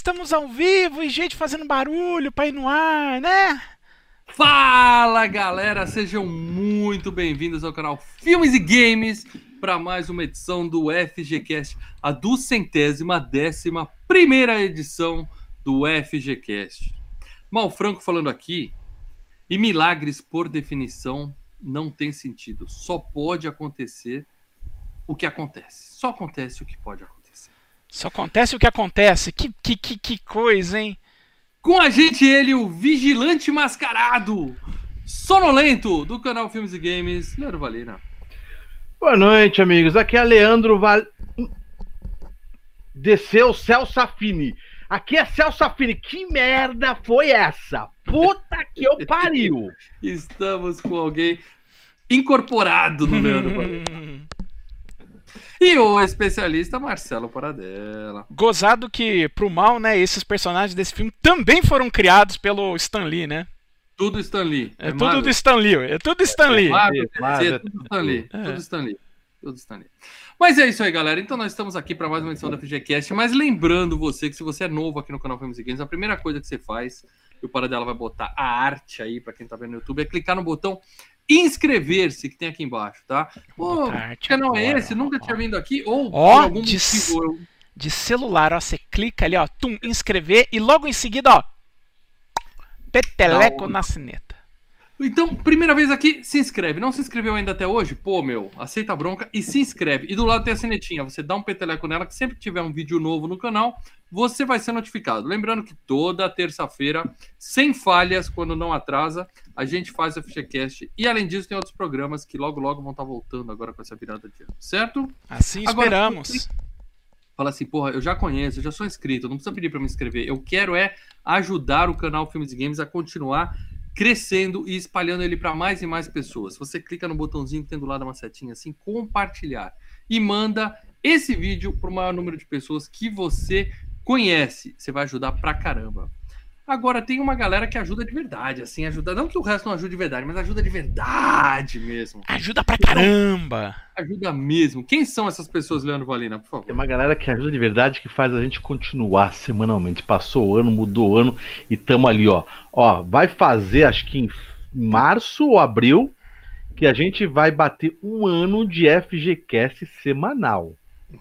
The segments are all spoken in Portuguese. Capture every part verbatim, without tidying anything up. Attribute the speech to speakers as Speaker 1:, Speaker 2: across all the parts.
Speaker 1: estamos ao vivo e gente fazendo barulho pra ir no ar, né?
Speaker 2: Fala, galera, sejam muito bem-vindos ao canal Filmes e Games para mais uma edição do F G Cast, a duzentésima décima primeira edição do F G Cast. Malfranco falando aqui, e milagres, por definição, não tem sentido. Só pode acontecer o que acontece. Só acontece o que pode acontecer.
Speaker 1: Só acontece o que acontece. Que, que, que, que coisa, hein?
Speaker 2: Com a gente ele, o vigilante mascarado, sonolento, do canal Filmes e Games, Leandro Valina.
Speaker 3: Boa noite, amigos. Aqui é Leandro Val... Desceu Celso Affini. Aqui é Celso Affini. Que merda foi essa? Puta que eu pariu.
Speaker 2: Estamos com alguém incorporado no Leandro Valina. E o especialista Marcelo Paradela.
Speaker 1: Gozado que, pro mal, né, esses personagens desse filme também foram criados pelo Stan Lee, né?
Speaker 2: Tudo Stan Lee.
Speaker 1: É, é tudo Marvel. do Stan Lee, é tudo Stan Lee.
Speaker 2: É, Marvel, é, Marvel, é tudo Stan Lee. É. Tudo Stan Lee. Tudo Stan Lee. Mas é isso aí, galera. Então nós estamos aqui para mais uma edição da F G Cast. Mas lembrando você que se você é novo aqui no canal Filmes e Games, a primeira coisa que você faz, e o Paradela vai botar a arte aí para quem tá vendo no YouTube, é clicar no botão inscrever-se que tem aqui embaixo, tá? Pô, que canal é esse? Nunca tinha vindo aqui? Ou
Speaker 1: ó,
Speaker 2: por algum
Speaker 1: de,
Speaker 2: motivo eu...
Speaker 1: de celular, ó, você clica ali, ó, tum, inscrever e logo em seguida, ó, peteleco na sineta.
Speaker 2: Então, primeira vez aqui, se inscreve. Não se inscreveu ainda até hoje? Pô, meu, aceita a bronca e se inscreve. E do lado tem a sinetinha, você dá um peteleco nela, que sempre que tiver um vídeo novo no canal, você vai ser notificado. Lembrando que toda terça-feira, sem falhas, quando não atrasa, a gente faz o F G Cast. E além disso, tem outros programas que logo, logo vão estar voltando agora com essa virada de ano, certo?
Speaker 1: Assim esperamos.
Speaker 2: Agora, fala assim, porra, eu já conheço, eu já sou inscrito, não precisa pedir para me inscrever. Eu quero é ajudar o canal Filmes e Games a continuar crescendo e espalhando ele para mais e mais pessoas. Você clica no botãozinho que tem do lado uma setinha assim, compartilhar, e manda esse vídeo para o maior número de pessoas que você conhece. Você vai ajudar pra caramba. Agora tem uma galera que ajuda de verdade, assim, ajuda, não que o resto não ajude de verdade, mas ajuda de verdade mesmo.
Speaker 1: Ajuda pra caramba.
Speaker 2: Ajuda mesmo. Quem são essas pessoas, Leandro Valina, por favor?
Speaker 3: Tem uma galera que ajuda de verdade, que faz a gente continuar semanalmente. Passou o ano, mudou o ano e tamo ali, ó. Ó, vai fazer, acho que em março ou abril, que a gente vai bater um ano de F G Cast semanal.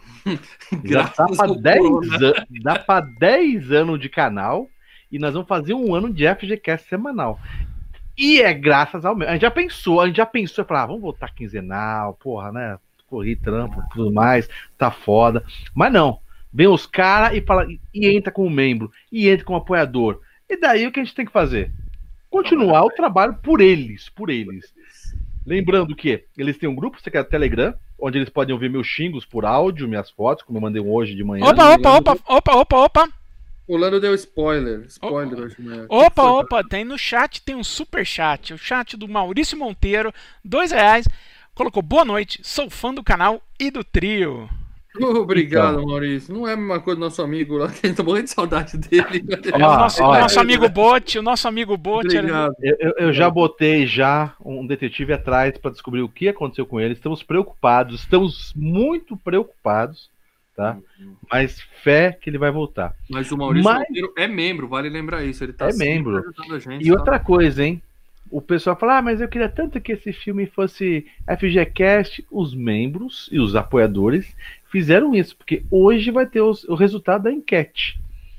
Speaker 3: Já dá pra dez an- dá pra dez anos de canal. E nós vamos fazer um ano de F G Cast semanal. E é graças ao meu. A gente já pensou, a gente já pensou, falar, ah, vamos voltar quinzenal, porra, né? Corri, trampo, tudo mais, tá foda. Mas não. Vem os caras e fala, e entra como membro, e entra como apoiador. E daí o que a gente tem que fazer? Continuar o trabalho por eles, por eles. Lembrando que eles têm um grupo, você quer Telegram, onde eles podem ouvir meus xingos por áudio, minhas fotos, como eu mandei um hoje de manhã.
Speaker 1: Opa, opa, opa, opa, opa, opa.
Speaker 2: O Lando deu spoiler. Spoiler oh, hoje de manhã.
Speaker 1: Opa, opa, tem no chat, tem um super chat. O chat do Maurício Monteiro, dois reais. Colocou boa noite, sou fã do canal e do trio.
Speaker 2: Obrigado, então, Maurício. Não é a mesma coisa do nosso amigo lá, que a gente tá morrendo de saudade dele.
Speaker 1: É o nosso, ó, nosso amigo Bot, o nosso amigo Bot.
Speaker 3: Era... Eu, eu, eu já botei já um detetive atrás para descobrir o que aconteceu com ele. Estamos preocupados, estamos muito preocupados. Tá? Mas fé que ele vai voltar.
Speaker 2: Mas o Maurício Mas... Monteiro é membro, vale lembrar isso. Ele tá
Speaker 3: é membro.
Speaker 2: A gente,
Speaker 3: e tá? Outra coisa, hein? O pessoal fala, ah, mas eu queria tanto que esse filme fosse F G Cast. Os membros e os apoiadores fizeram isso, porque hoje vai ter os, o resultado da enquete.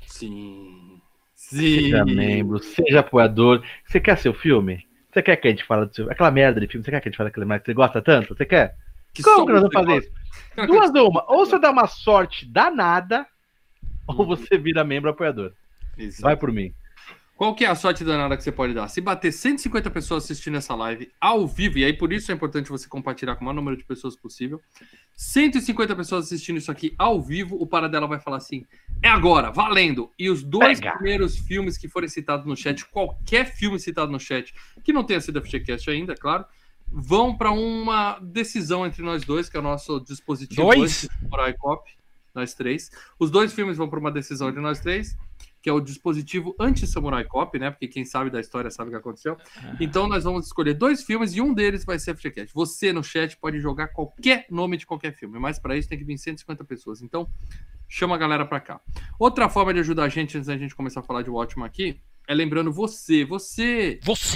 Speaker 2: Sim. Sim.
Speaker 3: Seja membro, seja apoiador. Você quer seu filme? Você quer que a gente fale do seu... aquela merda de filme? Você quer que a gente fale aquele merda que você gosta tanto? Você quer?
Speaker 2: Que
Speaker 3: Como que nós vamos fazer isso? Duas uma. Ou você dá uma sorte danada, ou você vira membro apoiador. Exato. Vai por mim.
Speaker 2: Qual que é a sorte danada que você pode dar? Se bater cento e cinquenta pessoas assistindo essa live ao vivo, e aí por isso é importante você compartilhar com o maior número de pessoas possível. cento e cinquenta pessoas assistindo isso aqui ao vivo, o Paradela vai falar assim, é agora, valendo. E os dois Pega. primeiros filmes que forem citados no chat, qualquer filme citado no chat, que não tenha sido F G Cast ainda, é claro, vão para uma decisão entre nós dois, que é o nosso dispositivo
Speaker 1: dois?
Speaker 2: Samurai Cop, nós três. Os dois filmes vão para uma decisão entre nós três, que é o dispositivo anti-Samurai Cop, né? Porque quem sabe da história sabe o que aconteceu. Ah. Então nós vamos escolher dois filmes e um deles vai ser F G Cast. Você no chat pode jogar qualquer nome de qualquer filme, mas para isso tem que vir cento e cinquenta pessoas. Então chama a galera pra cá. Outra forma de ajudar a gente, antes da gente começar a falar de Watchmen aqui, é lembrando você, você...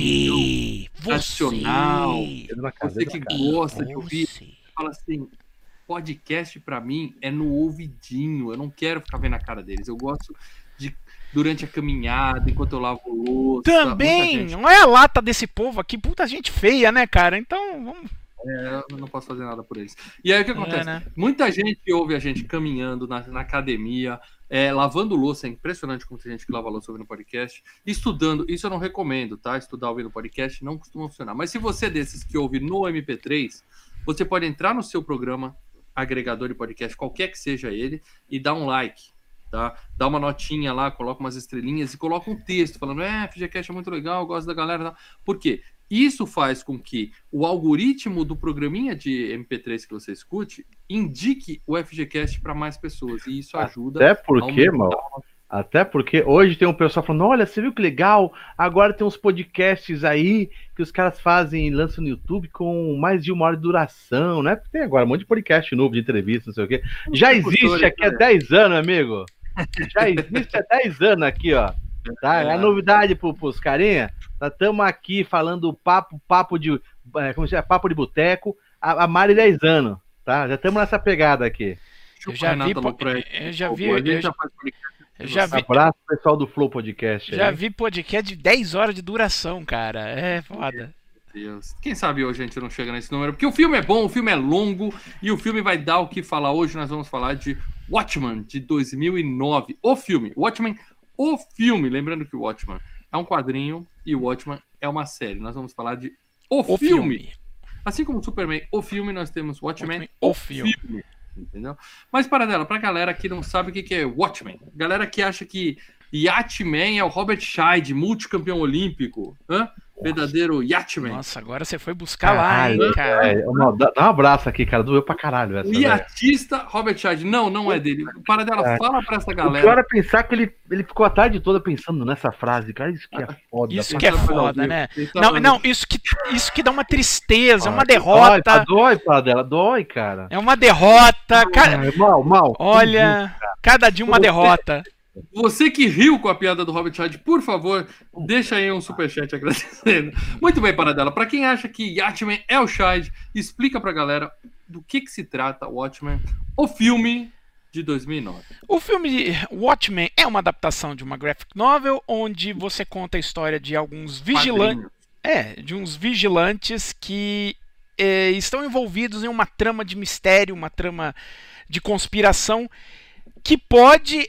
Speaker 1: Você!
Speaker 2: Nacional,
Speaker 1: Você!
Speaker 2: você que gosta de ouvir, fala assim, podcast pra mim é no ouvidinho, eu não quero ficar vendo a cara deles, eu gosto de, durante a caminhada, enquanto eu lavo louça...
Speaker 1: Também, não é a lata desse povo aqui, puta gente feia, né, cara? Então, vamos...
Speaker 2: É, eu não posso fazer nada por eles. E aí o que acontece?
Speaker 1: É, né?
Speaker 2: Muita gente ouve a gente caminhando na, na academia, é, lavando louça, é impressionante como tem gente que lava louça ouvindo podcast, estudando, isso eu não recomendo, tá? Estudar ouvindo podcast não costuma funcionar. Mas se você é desses que ouve no M P três, você pode entrar no seu programa, agregador de podcast, qualquer que seja ele, e dar um like, tá? Dá uma notinha lá, coloca umas estrelinhas e coloca um texto falando, é, FGCast é muito legal, eu gosto da galera. Por quê? Isso faz com que o algoritmo do programinha de M P três que você escute indique o FGCast para mais pessoas. E isso ajuda.
Speaker 3: Até porque, mal, até porque hoje tem um pessoal falando: olha, você viu que legal? Agora tem uns podcasts aí que os caras fazem e lançam no YouTube com mais de uma hora de duração, né? Tem agora um monte de podcast novo de entrevista, não sei o quê. Já existe aqui há dez anos, amigo. Já existe há dez anos aqui, ó. Tá? É a novidade pro, pros carinha. Nós estamos aqui falando papo, papo de. Como se é? Papo de boteco há mais de dez anos. Tá? Já estamos nessa pegada aqui.
Speaker 1: Eu já vi. Eu já vi. Eu já, eu já vi.
Speaker 3: Abraço pessoal do Flow Podcast.
Speaker 1: Já
Speaker 3: aí.
Speaker 1: vi podcast de dez horas de duração, cara. É foda.
Speaker 2: Deus. Quem sabe hoje a gente não chega nesse número, porque o filme é bom, o filme é longo e o filme vai dar o que falar. Hoje nós vamos falar de Watchmen, de dois mil e nove. O filme, Watchmen, o filme. Lembrando que o Watchmen é um quadrinho e o Watchmen é uma série. Nós vamos falar de o, o filme. filme. Assim como o Superman, o filme, nós temos Watchmen, Watchmen o, o filme. filme. Entendeu? Mas para dela, pra galera que não sabe o que é Watchmen, galera que acha que Yachtman é o Robert Scheid, multicampeão olímpico, hã? Verdadeiro Yachtman.
Speaker 1: Nossa, agora você foi buscar lá, hein, cara.
Speaker 3: É, não, dá, dá um abraço aqui, cara, doeu pra caralho essa.
Speaker 2: O iatista Robert Scheid, não, não é dele. Para dela, é. Fala pra essa galera.
Speaker 3: O pior é pensar que ele, ele ficou a tarde toda pensando nessa frase, cara, isso que é foda.
Speaker 1: Isso que é foda, né? Não, não, isso que, isso que dá uma tristeza, é uma derrota.
Speaker 3: Dói, para dela, dói, cara.
Speaker 1: É uma derrota, cara.
Speaker 3: Mal, mal.
Speaker 1: Olha, cada dia uma derrota.
Speaker 2: Você que riu com a piada do Robert Scheid, por favor, deixa aí um superchat agradecendo. Muito bem, Paradela. Para quem acha que Yachtman é o Scheid, explica pra galera do que, que se trata Watchmen, o filme de dois mil e nove.
Speaker 1: O filme de Watchmen é uma adaptação de uma graphic novel onde você conta a história de alguns vigilantes, é, de uns vigilantes que é, estão envolvidos em uma trama de mistério, uma trama de conspiração que pode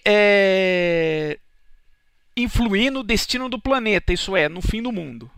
Speaker 1: é, influir no destino do planeta, isso é, no fim do mundo.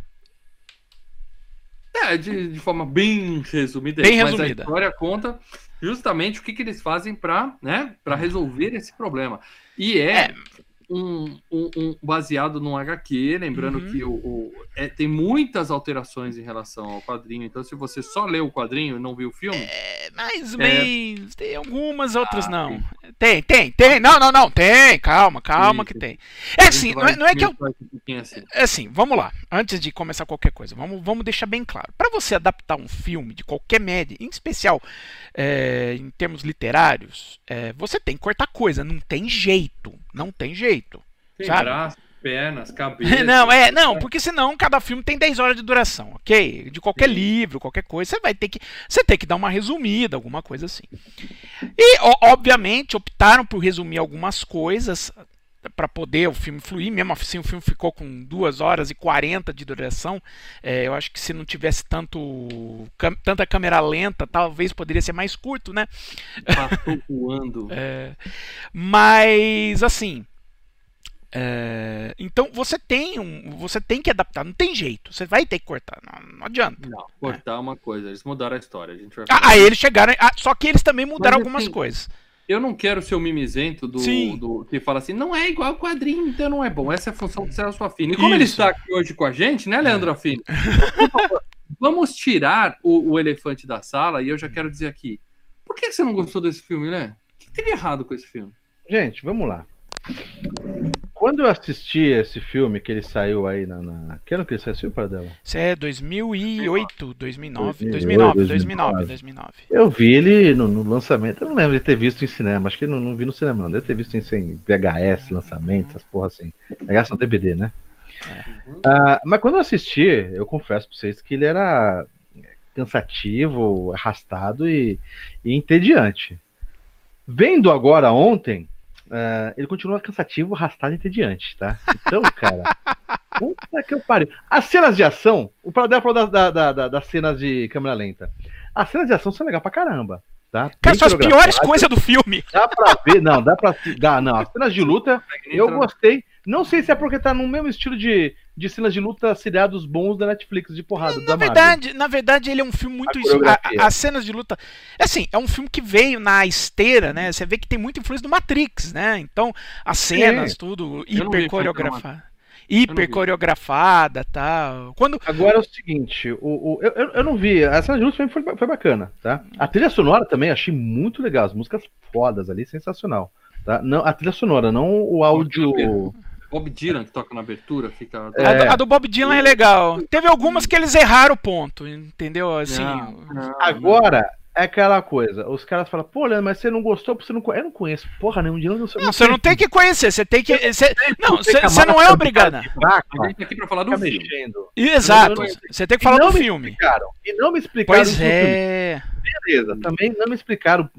Speaker 2: É, de, de forma bem resumida.
Speaker 1: Bem
Speaker 2: mas
Speaker 1: resumida.
Speaker 2: A história conta justamente o que, que eles fazem para, né, para resolver esse problema. E é, é. Um, um, um baseado num H Q, lembrando uhum. que o, o, é, tem muitas alterações em relação ao quadrinho, então se você só leu o quadrinho e não viu o filme...
Speaker 1: É, mais ou menos, é... tem algumas, outras ah, não. Tem, tem, tem, não, não, não, tem, calma, calma sim, que tem. É assim, não é, não é que eu... É assim, vamos lá, antes de começar qualquer coisa, vamos, vamos deixar bem claro. Para você adaptar um filme de qualquer média, em especial é, em termos literários, é, você tem que cortar coisa, não tem jeito, não tem jeito.
Speaker 2: Tem
Speaker 1: sabe?
Speaker 2: braço, pernas, cabeça.
Speaker 1: Não, é, não, porque senão cada filme tem dez horas de duração, ok? De qualquer Sim. livro, qualquer coisa, você vai ter que. Você tem que dar uma resumida, alguma coisa assim. E, obviamente, optaram por resumir algumas coisas para poder o filme fluir. Mesmo assim, o filme ficou com duas horas e quarenta de duração. É, eu acho que se não tivesse tanto tanta câmera lenta, talvez poderia ser mais curto, né?
Speaker 2: Passou voando.
Speaker 1: É, mas, assim. É, então você tem um, você tem que adaptar, não tem jeito, você vai ter que cortar, não, não adianta.
Speaker 2: Não, cortar é uma coisa, eles mudaram a história. A gente vai
Speaker 1: ah, aí eles chegaram, ah, só que eles também mudaram Mas, algumas assim, coisas.
Speaker 2: Eu não quero ser o mimizento do, do que fala assim, não é igual ao quadrinho, então não é bom. Essa é a função do Celso Affini. E como Isso. ele está aqui hoje com a gente, né, Leandro é. Affini? Por favor, vamos tirar o, o elefante da sala e eu já quero dizer aqui, por que você não gostou desse filme, né? O que tem de errado com esse filme?
Speaker 3: Gente, vamos lá. Quando eu assisti esse filme, que ele saiu aí na... na... Que ano que ele saiu, para dela?
Speaker 1: Isso é dois mil e oito, dois mil e nove,
Speaker 3: dois
Speaker 1: dois
Speaker 3: mil
Speaker 1: mil
Speaker 3: e
Speaker 1: e nove,
Speaker 3: oito,
Speaker 1: dois mil e nove, dois mil e nove.
Speaker 3: Eu vi ele no, no lançamento, eu não lembro de ter visto em cinema, acho que não, não vi no cinema não, deve ter visto em, em V H S, lançamento, essas porra assim. V H S não, D V D, né? É. Ah, mas quando eu assisti, eu confesso pra vocês que ele era cansativo, arrastado e, e entediante. Vendo agora ontem, uh, ele continua cansativo, arrastado e entediante, tá? Então, cara, puta que eu pariu. As cenas de ação, o Pradel falou da, da, da, das cenas de câmera lenta. As cenas de ação são legais pra caramba, tá?
Speaker 1: Cara, são as piores coisas do filme.
Speaker 3: Dá pra ver, não, dá pra... Dá, não, as cenas de luta, eu gostei. Não sei se é porque tá no mesmo estilo de, de cenas de luta seriados bons da Netflix, de porrada.
Speaker 1: Na,
Speaker 3: da
Speaker 1: verdade, na verdade, ele é um filme muito... A, a, as cenas de luta... Assim, é um filme que veio na esteira, né? Você vê que tem muita influência do Matrix, né? Então, as cenas, Sim. tudo, hiper coreografado. Hiper coreografada e tal. Quando...
Speaker 3: Agora é o seguinte, o, o, eu, eu não vi, a cena de luta foi, foi bacana, tá? A trilha sonora também achei muito legal, as músicas fodas ali, sensacional. Tá? Não, a trilha sonora, não o áudio...
Speaker 2: Bob Dylan que toca na abertura, fica...
Speaker 1: É... A, do, a do Bob Dylan é legal. Teve algumas que eles erraram o ponto, entendeu? Assim...
Speaker 2: Não, não,
Speaker 3: Agora... É aquela coisa, os caras falam, pô, Leandro, mas você não gostou porque você não conhece. Eu não conheço porra nenhum de não,
Speaker 1: não, não Você não tem que conhecer, você tem que. Você, não, você, você não é obrigado.
Speaker 2: A gente tá aqui pra falar do filme. Mexendo.
Speaker 1: Exato, você tem que falar do filme.
Speaker 3: E não me explicaram.
Speaker 1: Pois é.
Speaker 3: Beleza, também não me explicaram.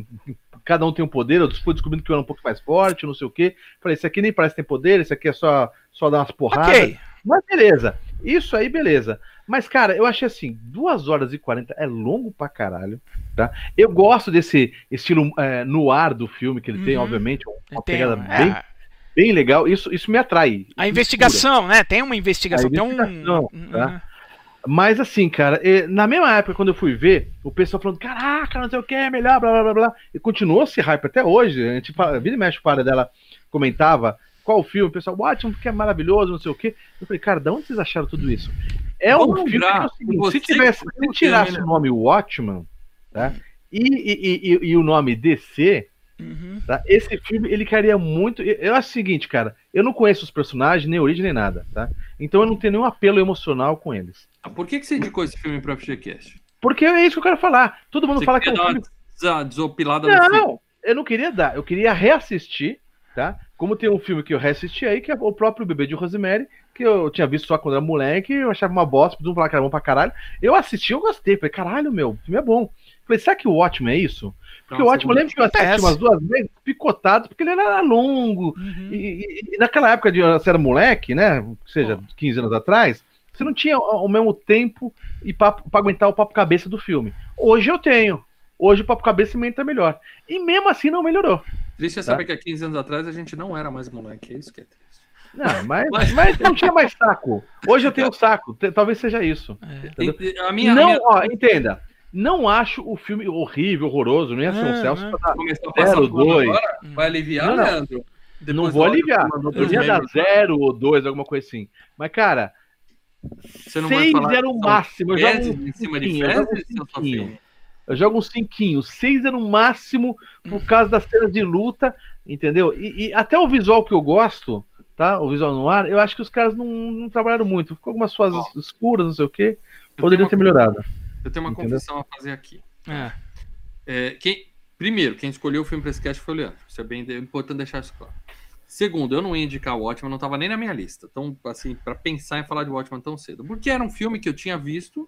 Speaker 3: Cada um tem um poder, eu fui descobrindo que eu era um pouco mais forte, não sei o quê. Falei, esse aqui nem parece ter poder, esse aqui é só, só dar umas porradas.
Speaker 1: Ok.
Speaker 3: Mas beleza, isso aí beleza. Mas, cara, eu achei assim, duas horas e quarenta é longo pra caralho, tá? Eu gosto desse estilo é, no ar do filme, que ele uhum. tem, obviamente, uma tem, pegada é. bem, bem legal. Isso, isso me atrai.
Speaker 1: A investigação, né? Tem uma investigação, a investigação
Speaker 3: tem um... Tá? Uhum. Mas assim, cara, na mesma época, quando eu fui ver, o pessoal falando, caraca, não sei o que, é melhor, blá, blá, blá, blá. E continuou esse hype até hoje. A gente, vira e mexe, o para dela comentava qual o filme, o pessoal, Watchmen, porque é maravilhoso, não sei o quê. Eu falei, cara, de onde vocês acharam tudo isso? É um filme que é o seguinte, se tivesse, se tirasse o nome Watchmen, tá? E, e, e, e o nome D C, uhum. tá? Esse filme, ele queria muito... Eu acho o seguinte, cara, eu não conheço os personagens, nem origem, nem nada, tá? Então eu não tenho nenhum apelo emocional com eles.
Speaker 2: Por que, que você indicou esse filme para o F G Cast?
Speaker 3: Porque é isso que eu quero falar. Todo mundo
Speaker 2: você
Speaker 3: fala que é um
Speaker 2: filme... uma desopilada
Speaker 3: não,
Speaker 2: no filme.
Speaker 3: Não, eu não queria dar, eu queria reassistir, tá? Como tem um filme que eu reassisti aí, que é o próprio Bebê de Rosemary, que eu tinha visto só quando era moleque, eu achava uma bosta, todo mundo falava que era bom pra caralho. Eu assisti, eu gostei, falei, caralho, meu, o filme é bom. Falei, será que o Watchmen é isso? Porque Nossa, o Watchmen, eu lembro que eu assisti umas duas vezes, picotado, porque ele era longo, uhum. e, e, e naquela época de você era moleque, né, seja, oh. quinze anos atrás, você não tinha o mesmo tempo e papo, pra aguentar o papo cabeça do filme. Hoje eu tenho. Hoje o papo cabeça tá melhor. E mesmo assim não melhorou.
Speaker 2: Triste é saber tá? que há quinze anos atrás a gente não era mais moleque, é isso que é triste.
Speaker 3: Não, mas, mas... mas não tinha mais saco. Hoje eu tenho saco, talvez seja isso.
Speaker 2: É. A minha,
Speaker 3: não,
Speaker 2: a minha...
Speaker 3: ó, entenda, não acho o filme horrível, horroroso, não ia ser um Celso pra dar zero, dois.
Speaker 2: Vai aliviar, não, Leandro?
Speaker 3: Depois não vou aliviar, eu ia dar zero ou dois, alguma coisa assim. Mas, cara,
Speaker 2: Você não
Speaker 3: seis
Speaker 2: vai falar
Speaker 3: era o máximo. Eu jogo um
Speaker 2: em cima de
Speaker 3: cinquinho. Eu jogo um cinquinho, seis era o máximo por causa das cenas de luta, entendeu? E, e até o visual que eu gosto, tá? O visual no ar, eu acho que os caras não, não trabalharam muito. Ficou algumas fases oh. escuras, não sei o quê. Poderiam ter melhorado.
Speaker 2: Eu tenho uma entendeu? confissão a fazer aqui. É. É, quem, primeiro, quem escolheu o filme para esse cast foi o Leandro. Isso é bem importante deixar isso claro. Segundo, eu não ia indicar o Watchmen, não estava nem na minha lista. Então, assim, para pensar em falar de Watchmen tão cedo. Porque era um filme que eu tinha visto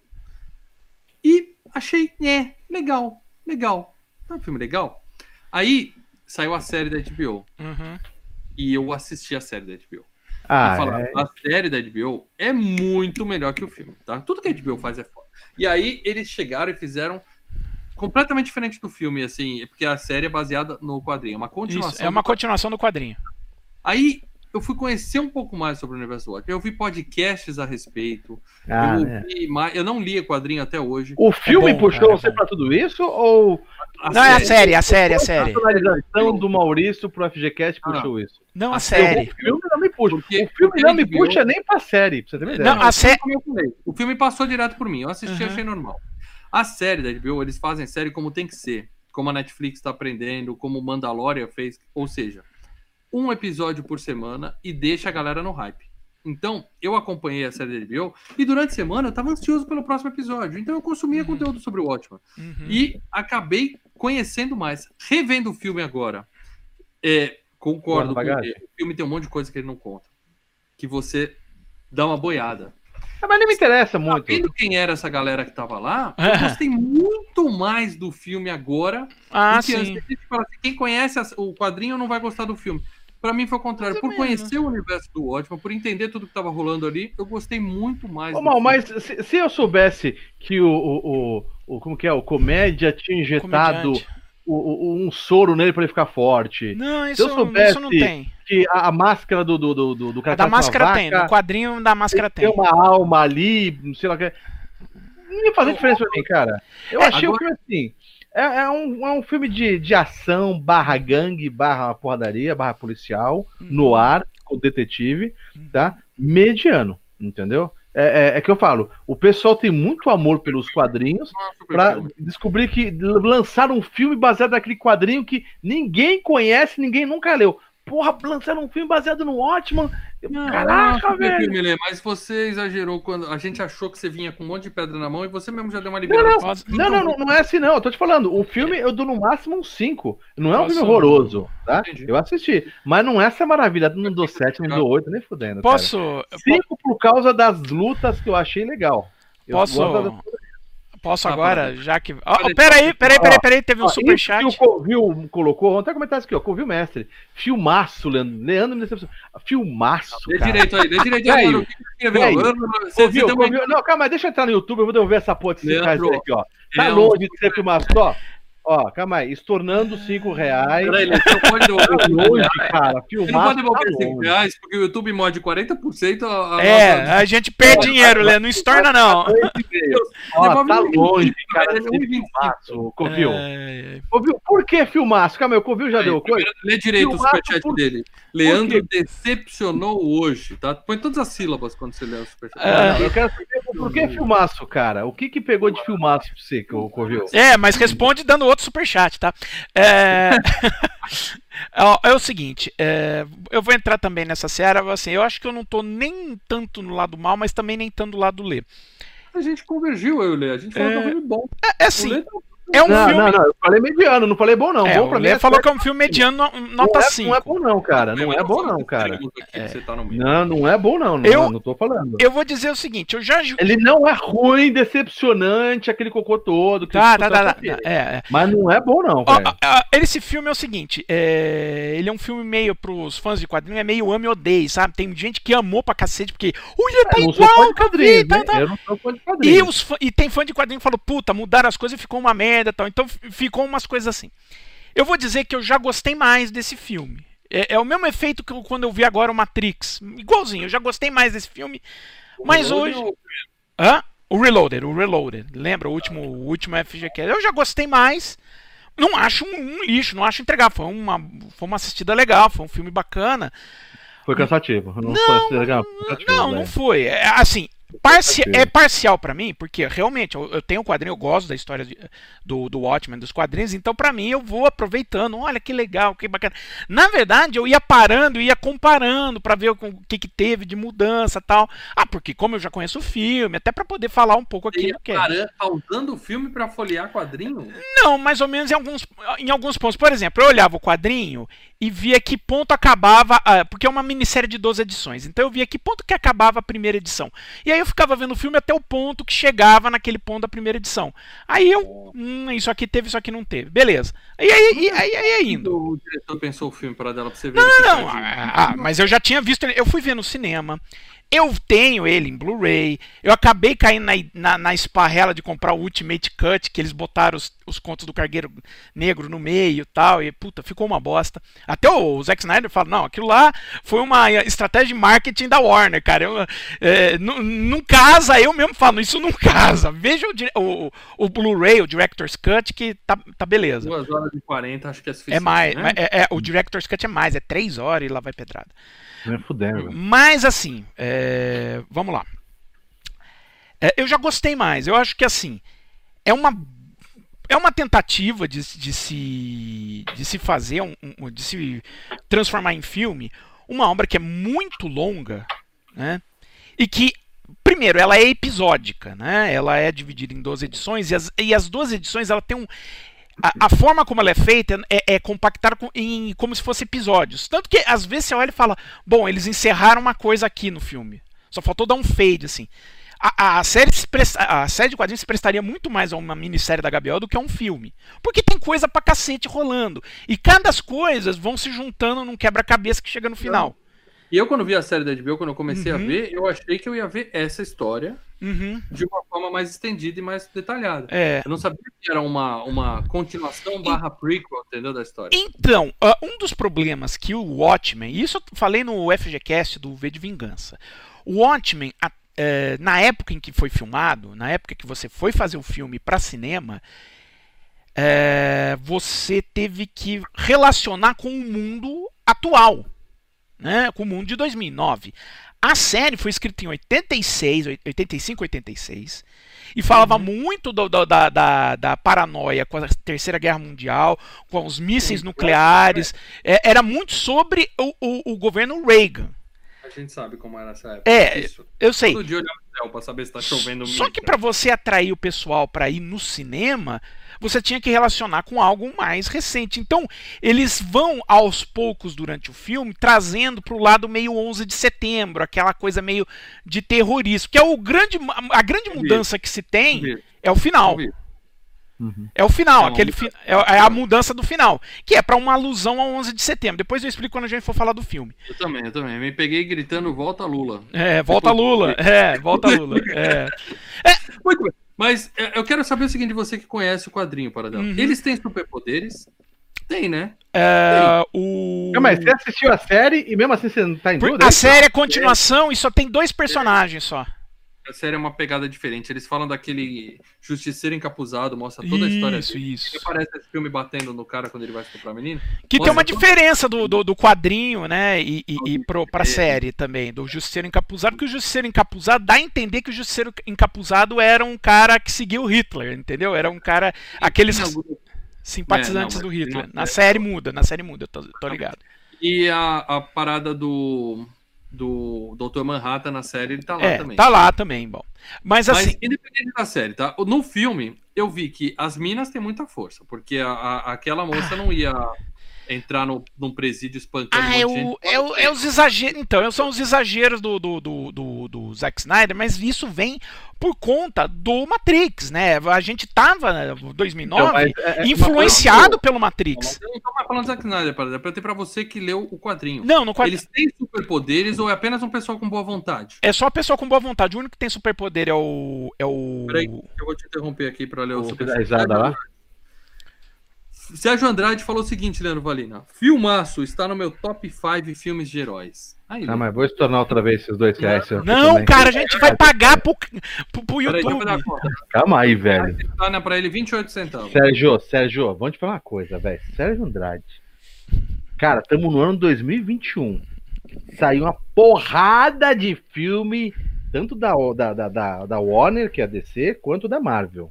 Speaker 2: e achei, é, legal, legal. É um filme legal. Aí, saiu a série da H B O. Uhum. E eu assisti a série da H B O.
Speaker 3: Ah,
Speaker 2: falar, é... A série da H B O é muito melhor que o filme, tá? Tudo que a H B O faz é foda. E aí, eles chegaram e fizeram completamente diferente do filme, assim, porque a série é baseada no quadrinho. É uma continuação.
Speaker 1: Isso, é uma do... continuação do quadrinho.
Speaker 2: Aí, eu fui conhecer um pouco mais sobre o universo do Watchmen. Eu vi podcasts a respeito.
Speaker 3: Ah,
Speaker 2: eu,
Speaker 3: é.
Speaker 2: vi mais... eu não li quadrinho até hoje.
Speaker 3: O filme
Speaker 1: é bom,
Speaker 3: puxou
Speaker 1: cara,
Speaker 3: você
Speaker 1: é
Speaker 3: pra tudo isso? Ou.
Speaker 1: A não, série. é a série, a série, a série.
Speaker 3: A personalização do Maurício pro F G Cast puxou
Speaker 1: ah,
Speaker 3: isso.
Speaker 1: Não, a, a série.
Speaker 3: O filme não me puxa. Porque, o filme não me puxa viu... nem pra série, pra você ter uma ideia.
Speaker 1: Não, a sé...
Speaker 2: O filme passou direto por mim. Eu assisti e uhum. achei normal. A série da H B O, eles fazem série como tem que ser. Como a Netflix tá aprendendo, como o Mandalorian fez. Ou seja, um episódio por semana e deixa a galera no hype. Então, eu acompanhei a série da H B O e durante a semana eu estava ansioso pelo próximo episódio. Então, eu consumia uhum. conteúdo sobre o Watchmen. Uhum. E acabei conhecendo mais. Revendo o filme agora. É, concordo com ele. O filme tem um monte de coisa que ele não conta. Que você dá uma boiada.
Speaker 3: É, mas nem me interessa muito.
Speaker 2: Sabendo quem era essa galera que estava lá, eu gostei muito mais do filme agora.
Speaker 1: Ah,
Speaker 2: do que
Speaker 1: sim.
Speaker 2: antes. A gente fala assim, quem conhece o quadrinho não vai gostar do filme. Pra mim foi o contrário. Por conhecer o universo do Watchmen, por entender tudo que tava rolando ali, eu gostei muito mais.
Speaker 3: Ô, Mal, mas se, se eu soubesse que o, o, o, o como que é, o Comédia tinha injetado o, o, um soro nele pra ele ficar forte.
Speaker 1: Não, isso,
Speaker 3: se eu soubesse
Speaker 1: isso não tem.
Speaker 3: Que a, a máscara do do do, do cara
Speaker 1: da máscara vaca, tem, no quadrinho da máscara tem.
Speaker 3: Tem uma alma ali, não sei lá o que. Não ia fazer diferença pra mim, cara. Eu é, achei agora... o filme assim. É, é, um, é um filme de, de ação, barra gangue, barra porradaria, barra policial, uhum. no ar, com detetive, tá? Mediano, entendeu? É, é, é que eu falo, o pessoal tem muito amor pelos quadrinhos pra descobrir que lançaram um filme baseado naquele quadrinho que ninguém conhece, ninguém nunca leu. Porra, lançaram um filme baseado no Watchmen.
Speaker 2: Não, Caraca, não, velho. Filme, mas você exagerou quando a gente achou que você vinha com um monte de pedra na mão e você mesmo já deu uma liberação.
Speaker 3: Não, não, não, não, não é assim, não. Eu tô te falando, o filme eu dou no máximo um cinco. Não é um Posso... filme horroroso, tá? Entendi. Eu assisti. Mas não é essa maravilha. Não dou sete, não dou oito, nem fudendo.
Speaker 1: Posso.
Speaker 3: cinco por causa das lutas que eu achei legal. Eu
Speaker 1: Posso. Posso ah, agora, já que... Oh, peraí, peraí, peraí, peraí, teve um superchat.
Speaker 3: O Covil colocou, vamos até comentar isso aqui, ó, Covil Mestre. Filmaço, Leandro, Leandro me decepcionou. Filmaço,
Speaker 2: dê cara. Dê direito aí, dê direito aí. Mano,
Speaker 3: Covil, Covil, uma... Não, calma, deixa eu entrar no YouTube, eu vou devolver essa porra desse cara aqui, ó. Tá Leandro, longe de ser filmaço, ó. Ó, calma aí, estornando cinco reais. Peraí, ele não pode devolver
Speaker 2: longe, cara. Filmar. Ele não pode devolver cinco reais, porque o YouTube morde quarenta por cento. A,
Speaker 1: a é, nossa... a gente perde é, dinheiro, Lê, não estorna, não.
Speaker 3: Ó, tá longe, cara, de filmaço, Covil. É... Covil, por que filmaço? Calma aí, o Covil já aí, deu coisa.
Speaker 2: Lê direito filmaço o superchat por... dele. Leandro decepcionou hoje, tá? Põe todas as sílabas quando você lê o superchat.
Speaker 3: É, eu quero saber por que filmaço, cara? O que que pegou de filmaço pra você, Covil?
Speaker 1: É, mas responde dando outro superchat, tá? É... é o seguinte, é... eu vou entrar também nessa seara, assim, eu acho que eu não tô nem tanto no lado mal, mas também nem tanto do lado do Lê.
Speaker 2: A gente convergiu, eu e o Lê, a gente falou é... que é um filme bom.
Speaker 1: É, é assim... É um
Speaker 3: não,
Speaker 1: filme...
Speaker 3: não, não, eu falei mediano, não falei bom não.
Speaker 1: É,
Speaker 3: bom pra
Speaker 1: o
Speaker 3: mim
Speaker 1: Lê
Speaker 3: é
Speaker 1: falou
Speaker 3: certo.
Speaker 1: que é um filme mediano, nota cinco.
Speaker 3: Não é bom não, cara, não é bom não, cara.
Speaker 2: É.
Speaker 3: Não, não é bom não, não,
Speaker 1: eu,
Speaker 3: não tô falando.
Speaker 1: Eu vou dizer o seguinte, eu já...
Speaker 3: Ele não é ruim, decepcionante, aquele cocô todo. Que
Speaker 1: tá, tá, tá, tá, é, é.
Speaker 3: Mas não é bom não,
Speaker 1: velho. Ó, esse filme é o seguinte, é... ele é um filme meio pros fãs de quadrinho, é meio ame e odeie, sabe? Tem gente que amou pra cacete, porque o Ilha tá
Speaker 3: é,
Speaker 1: igual, que eu vi, tá, tá.
Speaker 3: Eu não sou fã de quadrinho.
Speaker 1: E, os fã... e tem fã de quadrinho que falou, puta, mudaram as coisas e ficou uma merda e tal. Então ficou umas coisas assim. Eu vou dizer que eu já gostei mais desse filme. É, é o mesmo efeito que eu, quando eu vi agora o Matrix. Igualzinho, eu já gostei mais desse filme. O mas hoje... Ou... Hã? O Reloaded, o Reloaded. Lembra? O último, o último F G Q. Eu já gostei mais. Não acho um, um lixo, não acho entregar. Foi uma, foi uma assistida legal, foi um filme bacana.
Speaker 3: Foi cansativo. Não,
Speaker 1: não
Speaker 3: foi legal. Foi cansativo,
Speaker 1: não,
Speaker 3: né?
Speaker 1: não foi. É, assim... Parci é parcial pra mim, porque realmente eu, eu tenho um quadrinho, eu gosto da história de, do, do Watchmen, dos quadrinhos, então pra mim eu vou aproveitando, olha que legal, que bacana. Na verdade eu ia parando, ia comparando pra ver o que, que teve de mudança e tal. Ah, porque como eu já conheço o filme, até pra poder falar um pouco aqui.
Speaker 2: Você ia parando, pausando o filme pra folhear quadrinho?
Speaker 1: Não, mais ou menos em alguns, em alguns pontos. Por exemplo, eu olhava o quadrinho e via que ponto acabava, porque é uma minissérie de doze edições, então eu via que ponto que acabava a primeira edição. E aí eu ficava vendo o filme até o ponto que chegava naquele ponto da primeira edição. Aí eu, hum, isso aqui teve, isso aqui não teve. Beleza. E aí, e aí, aí, aí indo.
Speaker 2: O diretor pensou o filme para dela, pra você ver.
Speaker 1: Não, não, não. Ah, mas eu já tinha visto ele, eu fui ver no cinema. Eu tenho ele em Blu-ray. Eu acabei caindo na, na, na esparrela de comprar o Ultimate Cut, que eles botaram os, os contos do Cargueiro Negro no meio e tal. E, puta, ficou uma bosta. Até o Zack Snyder fala, não, aquilo lá foi uma estratégia de marketing da Warner, cara. Eu, é, não, não casa, eu mesmo falo, isso não casa. Veja o, o, o Blu-ray, o Director's Cut, que tá, tá beleza.
Speaker 2: duas horas e quarenta, acho que é suficiente.
Speaker 1: É mais,
Speaker 2: né?
Speaker 1: é, é, o Director's Cut é mais, é três horas e lá vai pedrada.
Speaker 3: Não é fudendo.
Speaker 1: Mas assim, é... vamos lá. É, eu já gostei mais. Eu acho que assim, é uma é uma tentativa de, de, se, de se fazer, um, um, de se transformar em filme, uma obra que é muito longa, né? E que, primeiro, ela é episódica, né? Ela é dividida em doze edições, e as, e as doze edições, ela tem um... A, a forma como ela é feita é, é compactar com, em, como se fossem episódios. Tanto que, às vezes, você olha e fala, bom, eles encerraram uma coisa aqui no filme. Só faltou dar um fade, assim. A, a, série se presta, a série de quadrinhos se prestaria muito mais a uma minissérie da H B O do que a um filme. Porque tem coisa pra cacete rolando. E cada as coisas vão se juntando num quebra-cabeça que chega no final.
Speaker 2: E eu, quando vi a série da H B O, quando eu comecei
Speaker 1: Uhum.
Speaker 2: a ver, eu achei que eu ia ver essa história
Speaker 1: Uhum.
Speaker 2: de uma forma mais estendida e mais detalhada.
Speaker 1: É.
Speaker 2: Eu não sabia que era uma, uma continuação barra prequel, entendeu, da história.
Speaker 1: Então, uh, um dos problemas que o Watchmen, e isso eu falei no F G Cast do V de Vingança, o Watchmen, a, uh, na época em que foi filmado, na época que você foi fazer o filme para cinema, uh, você teve que relacionar com o mundo atual, né, com o mundo de dois mil e nove. A série foi escrita em oitenta e seis, oitenta e cinco, oitenta e seis, e falava uhum. muito do, do, da, da, da paranoia com a Terceira Guerra Mundial, com os mísseis Sim, nucleares. É, era muito sobre o, o, o governo Reagan.
Speaker 2: A gente sabe como era essa época.
Speaker 1: É,
Speaker 2: Isso.
Speaker 1: eu sei.
Speaker 2: Todo dia olhar no céu pra saber se tá chovendo.
Speaker 1: Só que para você atrair o pessoal para ir no cinema, você tinha que relacionar com algo mais recente. Então, eles vão aos poucos durante o filme trazendo pro lado meio onze de setembro, aquela coisa meio de terrorismo, que é o grande a grande mudança que se tem é o final. Uhum. É o final, é, aquele fi é, é a mudança do final, que é para uma alusão ao onze de setembro. Depois eu explico quando a gente for falar do filme.
Speaker 2: Eu também, eu também. Me peguei gritando volta Lula.
Speaker 1: É, volta Lula. É, volta Lula. É.
Speaker 2: É. Muito bem. Mas eu quero saber o seguinte de você que conhece o quadrinho, Paradela. Uhum. Eles têm superpoderes? Tem, né?
Speaker 1: É, Tem. O...
Speaker 3: Não, mas você assistiu a série e mesmo assim você não tá em dúvida?
Speaker 1: A série é continuação é. e só tem dois personagens só.
Speaker 2: A série é uma pegada diferente. Eles falam daquele justiceiro encapuzado, mostra toda a história
Speaker 1: isso,
Speaker 2: dele.
Speaker 1: Isso, isso.
Speaker 2: Parece esse filme batendo no cara quando ele vai estuprar a menina.
Speaker 1: Que mostra tem uma diferença do, do, do quadrinho, né, e, e, e pro, pra série também, do justiceiro encapuzado, porque o justiceiro encapuzado dá a entender que o justiceiro encapuzado era um cara que seguiu Hitler, entendeu? Era um cara, aqueles simpatizantes é, não, do Hitler. Na série muda, na série muda, eu tô, tô ligado.
Speaker 2: E a, a parada do... do doutor Manhattan na série, ele tá lá
Speaker 1: é,
Speaker 2: também.
Speaker 1: Tá lá também, bom. Mas assim...
Speaker 2: Mas, independente da série, tá? No filme, eu vi que as minas têm muita força, porque a, a, aquela moça ah. não ia entrar no, num presídio espancando
Speaker 1: ah,
Speaker 2: um
Speaker 1: é,
Speaker 2: monte
Speaker 1: o, é, o, é os exageros. Então, são os exageros do, do, do, do, do Zack Snyder, mas isso vem por conta do Matrix, né? A gente tava, em dois mil e nove, então, é, é, influenciado não, pelo Matrix.
Speaker 2: Eu não tô mais falando do Zack Snyder, para eu ter pra você que leu o quadrinho.
Speaker 1: Não, no quadrinho.
Speaker 2: Eles têm superpoderes ou é apenas um pessoal com boa vontade?
Speaker 1: É só a pessoa com boa vontade. O único que tem superpoder é o... É o...
Speaker 2: Peraí, eu vou te interromper aqui pra ler o, o
Speaker 3: superpoder. lá.
Speaker 2: Sérgio Andrade falou o seguinte, Leandro Valina. Filmaço está no meu top cinco filmes de heróis. Aí,
Speaker 3: ah, mas vou estornar outra vez esses dois reais.
Speaker 1: Não, cara, a gente vai pagar pro, pro, pro YouTube.
Speaker 2: Aí,
Speaker 3: calma aí, velho.
Speaker 2: Tá, né, pra ele vinte e oito centavos.
Speaker 3: Sérgio, Sérgio, vamos te falar uma coisa, velho. Sérgio Andrade. Cara, estamos no ano dois mil e vinte e um. Saiu uma porrada de filme, tanto da, da, da, da, da Warner, que é a D C, quanto da Marvel.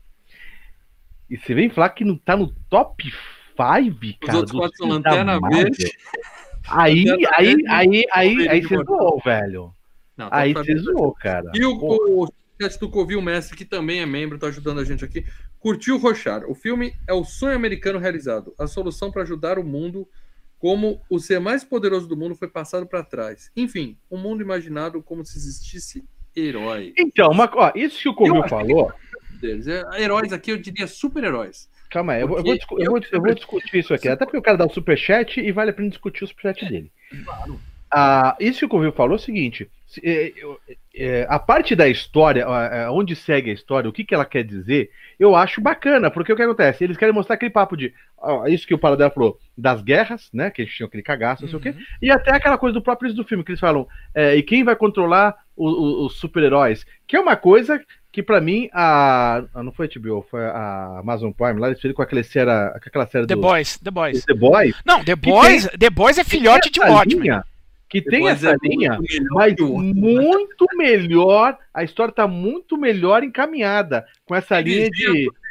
Speaker 3: E você vem falar que não tá no top cinco, cara.
Speaker 2: Os outros quatro são Lanterna Verde.
Speaker 3: Aí, aí, aí, aí, aí você zoou, velho.
Speaker 2: Não, tá
Speaker 3: aí você zoou, cara.
Speaker 2: E o, o chat do Covil Mestre, que também é membro, tá ajudando a gente aqui. Curtiu Rochar. O filme é o sonho americano realizado. A solução para ajudar o mundo, como o ser mais poderoso do mundo foi passado para trás. Enfim, um mundo imaginado como se existisse herói.
Speaker 3: Então, uma, ó, isso que o Covil falou...
Speaker 2: Deles. Heróis aqui, eu diria super-heróis.
Speaker 3: Calma aí, eu vou, eu, vou, eu, vou, eu vou discutir isso aqui. Até porque o cara dá o superchat e vale a pena discutir o superchat dele.
Speaker 2: Claro.
Speaker 3: Ah, isso que o Covil falou é o seguinte: é, é, a parte da história, onde segue a história, o que, que ela quer dizer, eu acho bacana, porque o que acontece? Eles querem mostrar aquele papo de ó, isso que o Paradela falou, das guerras, né? Que eles tinham aquele cagaço, não sei uhum. o quê, e até aquela coisa do próprio do filme, que eles falam, é, e quem vai controlar o, o, os super-heróis? Que é uma coisa. Que pra mim, a. Não foi a H B O, foi a Amazon Prime, lá eles fizeram com aquela série. Com aquela série
Speaker 1: The
Speaker 3: do,
Speaker 1: Boys, The Boys.
Speaker 3: The Boys.
Speaker 1: Não, The Boys, tem, The Boys é filhote de Watchmen.
Speaker 3: Que tem essa é linha, mas muito melhor. A história tá muito melhor encaminhada. Com essa linha de.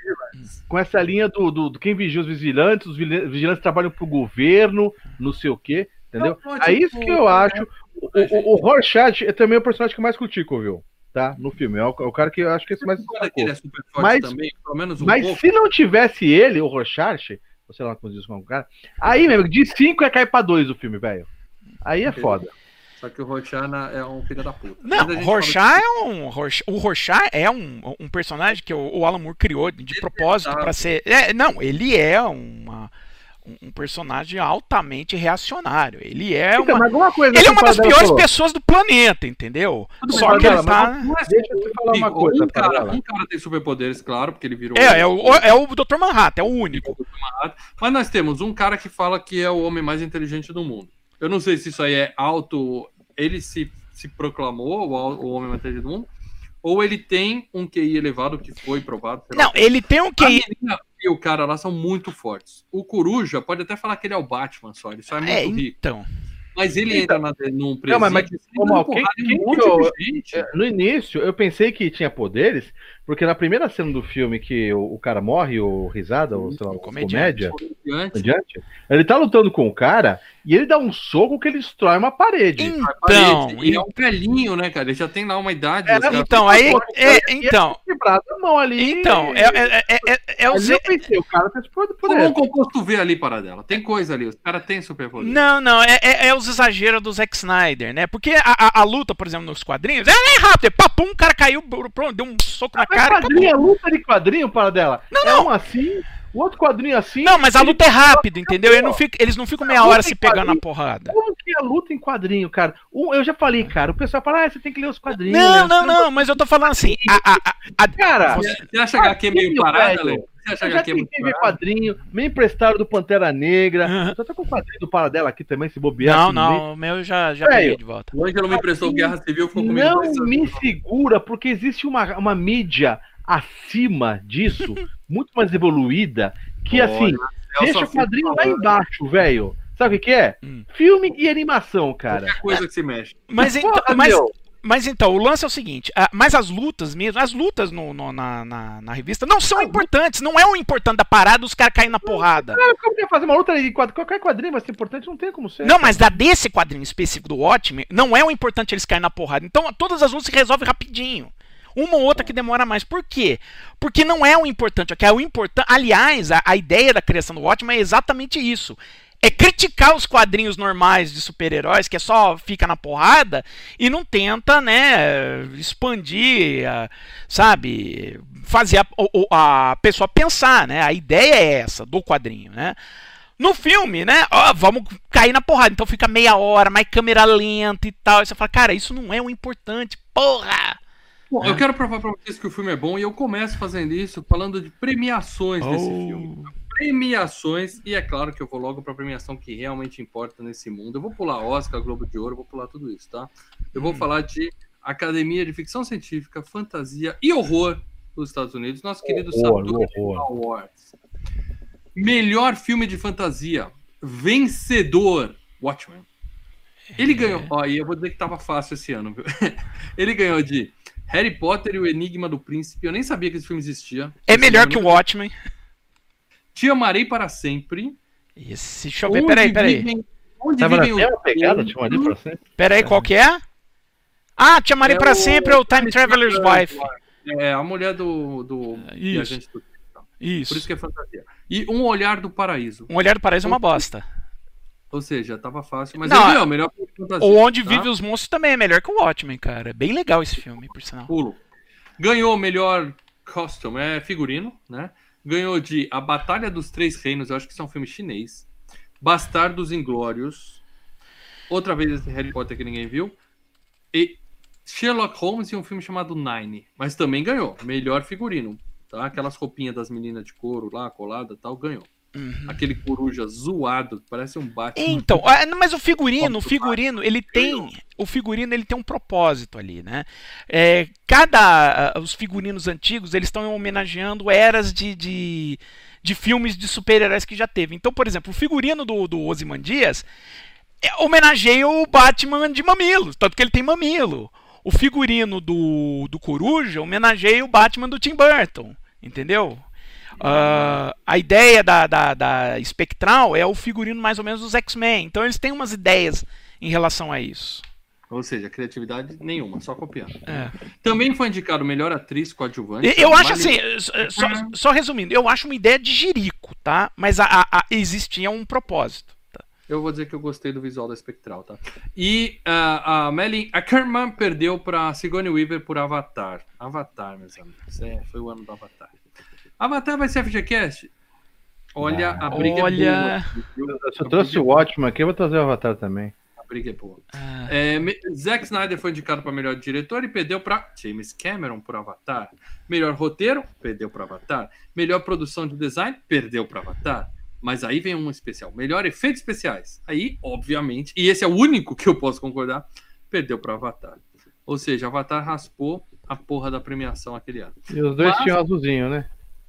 Speaker 3: com essa linha do, do, do quem vigia os vigilantes, os vigilantes trabalham pro governo, não sei o quê, entendeu? Não, é isso que eu acho. O, o, o Rorschach é também o personagem que mais curtico, viu? Tá? No filme. É o, é o cara que eu acho que esse mais destacou.
Speaker 2: É super forte
Speaker 3: mas
Speaker 2: também, pelo menos um
Speaker 3: mas
Speaker 2: pouco.
Speaker 3: Se não tivesse ele, o Rorschach, ou sei lá como diz o cara, aí, meu amigo, de cinco é cair pra dois o filme, velho. Aí é foda.
Speaker 2: Só que o Rorschach é um filho da puta.
Speaker 1: Não, o Rorschach é um. O Rorschach é um, um personagem que o, o Alan Moore criou de propósito para ser. É, não, ele é uma, um personagem altamente reacionário. Ele é
Speaker 3: então,
Speaker 1: uma.
Speaker 3: Uma coisa
Speaker 1: ele é uma das piores falou. pessoas do planeta, entendeu?
Speaker 2: Tudo
Speaker 1: Só
Speaker 2: bem,
Speaker 1: que
Speaker 2: ele
Speaker 1: ele tá.
Speaker 2: Mas, deixa eu te falar uma coisa. Um cara, um cara tem superpoderes, claro, porque ele virou.
Speaker 1: É, é o, é o doutor Manhattan, é o único.
Speaker 2: Mas nós temos um cara que fala que é o homem mais inteligente do mundo. Eu não sei se isso aí é auto. Ele se, se proclamou o, o homem mais inteligente do mundo, ou ele tem um Q I elevado que foi provado.
Speaker 1: Não, lá. Ele tem um Q I.
Speaker 2: A menina e o cara lá são muito fortes. O Coruja pode até falar que ele é o Batman só, ele só é muito
Speaker 1: é,
Speaker 2: rico.
Speaker 1: Então.
Speaker 2: Mas ele
Speaker 3: então,
Speaker 2: entra na, num presídio.
Speaker 3: Não, mas, mas como, quem, quem
Speaker 2: um monte
Speaker 3: eu,
Speaker 2: de gente.
Speaker 3: No início, eu pensei que tinha poderes, porque na primeira cena do filme que o, o cara morre, o Risada, ou sei lá, o
Speaker 1: comediante.
Speaker 3: comédia, comediante, ele tá lutando com o cara e ele dá um soco que ele destrói uma parede.
Speaker 1: Então,
Speaker 2: parede. E é um velhinho, né, cara? Ele já tem lá uma idade.
Speaker 3: É,
Speaker 1: então, aí. É, é, então.
Speaker 3: Quebrado a mão ali.
Speaker 1: Então, é, é, é, é, é o
Speaker 3: Zé. Eu pensei, o cara tem superpoder.
Speaker 2: Como um composto V ali, para dela. Tem coisa ali, os caras têm superpoder.
Speaker 1: Não, não, é, é, é os exageros do Zack Snyder, né? Porque a, a, a luta, por exemplo, nos quadrinhos, ela é rápida, papum, o cara caiu, pronto, deu um soco na
Speaker 3: mas
Speaker 1: cara.
Speaker 3: Quadrinho, a luta de quadrinho, para dela.
Speaker 1: Não,
Speaker 3: é
Speaker 1: não.
Speaker 3: um assim. O outro quadrinho assim.
Speaker 1: Não, mas a luta é rápida, entendeu? Ele não fica, eles não ficam meia hora se pegando na porrada.
Speaker 3: Como que é a luta em quadrinho, cara? Um, eu já falei, cara, o pessoal fala, ah, você tem que ler os quadrinhos.
Speaker 1: Não, não, não, mas eu tô falando assim. A, a, a,
Speaker 3: cara,
Speaker 2: você, você acha que aqui é meio parada, Léo? Você acha
Speaker 3: eu já
Speaker 2: que é meio
Speaker 3: tentei ver quadrinho, me emprestaram do Pantera Negra. Uhum. Eu tô com o quadrinho do Paradela aqui também, se bobear.
Speaker 1: Não, não, o meu já, já peguei de volta.
Speaker 2: O Ângelo me emprestou Guerra Civil, ficou comigo.
Speaker 3: Não me segura, porque existe uma, uma mídia acima disso, muito mais evoluída, que Olha, assim, deixa o quadrinho lá embaixo, velho. Sabe o que, que é? Hum. Filme e animação, cara.
Speaker 2: Qualquer coisa que se mexe.
Speaker 1: Mas, então, mas, mas então, o lance é o seguinte, a, mas as lutas mesmo, as lutas no, no, na, na, na revista não são importantes, não é o importante da parada os caras caírem na porrada.
Speaker 3: Cara, como que é fazer uma luta de quadrinho? Qualquer quadrinho vai ser importante, não tem como ser.
Speaker 1: Não, mas da desse quadrinho específico do Watchmen, não é o importante eles caírem na porrada. Então todas as lutas se resolvem rapidinho. Uma ou outra que demora mais. Por quê? Porque não é o importante. É o importante. Aliás, a, a ideia da criação do Watchmen é exatamente isso. É criticar os quadrinhos normais de super-heróis, que é só fica na porrada, e não tenta, né, expandir, sabe, fazer a, a, a pessoa pensar, né? A ideia é essa, do quadrinho, né? No filme, né, ó, vamos cair na porrada, então fica meia hora, mais câmera lenta e tal, e você fala, cara, isso não é o importante, porra!
Speaker 2: Bom, é. Eu quero provar pra vocês que o filme é bom, e eu começo fazendo isso falando de premiações
Speaker 1: oh.
Speaker 2: desse filme. Premiações, e é claro que eu vou logo pra premiação que realmente importa nesse mundo. Eu vou pular Oscar, Globo de Ouro, vou pular tudo isso, tá? Eu vou hum. falar de Academia de Ficção Científica, Fantasia e Horror dos Estados Unidos, nosso querido Saturday Awards. Melhor filme de fantasia, vencedor, Watchmen. Ele ganhou, ó, e eu vou dizer que tava fácil esse ano, viu? Ele ganhou de Harry Potter e o Enigma do Príncipe. Eu nem sabia que esse filme existia.
Speaker 1: É melhor que o Watchmen.
Speaker 2: Te Amarei para Sempre.
Speaker 1: Esse, deixa eu ver, peraí, peraí.
Speaker 2: Vivem, onde vivem os...
Speaker 3: pegada, Te Amarei para Sempre?
Speaker 1: Peraí, qual que é? Ah, Te Amarei é para Sempre é o Time Traveler's Wife.
Speaker 2: É, a mulher do... do
Speaker 1: Isso.
Speaker 2: do...
Speaker 1: Isso.
Speaker 2: Por isso que é fantasia. E Um Olhar do Paraíso.
Speaker 1: Um Olhar do Paraíso é uma bosta.
Speaker 2: Ou seja, tava fácil, mas
Speaker 1: não,
Speaker 2: ele ganhou, melhor filme de fantasia.
Speaker 1: O Onde
Speaker 2: tá?
Speaker 1: Vive os Monstros também é melhor que o Watchmen, cara. É bem legal esse filme, por sinal.
Speaker 2: Pulo. Ganhou o melhor costume, é figurino, né? Ganhou de A Batalha dos Três Reinos, eu acho que isso é um filme chinês. Bastardos Inglórios. Outra vez esse Harry Potter que ninguém viu. E Sherlock Holmes e um filme chamado Nine. Mas também ganhou. Melhor figurino. Tá? Aquelas roupinhas das meninas de couro lá, colada e tal, ganhou. Uhum. Aquele coruja zoado, parece um Batman.
Speaker 1: Então, mas o figurino, o figurino, ele tem, o figurino ele tem um propósito ali, né? É, cada, os figurinos antigos, eles estão homenageando eras de, de, de filmes de super-heróis que já teve. Então, por exemplo, o figurino do, do Ozymandias é, homenageia o Batman de mamilos, tanto que ele tem mamilo. O figurino do, do Coruja homenageia o Batman do Tim Burton, entendeu? Uh, a ideia da, da, da Spectral é o figurino mais ou menos dos X-Men. Então eles têm umas ideias em relação a isso.
Speaker 2: Ou seja, criatividade nenhuma, só copiando.
Speaker 1: É.
Speaker 2: Também foi indicado melhor atriz coadjuvante.
Speaker 1: Eu, eu acho assim,
Speaker 2: Mali...
Speaker 1: só, só resumindo, eu acho uma ideia de jirico, tá? Mas a, a, a, existia um propósito. Tá?
Speaker 2: Eu vou dizer que eu gostei do visual da Spectral, tá? E uh, a Melanie Ackerman perdeu para Sigourney Weaver por Avatar. Avatar, meus amigos. É, foi o ano do Avatar. Avatar vai ser F G Cast? Olha,
Speaker 3: Ah,
Speaker 2: a briga
Speaker 1: olha...
Speaker 2: é boa.
Speaker 3: Eu só trouxe o Watchmen aqui, eu vou trazer o Avatar também.
Speaker 2: A briga é boa.
Speaker 1: Ah.
Speaker 2: É, Zack Snyder foi indicado para melhor diretor e perdeu para James Cameron por Avatar. Melhor roteiro, perdeu para Avatar. Melhor produção de design, perdeu para Avatar. Mas aí vem um especial. Melhor efeitos especiais. Aí, obviamente, e esse é o único que eu posso concordar, perdeu para Avatar. Ou seja, Avatar raspou a porra da premiação aquele ano.
Speaker 3: E os dois
Speaker 2: Mas...
Speaker 3: tinham azulzinho, né?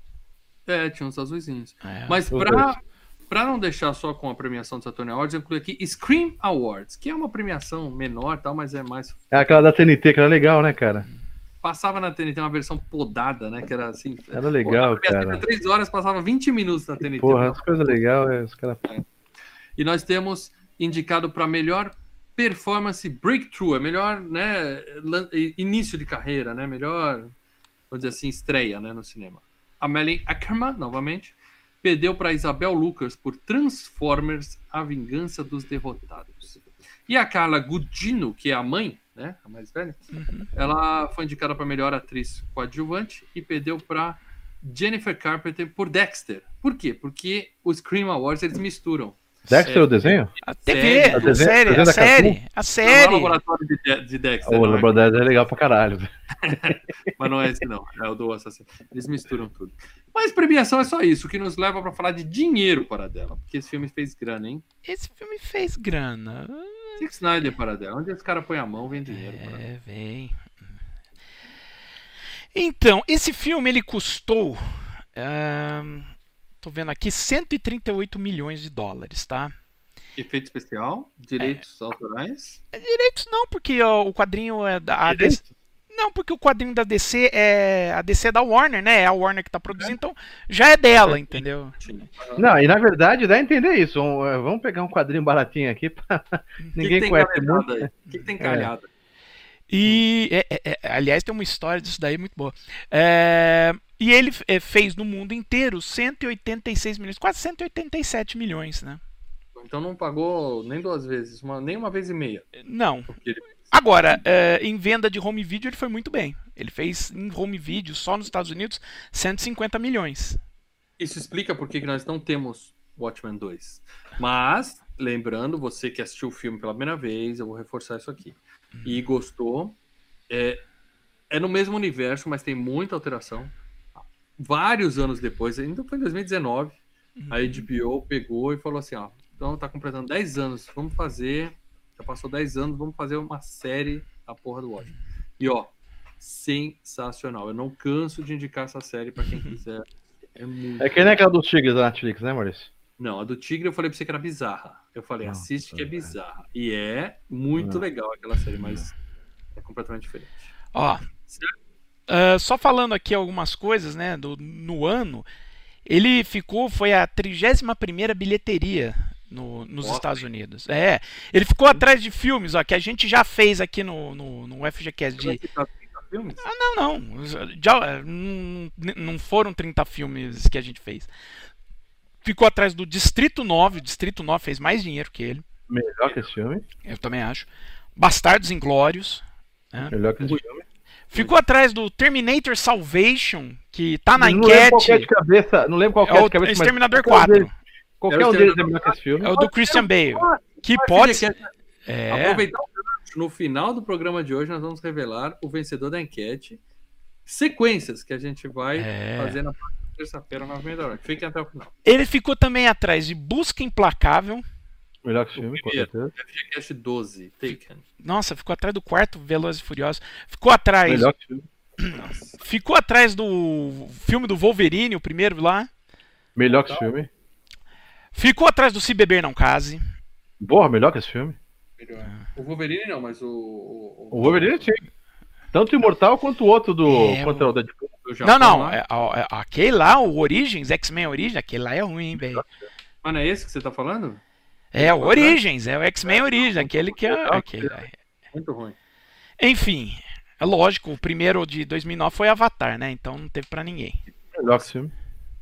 Speaker 2: É, tinha uns azuizinhos.
Speaker 1: É,
Speaker 2: Mas pra, pra não deixar só com a premiação do Saturn Awards, eu incluí aqui Scream Awards, que é uma premiação menor, tal, mas é mais...
Speaker 3: É aquela da T N T, que era legal, né, cara?
Speaker 2: Passava na T N T uma versão podada, né? Que era assim...
Speaker 3: Era legal,
Speaker 2: pô,
Speaker 3: cara.
Speaker 2: Três horas, passava vinte minutos na T N T.
Speaker 3: Porra, as coisas legais, é, os caras...
Speaker 2: É. E nós temos indicado para melhor performance breakthrough, é melhor, né, início de carreira, né? Melhor, vamos dizer assim, estreia, né, no cinema. A Melanie Ackerman, novamente, perdeu para Isabel Lucas por Transformers: A Vingança dos Derrotados. E a Carla Gugino, que é a mãe, né, a mais velha,
Speaker 1: uhum.
Speaker 2: ela foi indicada para melhor atriz coadjuvante e perdeu para Jennifer Carpenter por Dexter. Por quê? Porque os Scream Awards eles misturam.
Speaker 3: Dexter é o desenho?
Speaker 1: A T V,
Speaker 2: Série.
Speaker 1: a,
Speaker 3: desenho-
Speaker 1: série,
Speaker 3: desenho
Speaker 1: a
Speaker 3: da
Speaker 1: série,
Speaker 3: Cartoon?
Speaker 1: a
Speaker 2: Não é o
Speaker 1: série.
Speaker 2: laboratório de, De- de Dexter.
Speaker 3: O
Speaker 2: não é?
Speaker 3: Labrador é legal pra caralho.
Speaker 2: Mas não é esse, não. É o do assassino. Eles misturam tudo. Mas premiação é só isso, o que nos leva para falar de dinheiro para dela. Porque esse filme fez grana, hein?
Speaker 1: Esse filme fez grana.
Speaker 2: Zack Snyder para dela. Onde esse cara põe a mão, vem dinheiro. Para
Speaker 1: É, vem. Então, esse filme ele custou. ahn, tô vendo aqui cento e trinta e oito milhões de dólares, tá?
Speaker 2: Efeito especial, direitos autorais.
Speaker 1: Direitos não, porque ó, o quadrinho é da. a
Speaker 3: Direitos?
Speaker 1: D C não, porque o quadrinho da D C é. A D C é da Warner, né? É a Warner que tá produzindo, então já é dela, entendeu?
Speaker 3: Não, e na verdade dá a entender isso. Um, é, vamos pegar um quadrinho baratinho aqui pra ninguém
Speaker 2: tem
Speaker 3: conhece
Speaker 2: calhada
Speaker 3: muito.
Speaker 2: aí? O que, que tem calhada?
Speaker 1: E, é- é- é- aliás, tem uma história disso daí muito boa. É, e ele é, fez no mundo inteiro cento e oitenta e seis milhões, quase cento e oitenta e sete milhões, né?
Speaker 2: Então não pagou nem duas vezes, uma, nem uma vez e meia.
Speaker 1: Não.
Speaker 2: Porque ele-
Speaker 1: Agora, é, em venda de home video ele foi muito bem. Ele fez em home video, só nos Estados Unidos, cento e cinquenta milhões.
Speaker 2: Isso explica por que que nós não temos Watchmen dois. Mas, lembrando, você que assistiu o filme pela primeira vez, eu vou reforçar isso aqui. E gostou, é, é no mesmo universo, mas tem muita alteração. Vários anos depois, ainda foi em dois mil e dezenove, a H B O pegou e falou assim, ó, então tá completando dez anos, vamos fazer, já passou dez anos, vamos fazer uma série da porra do Watchmen. E ó, sensacional. Eu não canso de indicar essa série pra quem quiser. É muito...
Speaker 3: É que nem aquela dos Tigres da Netflix, né, Maurício?
Speaker 2: Não, a do Tigre eu falei pra você que era bizarra. Eu falei,
Speaker 3: Nossa,
Speaker 2: assiste que é
Speaker 3: velho.
Speaker 2: bizarra. E é muito
Speaker 3: Não.
Speaker 2: legal aquela série, mas é completamente diferente.
Speaker 1: Ó, ah, só falando aqui algumas coisas, né, do, no ano, ele ficou, foi a trigésima primeira bilheteria no- nos
Speaker 2: Nossa.
Speaker 1: Estados Unidos. É, ele ficou atrás de filmes, ó, que a gente já fez aqui no, no, no F G Cast
Speaker 2: Você vai
Speaker 1: de...
Speaker 2: citar trinta filmes?
Speaker 1: Ah, não, não. Já, não, não foram trinta filmes que a gente fez. Ficou atrás do Distrito nove. O Distrito nove fez mais dinheiro que ele.
Speaker 3: Melhor que esse filme.
Speaker 1: Eu também acho. Bastardos Inglórios. Né?
Speaker 3: Melhor que esse filme.
Speaker 1: Ficou atrás do Terminator Salvation, que tá na
Speaker 3: não lembro qual que é
Speaker 1: enquete.
Speaker 3: de cabeça. Não lembro qual que
Speaker 1: É
Speaker 3: é
Speaker 1: o
Speaker 3: de cabeça, mas
Speaker 1: Exterminador
Speaker 3: qualquer um
Speaker 1: quatro.
Speaker 3: deles- Qualquer um deles é melhor que esse filme.
Speaker 1: É o do Christian Bale. Que
Speaker 2: Mas,
Speaker 1: pode
Speaker 2: filha,
Speaker 1: ser.
Speaker 2: que-
Speaker 1: É.
Speaker 2: Aproveitar o gancho, no final do programa de hoje nós vamos revelar o vencedor da enquete, sequências que a gente vai
Speaker 1: É.
Speaker 2: fazer na próxima terça-feira, nove e meia da hora. Fiquem até o final.
Speaker 1: Ele ficou também atrás de Busca Implacável.
Speaker 3: Melhor que esse filme, com
Speaker 2: primeiro.
Speaker 3: certeza.
Speaker 2: F G Cast doze, Taken.
Speaker 1: Nossa, ficou atrás do quarto Velozes e Furiosos. Ficou atrás.
Speaker 3: Melhor que esse filme.
Speaker 2: Nossa.
Speaker 1: Ficou atrás do filme do Wolverine, o primeiro lá.
Speaker 3: Melhor que esse filme.
Speaker 1: Ficou atrás do Se Beber Não Case.
Speaker 3: Porra, melhor que esse filme.
Speaker 2: Melhor. O Wolverine não, mas o. O,
Speaker 3: O Wolverine sim. Tanto o Imortal quanto o outro do.
Speaker 1: É,
Speaker 3: quanto
Speaker 1: o-
Speaker 3: o Deadpool.
Speaker 2: Do Japão,
Speaker 1: Não, não,
Speaker 2: lá.
Speaker 1: é, é, é, aquele lá, o Origins, X-Men Origins, aquele lá é ruim, velho.
Speaker 2: Mas não é esse que você tá falando?
Speaker 1: É, o
Speaker 2: Qual
Speaker 1: Origins, é o X-Men
Speaker 2: É,
Speaker 1: Origins,
Speaker 2: não,
Speaker 1: aquele que é.
Speaker 2: legal,
Speaker 1: Aquele,
Speaker 2: Muito ruim.
Speaker 1: enfim, é lógico, o primeiro de dois mil e nove foi Avatar, né? Então não teve pra ninguém.
Speaker 3: Melhor que esse filme.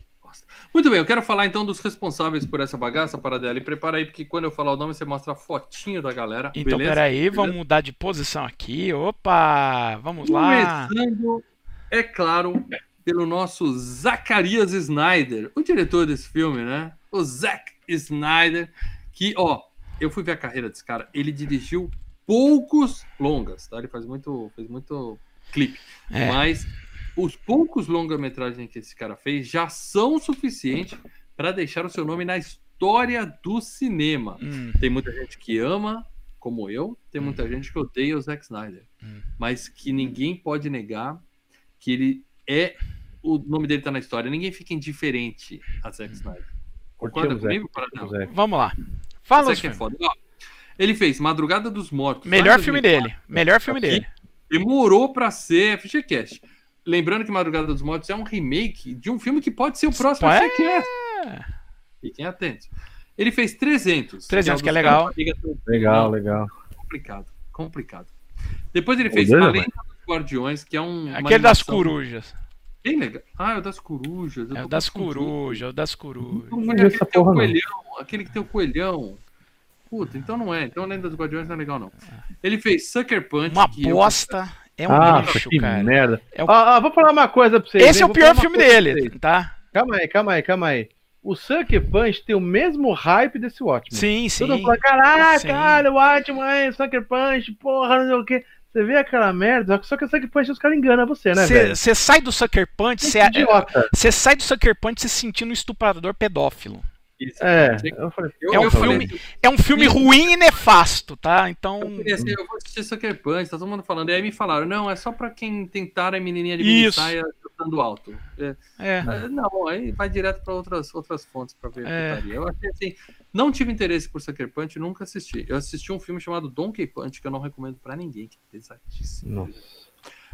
Speaker 2: Muito bem, eu quero falar então dos responsáveis por essa bagaça, Paradela. E prepara aí, porque quando eu falar o nome, você mostra a fotinho da galera.
Speaker 1: Então,
Speaker 2: beleza?
Speaker 1: peraí, vamos mudar de posição aqui. Opa, vamos lá.
Speaker 2: Começando, é claro, pelo nosso Zacarias Snyder, o diretor desse filme, né? O Zack Snyder, que, ó, eu fui ver a carreira desse cara, ele dirigiu poucos longas, tá? Ele faz muito, fez muito clipe,
Speaker 1: É.
Speaker 2: mas os poucos longa-metragens que esse cara fez já são suficientes para deixar o seu nome na história do cinema.
Speaker 1: Hum,
Speaker 2: Tem muita gente que ama, como eu, tem muita gente que odeia o Zack Snyder.
Speaker 1: Hum.
Speaker 2: Mas que ninguém pode negar que ele é. O nome dele tá na história. Ninguém fica indiferente a Zack Snyder. Concorda
Speaker 3: Curtimos,
Speaker 2: comigo,
Speaker 3: Zé.
Speaker 2: Paradão?
Speaker 3: Zé.
Speaker 1: vamos lá. Fala os
Speaker 2: Zack é
Speaker 1: filmes.
Speaker 2: foda. Ó, ele fez Madrugada dos Mortos.
Speaker 1: Melhor
Speaker 2: lá em
Speaker 1: filme
Speaker 2: dois mil e quatro.
Speaker 1: dele. Melhor filme
Speaker 2: Aqui.
Speaker 1: dele.
Speaker 2: Demorou pra ser F G Cast. Lembrando que Madrugada dos Mortos é um remake de um filme que pode ser o próximo
Speaker 1: É.
Speaker 2: F G Cast. Fiquem atentos. Ele fez trezentos.
Speaker 1: trezentos,
Speaker 2: um
Speaker 1: que é
Speaker 2: dos
Speaker 1: legal.
Speaker 2: caras que liga teu-
Speaker 3: Legal,
Speaker 2: Não,
Speaker 3: legal.
Speaker 2: complicado, complicado. Depois ele fez
Speaker 3: Beleza,
Speaker 2: A Lenda dos Guardiões, que é um. uma
Speaker 1: Aquele das
Speaker 2: animação
Speaker 1: corujas.
Speaker 2: Bem legal. Ah, é o das corujas. eu
Speaker 1: É
Speaker 2: tô
Speaker 1: o das
Speaker 2: confundindo.
Speaker 1: corujas, é o das corujas.
Speaker 2: Confundi
Speaker 3: Não vi
Speaker 2: aquele
Speaker 3: essa
Speaker 2: que tem o
Speaker 3: porra, não.
Speaker 2: coelhão. Aquele que tem o coelhão. Puta, então não é. Então a Lenda dos Guardiões não é legal, não. Ele fez Sucker Punch.
Speaker 1: Uma
Speaker 2: que eu-
Speaker 1: bosta. É um
Speaker 3: Ah,
Speaker 1: lixo,
Speaker 3: que
Speaker 1: cara.
Speaker 3: merda.
Speaker 1: É o-
Speaker 3: Ah, ah, vou falar uma coisa pra vocês.
Speaker 1: Esse
Speaker 3: hein?
Speaker 1: é o
Speaker 3: Vou
Speaker 1: pior
Speaker 3: falar uma
Speaker 1: filme
Speaker 3: coisa pra
Speaker 1: dele,
Speaker 3: vocês.
Speaker 1: tá?
Speaker 3: Calma aí, calma aí, calma aí. O Sucker Punch tem o mesmo hype desse Watchmen.
Speaker 1: Sim, sim.
Speaker 3: Todo mundo fala, caraca,
Speaker 1: Sim.
Speaker 3: caralho, Watchmen, Sucker Punch, porra, não sei o quê. Você vê aquela merda, só que o Sucker Punch os caras enganam você, né, velho?
Speaker 1: Você sai do Sucker Punch,
Speaker 3: Que
Speaker 1: você
Speaker 3: idiota.
Speaker 1: você sai do Sucker Punch se sentindo um estuprador pedófilo.
Speaker 2: Isso.
Speaker 3: É, eu falei,
Speaker 2: Eu,
Speaker 1: É um
Speaker 2: eu
Speaker 1: filme-
Speaker 2: falei,
Speaker 1: É um filme
Speaker 2: Sim.
Speaker 1: ruim e nefasto, tá? Então.
Speaker 2: eu queria assim, eu vou assistir Sucker Punch, tá todo mundo falando. E aí me falaram, não, é só pra quem tentar a menininha de
Speaker 1: Isso.
Speaker 2: saia chutando alto. É,
Speaker 1: É.
Speaker 2: é, não, aí vai direto pra outras, outras fontes pra ver
Speaker 1: É.
Speaker 2: a putaria. Eu achei assim, não tive interesse por Sucker Punch, nunca assisti. Eu assisti um filme chamado Donkey Punch, que eu não recomendo pra ninguém, que é pesadíssimo.
Speaker 3: Nossa.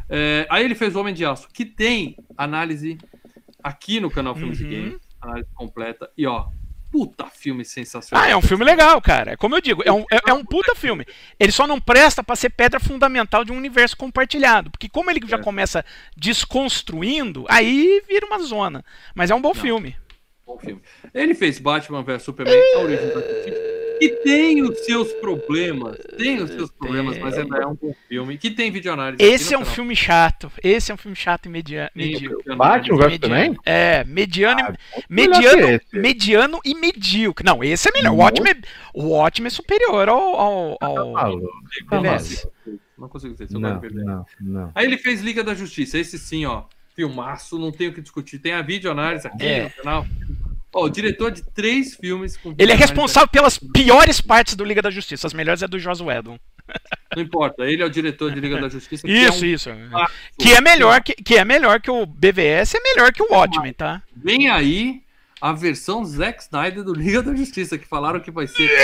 Speaker 2: É, aí ele fez o Homem de Aço, que tem análise aqui no canal Filmes
Speaker 1: Uhum.
Speaker 2: e Games, análise completa. E ó, puta filme sensacional.
Speaker 1: Ah, é um filme legal, cara. É como eu digo, é um, é, é um puta filme. Ele só não presta pra ser pedra fundamental de um universo compartilhado. Porque como ele já
Speaker 2: É.
Speaker 1: começa desconstruindo, aí vira uma zona. Mas é um bom
Speaker 2: Não.
Speaker 1: filme.
Speaker 2: Bom filme. Ele fez Batman versus Superman, A Origem da Justiça, que tem os seus problemas, tem os seus problemas, mas ainda é um bom filme, que tem videoanálise.
Speaker 1: Esse
Speaker 2: aqui
Speaker 1: é
Speaker 2: no
Speaker 1: um
Speaker 2: canal.
Speaker 1: filme chato. Esse é um filme chato e media-
Speaker 2: Tem
Speaker 1: medíocre.
Speaker 2: videoanálise.
Speaker 3: Batman versus
Speaker 1: Mediano.
Speaker 3: Superman?
Speaker 1: É, mediano,
Speaker 3: Ah,
Speaker 1: e,
Speaker 3: melhor
Speaker 1: mediano,
Speaker 3: que esse.
Speaker 1: mediano e medíocre. Não, esse é melhor. O
Speaker 3: Nossa.
Speaker 1: Watchmen, é, o Watchmen é superior ao, ao, ao-
Speaker 3: Maluco.
Speaker 2: Não,
Speaker 1: Beleza.
Speaker 2: consigo- Não consigo dizer, se eu
Speaker 3: Não,
Speaker 2: quero perder.
Speaker 3: não, não.
Speaker 2: Aí ele fez Liga da Justiça, esse sim, ó, filmaço, não tem o que discutir. Tem a videoanálise aqui
Speaker 1: É.
Speaker 2: no canal. Ó, o diretor de três filmes com
Speaker 1: Ele é
Speaker 2: videoanálise
Speaker 1: responsável pelas piores partes do Liga da Justiça. As melhores é do Joss Whedon.
Speaker 2: Não importa, ele é o diretor de Liga da Justiça.
Speaker 1: Isso,
Speaker 2: que é um
Speaker 1: isso.
Speaker 2: clássico.
Speaker 1: Que é melhor que, que é melhor que o B V S, é melhor que o Watchmen, tá?
Speaker 2: Vem aí a versão Zack Snyder do Liga da Justiça, que falaram que vai ser.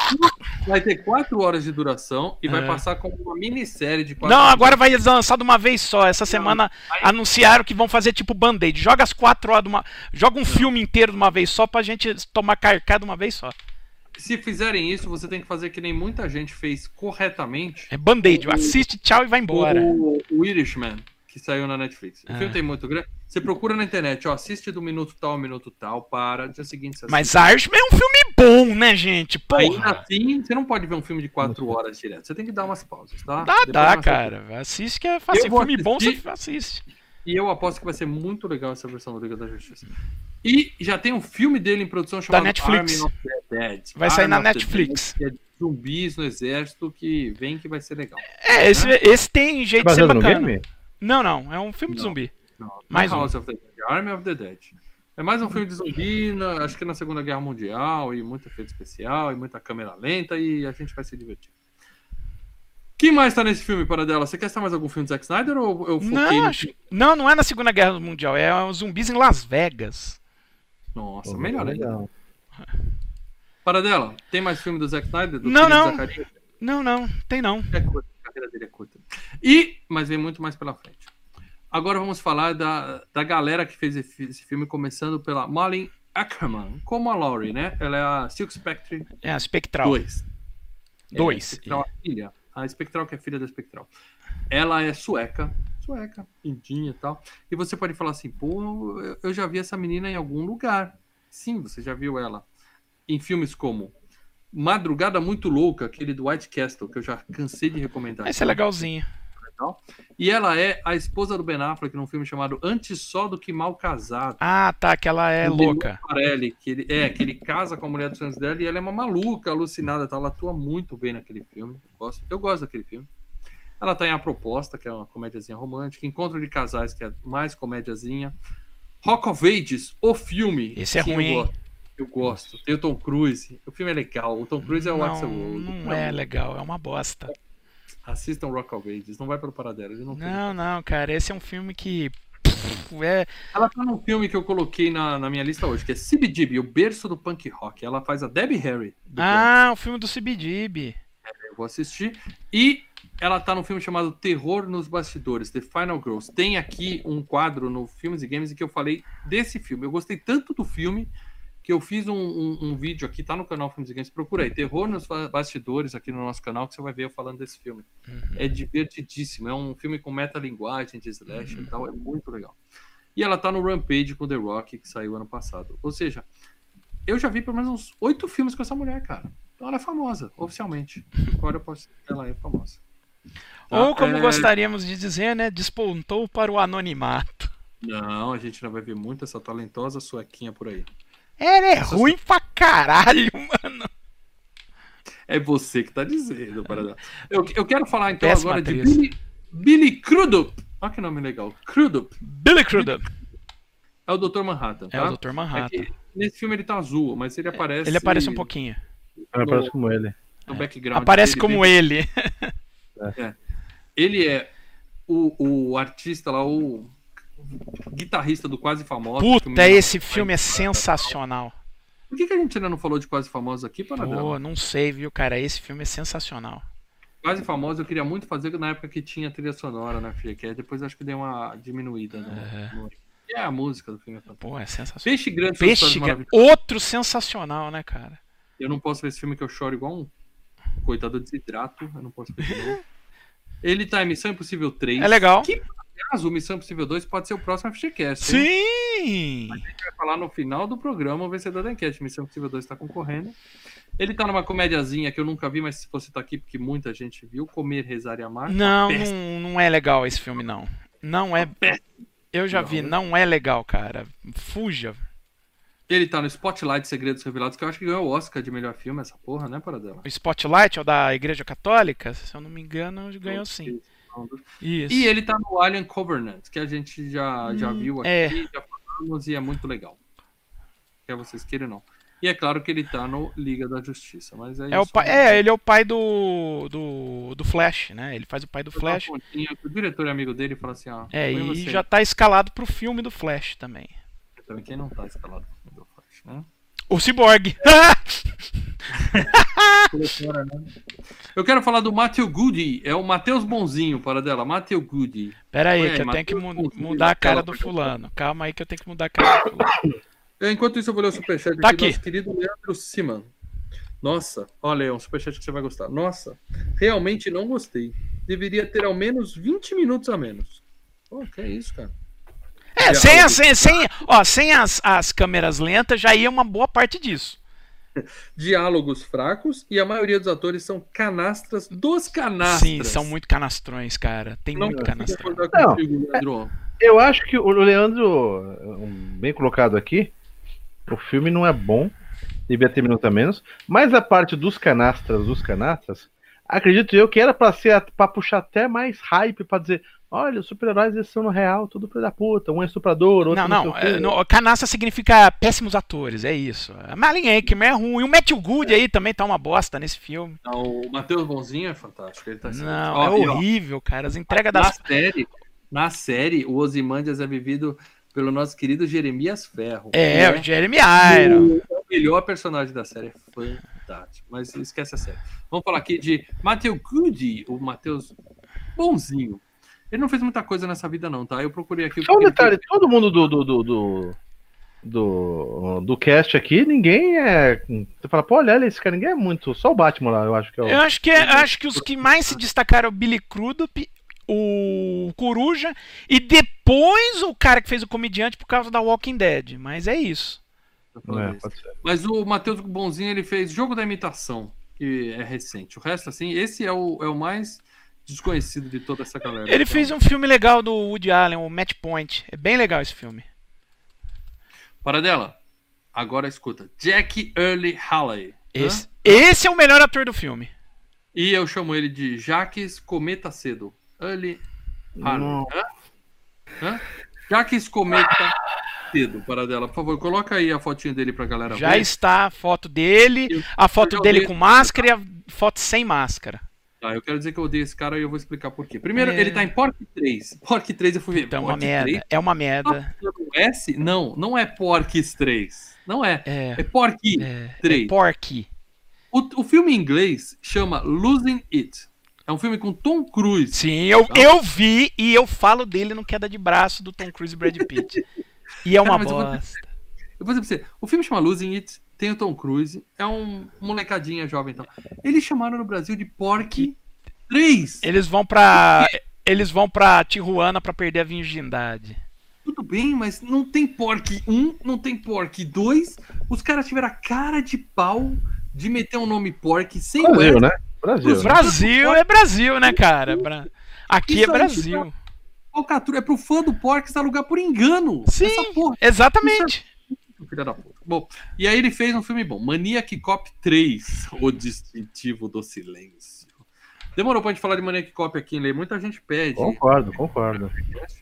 Speaker 2: Vai ter quatro horas de duração e vai
Speaker 1: É.
Speaker 2: passar como uma minissérie de quatro
Speaker 1: Não,
Speaker 2: horas.
Speaker 1: agora vai lançar de uma vez só. Essa semana anunciaram que vão fazer tipo Band-Aid. Joga as quatro horas de uma. Joga um filme inteiro de uma vez só pra gente tomar carcada de uma vez só.
Speaker 2: Se fizerem isso, você tem que fazer que nem muita gente fez corretamente.
Speaker 1: É Band-Aid. Assiste, tchau e vai embora.
Speaker 2: O, o Irishman, que saiu na Netflix. O
Speaker 1: Ah.
Speaker 2: filme tem muito grande. Você procura na internet, ó, assiste do minuto tal ao minuto tal, para, dia seguinte você
Speaker 1: Mas
Speaker 2: assiste.
Speaker 1: Irishman é um filme bom, né, gente?
Speaker 2: Ainda
Speaker 1: Porra.
Speaker 2: assim, você não pode ver um filme de quatro horas direto. Você tem que dar umas pausas, tá?
Speaker 1: Dá,
Speaker 2: Depois
Speaker 1: dá,
Speaker 2: você-
Speaker 1: cara. Assiste que é fácil.
Speaker 2: Eu vou
Speaker 1: Filme bom,
Speaker 2: assistir.
Speaker 1: você assiste.
Speaker 2: E eu aposto que vai ser muito legal essa versão do Liga da Justiça. E já tem um filme dele em produção chamado
Speaker 1: Netflix.
Speaker 2: Army of the Dead.
Speaker 1: Vai sair na
Speaker 2: Army of the
Speaker 1: Netflix.
Speaker 2: Dead, que é de zumbis no exército que vem que vai ser legal.
Speaker 1: É, esse, esse tem jeito de ser
Speaker 3: Baseado no
Speaker 1: bacana.
Speaker 3: game?
Speaker 1: Não, não. É um filme de
Speaker 2: Não.
Speaker 1: zumbi.
Speaker 2: Não, não
Speaker 1: Mais
Speaker 2: é
Speaker 1: um.
Speaker 2: House of the Dead, é Army of the Dead. É mais um filme de zumbi, na- acho que na Segunda Guerra Mundial, e muito efeito especial, e muita câmera lenta, e a gente vai se divertir. Quem mais tá nesse filme, Paradela? Você quer estar mais algum filme do Zack Snyder ou eu foquei
Speaker 1: Não,
Speaker 2: no
Speaker 1: acho...
Speaker 2: filme?
Speaker 1: não, não é na Segunda Guerra Mundial. É os zumbis em Las Vegas.
Speaker 2: Nossa,
Speaker 3: Pô,
Speaker 2: melhor ainda.
Speaker 3: legal.
Speaker 2: Paradela, tem mais filme do Zack Snyder? Do
Speaker 1: Não,
Speaker 2: filho do
Speaker 1: não.
Speaker 2: Zacarias?
Speaker 1: Não, não. Tem não.
Speaker 2: É coisa, carreira dele é curta. E, mas vem muito mais pela frente. Agora vamos falar da, da galera que fez esse filme, começando pela Malin Ackerman, como a Laurie, né? Ela é a Silk Spectre
Speaker 1: É a Spectral.
Speaker 2: dois.
Speaker 1: Dois.
Speaker 2: É, a Spectral, a filha. A Spectral, que é filha da Spectral. Ela é sueca. Sueca, lindinha e tal. E você pode falar assim, pô, eu- eu já vi essa menina em algum lugar. Sim, você já viu ela. Em filmes como Madrugada Muito Louca, aquele do White Castle, que eu já cansei de recomendar.
Speaker 1: Esse é legalzinho.
Speaker 2: Legal. E ela é a esposa do Ben Affleck num filme chamado Antes Só do Que Mal Casado.
Speaker 1: Ah, tá, que ela é
Speaker 2: Do
Speaker 1: louca.
Speaker 2: Farelli, que ele, é, que ele casa com a mulher dos sonhos dela e ela é uma maluca, alucinada, tá? Ela atua muito bem naquele filme. Eu gosto, eu gosto daquele filme. Ela tá em A Proposta, que é uma comédiazinha romântica. Encontro de Casais, que é mais comédiazinha. Rock of Ages, o filme.
Speaker 1: Esse é
Speaker 2: Sim,
Speaker 1: ruim,
Speaker 2: eu
Speaker 1: hein?
Speaker 2: gosto. Eu gosto. Tem o Tom Cruise. O filme é legal. O Tom Cruise é o Axel
Speaker 1: Não,
Speaker 2: Rose.
Speaker 1: não é legal, é uma bosta.
Speaker 2: Assistam Rock of Ages. Não vai pelo paradelo. Ele não, tem.
Speaker 1: Não, não, cara, esse é um filme que. pff, É,
Speaker 2: Ela tá num filme que eu coloquei na, na minha lista hoje, que é C B G B, o berço do punk rock. Ela faz a Debbie Harry. do
Speaker 1: ah, o filme do C B D B.
Speaker 2: Eu vou assistir. E ela tá num filme chamado Terror nos Bastidores, The Final Girls. Tem aqui um quadro no Filmes e Games em que eu falei desse filme. Eu gostei tanto do filme que eu fiz um, um, um vídeo aqui, tá no canal Filmes e Games. Procura aí, Terror nos Bastidores, aqui no nosso canal, que você vai ver eu falando desse filme.
Speaker 1: Uhum.
Speaker 2: É divertidíssimo. É um filme com metalinguagem de slash e tal. É muito legal. E ela tá no Rampage com The Rock, que saiu ano passado. Ou seja, eu já vi pelo menos uns oito filmes com essa mulher, cara. Então ela é famosa, oficialmente. Agora eu posso dizer que ela é famosa. Tá?
Speaker 1: Ou, como
Speaker 2: É,
Speaker 1: gostaríamos de dizer, né? Despontou para o anonimato.
Speaker 2: Não, a gente ainda vai ver muito essa talentosa suequinha por aí.
Speaker 1: Ela é ruim pra caralho, mano.
Speaker 2: É você que tá dizendo, Paradão. Eu, eu quero falar então
Speaker 1: Péssima
Speaker 2: agora de
Speaker 1: atriz.
Speaker 2: Billy, Billy Crudup. Olha que nome legal. Crudup.
Speaker 1: Billy Crudup.
Speaker 2: É o doutor Manhattan, tá?
Speaker 1: É o doutor
Speaker 2: É
Speaker 1: Manhattan.
Speaker 2: que nesse filme ele tá azul, mas ele aparece...
Speaker 1: Ele aparece um pouquinho.
Speaker 3: Ela
Speaker 2: no-
Speaker 3: parece como ele.
Speaker 2: no background
Speaker 1: Aparece
Speaker 2: dele,
Speaker 1: como
Speaker 2: bem-
Speaker 1: ele.
Speaker 2: Ele é o, o artista lá, o guitarrista do Quase Famoso.
Speaker 1: Puta, esse filme é sensacional.
Speaker 2: Por que, que a gente ainda não falou de Quase Famoso aqui, Paradão?
Speaker 1: Pô, não sei, viu, cara? Esse filme é sensacional.
Speaker 2: Quase Famoso eu queria muito fazer na época que tinha trilha sonora na F G Q. Depois acho que deu uma diminuída. No, no... É a música do filme. É fantástica.
Speaker 1: Pô, é sensacional.
Speaker 2: Peixe Grande, Suas
Speaker 1: Peixe,
Speaker 2: Histórias
Speaker 1: Gra-
Speaker 2: Maravilhosas.
Speaker 1: outro sensacional, né, cara?
Speaker 2: Eu não posso ver esse filme que eu choro igual um coitado desidrato. Eu não posso ver de novo. Ele tá em Missão Impossível três.
Speaker 1: É legal.
Speaker 2: Que, por acaso, o Missão Impossível dois pode ser o próximo F G Cast.
Speaker 1: Sim!
Speaker 2: A gente vai falar no final do programa o vencedor da enquete. Missão Impossível dois tá concorrendo. Ele tá numa comédiazinha que eu nunca vi, mas se você tá aqui porque muita gente viu, Comer, Rezar e Amar.
Speaker 1: Não,
Speaker 2: Uma peste.
Speaker 1: não, não é legal esse filme, não. Não é.
Speaker 2: peste.
Speaker 1: Eu já
Speaker 2: Não,
Speaker 1: vi,
Speaker 2: né?
Speaker 1: não é legal, cara. Fuja.
Speaker 2: Ele tá no Spotlight Segredos Revelados, que eu acho que ganhou o Oscar de melhor filme, essa porra, né, Paradela?
Speaker 1: O Spotlight é o da Igreja Católica, se eu não me engano, ganhou sim. Isso.
Speaker 2: E ele tá no Alien Covenant, que a gente já, já
Speaker 1: Hum,
Speaker 2: viu aqui,
Speaker 1: é.
Speaker 2: já falamos e é muito legal. Quer vocês queiram ou não. E é claro que ele tá no Liga da Justiça, mas é,
Speaker 1: É, o
Speaker 2: isso.
Speaker 1: pai, é, ele é o pai do, do, do Flash, né? Ele faz o pai do
Speaker 2: Eu dou uma
Speaker 1: Flash.
Speaker 2: pontinha, O diretor é amigo dele e fala assim, ó...
Speaker 1: É,
Speaker 2: põe
Speaker 1: e
Speaker 2: você.
Speaker 1: já tá escalado pro filme do Flash também.
Speaker 2: Também quem não tá escalado no Flash, né?
Speaker 1: O Cyborg.
Speaker 2: Eu quero falar do Matthew Goody, é o Matheus Bonzinho, para dela, Matthew Goody.
Speaker 1: Pera aí,
Speaker 2: Põe aí,
Speaker 1: que eu tenho que
Speaker 2: Matheus
Speaker 1: mu-
Speaker 2: Bonzinho
Speaker 1: mudar
Speaker 2: na
Speaker 1: a cara
Speaker 2: tela
Speaker 1: do
Speaker 2: pra
Speaker 1: fulano. Calma aí que eu tenho que mudar a cara do fulano.
Speaker 2: Enquanto isso, eu vou ler o superchat
Speaker 1: Tá
Speaker 2: aqui do
Speaker 1: aqui.
Speaker 2: nosso querido Leandro Siman. Nossa, olha, é um superchat que você vai gostar. Nossa, realmente não gostei. Deveria ter ao menos vinte minutos a menos. Pô, que é isso, cara?
Speaker 1: É, sem, as, sem, sem, ó, sem as, as câmeras lentas já ia uma boa parte disso.
Speaker 2: Diálogos fracos e a maioria dos atores são canastras dos canastras.
Speaker 1: Sim, são muito canastrões, cara. Tem
Speaker 2: Não
Speaker 1: muito
Speaker 2: consigo
Speaker 1: canastrão.
Speaker 2: concordar
Speaker 3: Não.
Speaker 2: contigo, Leandro.
Speaker 3: Eu acho que o Leandro, um, bem colocado aqui, o filme não é bom, devia ter minuto a menos, mas a parte dos canastras, dos canastras, acredito eu que era pra ser para puxar até mais hype, pra dizer, olha, os super-heróis eles são no real, tudo filho da puta, um é estuprador, outro
Speaker 1: Não,
Speaker 3: não,
Speaker 1: não,
Speaker 3: sei o quê.
Speaker 1: é, no, canastra significa péssimos atores, é isso. A Malin Akerman é ruim. O Matthew Good aí também tá uma bosta nesse filme.
Speaker 2: Não, o Matheus Bonzinho é fantástico. Ele tá
Speaker 1: Não,
Speaker 2: Ó,
Speaker 1: é
Speaker 2: e, ó,
Speaker 1: horrível, cara. As entregas
Speaker 2: Na
Speaker 1: das.
Speaker 2: série, na série, o Ozymandias é vivido pelo nosso querido Jeremias Ferro.
Speaker 1: É,
Speaker 2: né?
Speaker 1: o Jeremy Irons.
Speaker 2: melhor personagem da série. É fantástico. Mas esquece a série. Vamos falar aqui de Matheus Goody, o Matheus bonzinho. Ele não fez muita coisa nessa vida, não, tá? Eu procurei aqui.
Speaker 3: Só um detalhe: fez... todo mundo do, do, do, do, do, do cast aqui, ninguém é. Você fala, pô, olha esse cara, ninguém é muito. Só o Batman lá, eu acho que é o.
Speaker 1: Eu acho que, é, acho que os que mais se destacaram é o Billy Crudup, o Coruja, e depois o cara que fez o comediante por causa da Walking Dead. Mas é isso.
Speaker 3: É, pode ser.
Speaker 2: Mas o Matheus Bonzinho, ele fez Jogo da Imitação, que é recente. O resto, assim, esse é o, é o mais desconhecido de toda essa galera.
Speaker 1: Ele então. fez um filme legal do Woody Allen, o Match Point. É bem legal esse filme.
Speaker 2: Para dela. Agora escuta. Jack Earle Haley.
Speaker 1: Esse, esse é o melhor ator do filme.
Speaker 2: E eu chamo ele de Jacques Cometa Cedo. Earle Haley. Hã? Hã? Jacques Cometa Cedo, para dela. Por favor, coloca aí a fotinha dele pra galera
Speaker 1: Já
Speaker 2: ver.
Speaker 1: está a foto dele, a foto dele com máscara e a foto sem máscara.
Speaker 2: Tá, eu quero dizer que eu odeio esse cara e eu vou explicar por quê. Primeiro, é... ele tá em Pork três. Pork três eu fui ver.
Speaker 1: Então, é uma merda.
Speaker 2: três?
Speaker 1: É uma merda.
Speaker 2: O S? Não, não é Porks três. Não é.
Speaker 1: É,
Speaker 2: é Porky
Speaker 1: é,
Speaker 2: três.
Speaker 1: É Porky.
Speaker 2: O, o filme em inglês chama Losing It. É um filme com Tom Cruise.
Speaker 1: Sim, eu, eu vi e eu falo dele no Queda de Braço do Tom Cruise e Brad Pitt. E é uma
Speaker 2: cara,
Speaker 1: bosta.
Speaker 2: Eu vou dizer pra você, o filme chama Losing It, tem o Tom Cruise, é um molecadinha jovem então. Eles chamaram no Brasil de Porky três.
Speaker 1: Eles vão pra. Eles vão pra Tijuana pra perder a virgindade.
Speaker 2: Tudo bem, mas não tem Porky um, não tem Porky dois. Os caras tiveram a cara de pau de meter um nome Porky sem
Speaker 3: Brasil,
Speaker 2: o
Speaker 3: né? Brasil.
Speaker 1: Brasil é Brasil, né, cara? Aqui
Speaker 2: Isso
Speaker 1: é Brasil.
Speaker 2: Aí, Falcatrua, é pro fã do Porky alugar por engano.
Speaker 1: Sim,
Speaker 2: essa porra.
Speaker 1: Exatamente.
Speaker 2: É... Filha da puta. Bom, e aí ele fez um filme bom, Maniac Cop três, O Distintivo do Silêncio. Demorou pra gente falar de Maniac Cop aqui, hein, Lê? Muita gente pede.
Speaker 3: Concordo, concordo.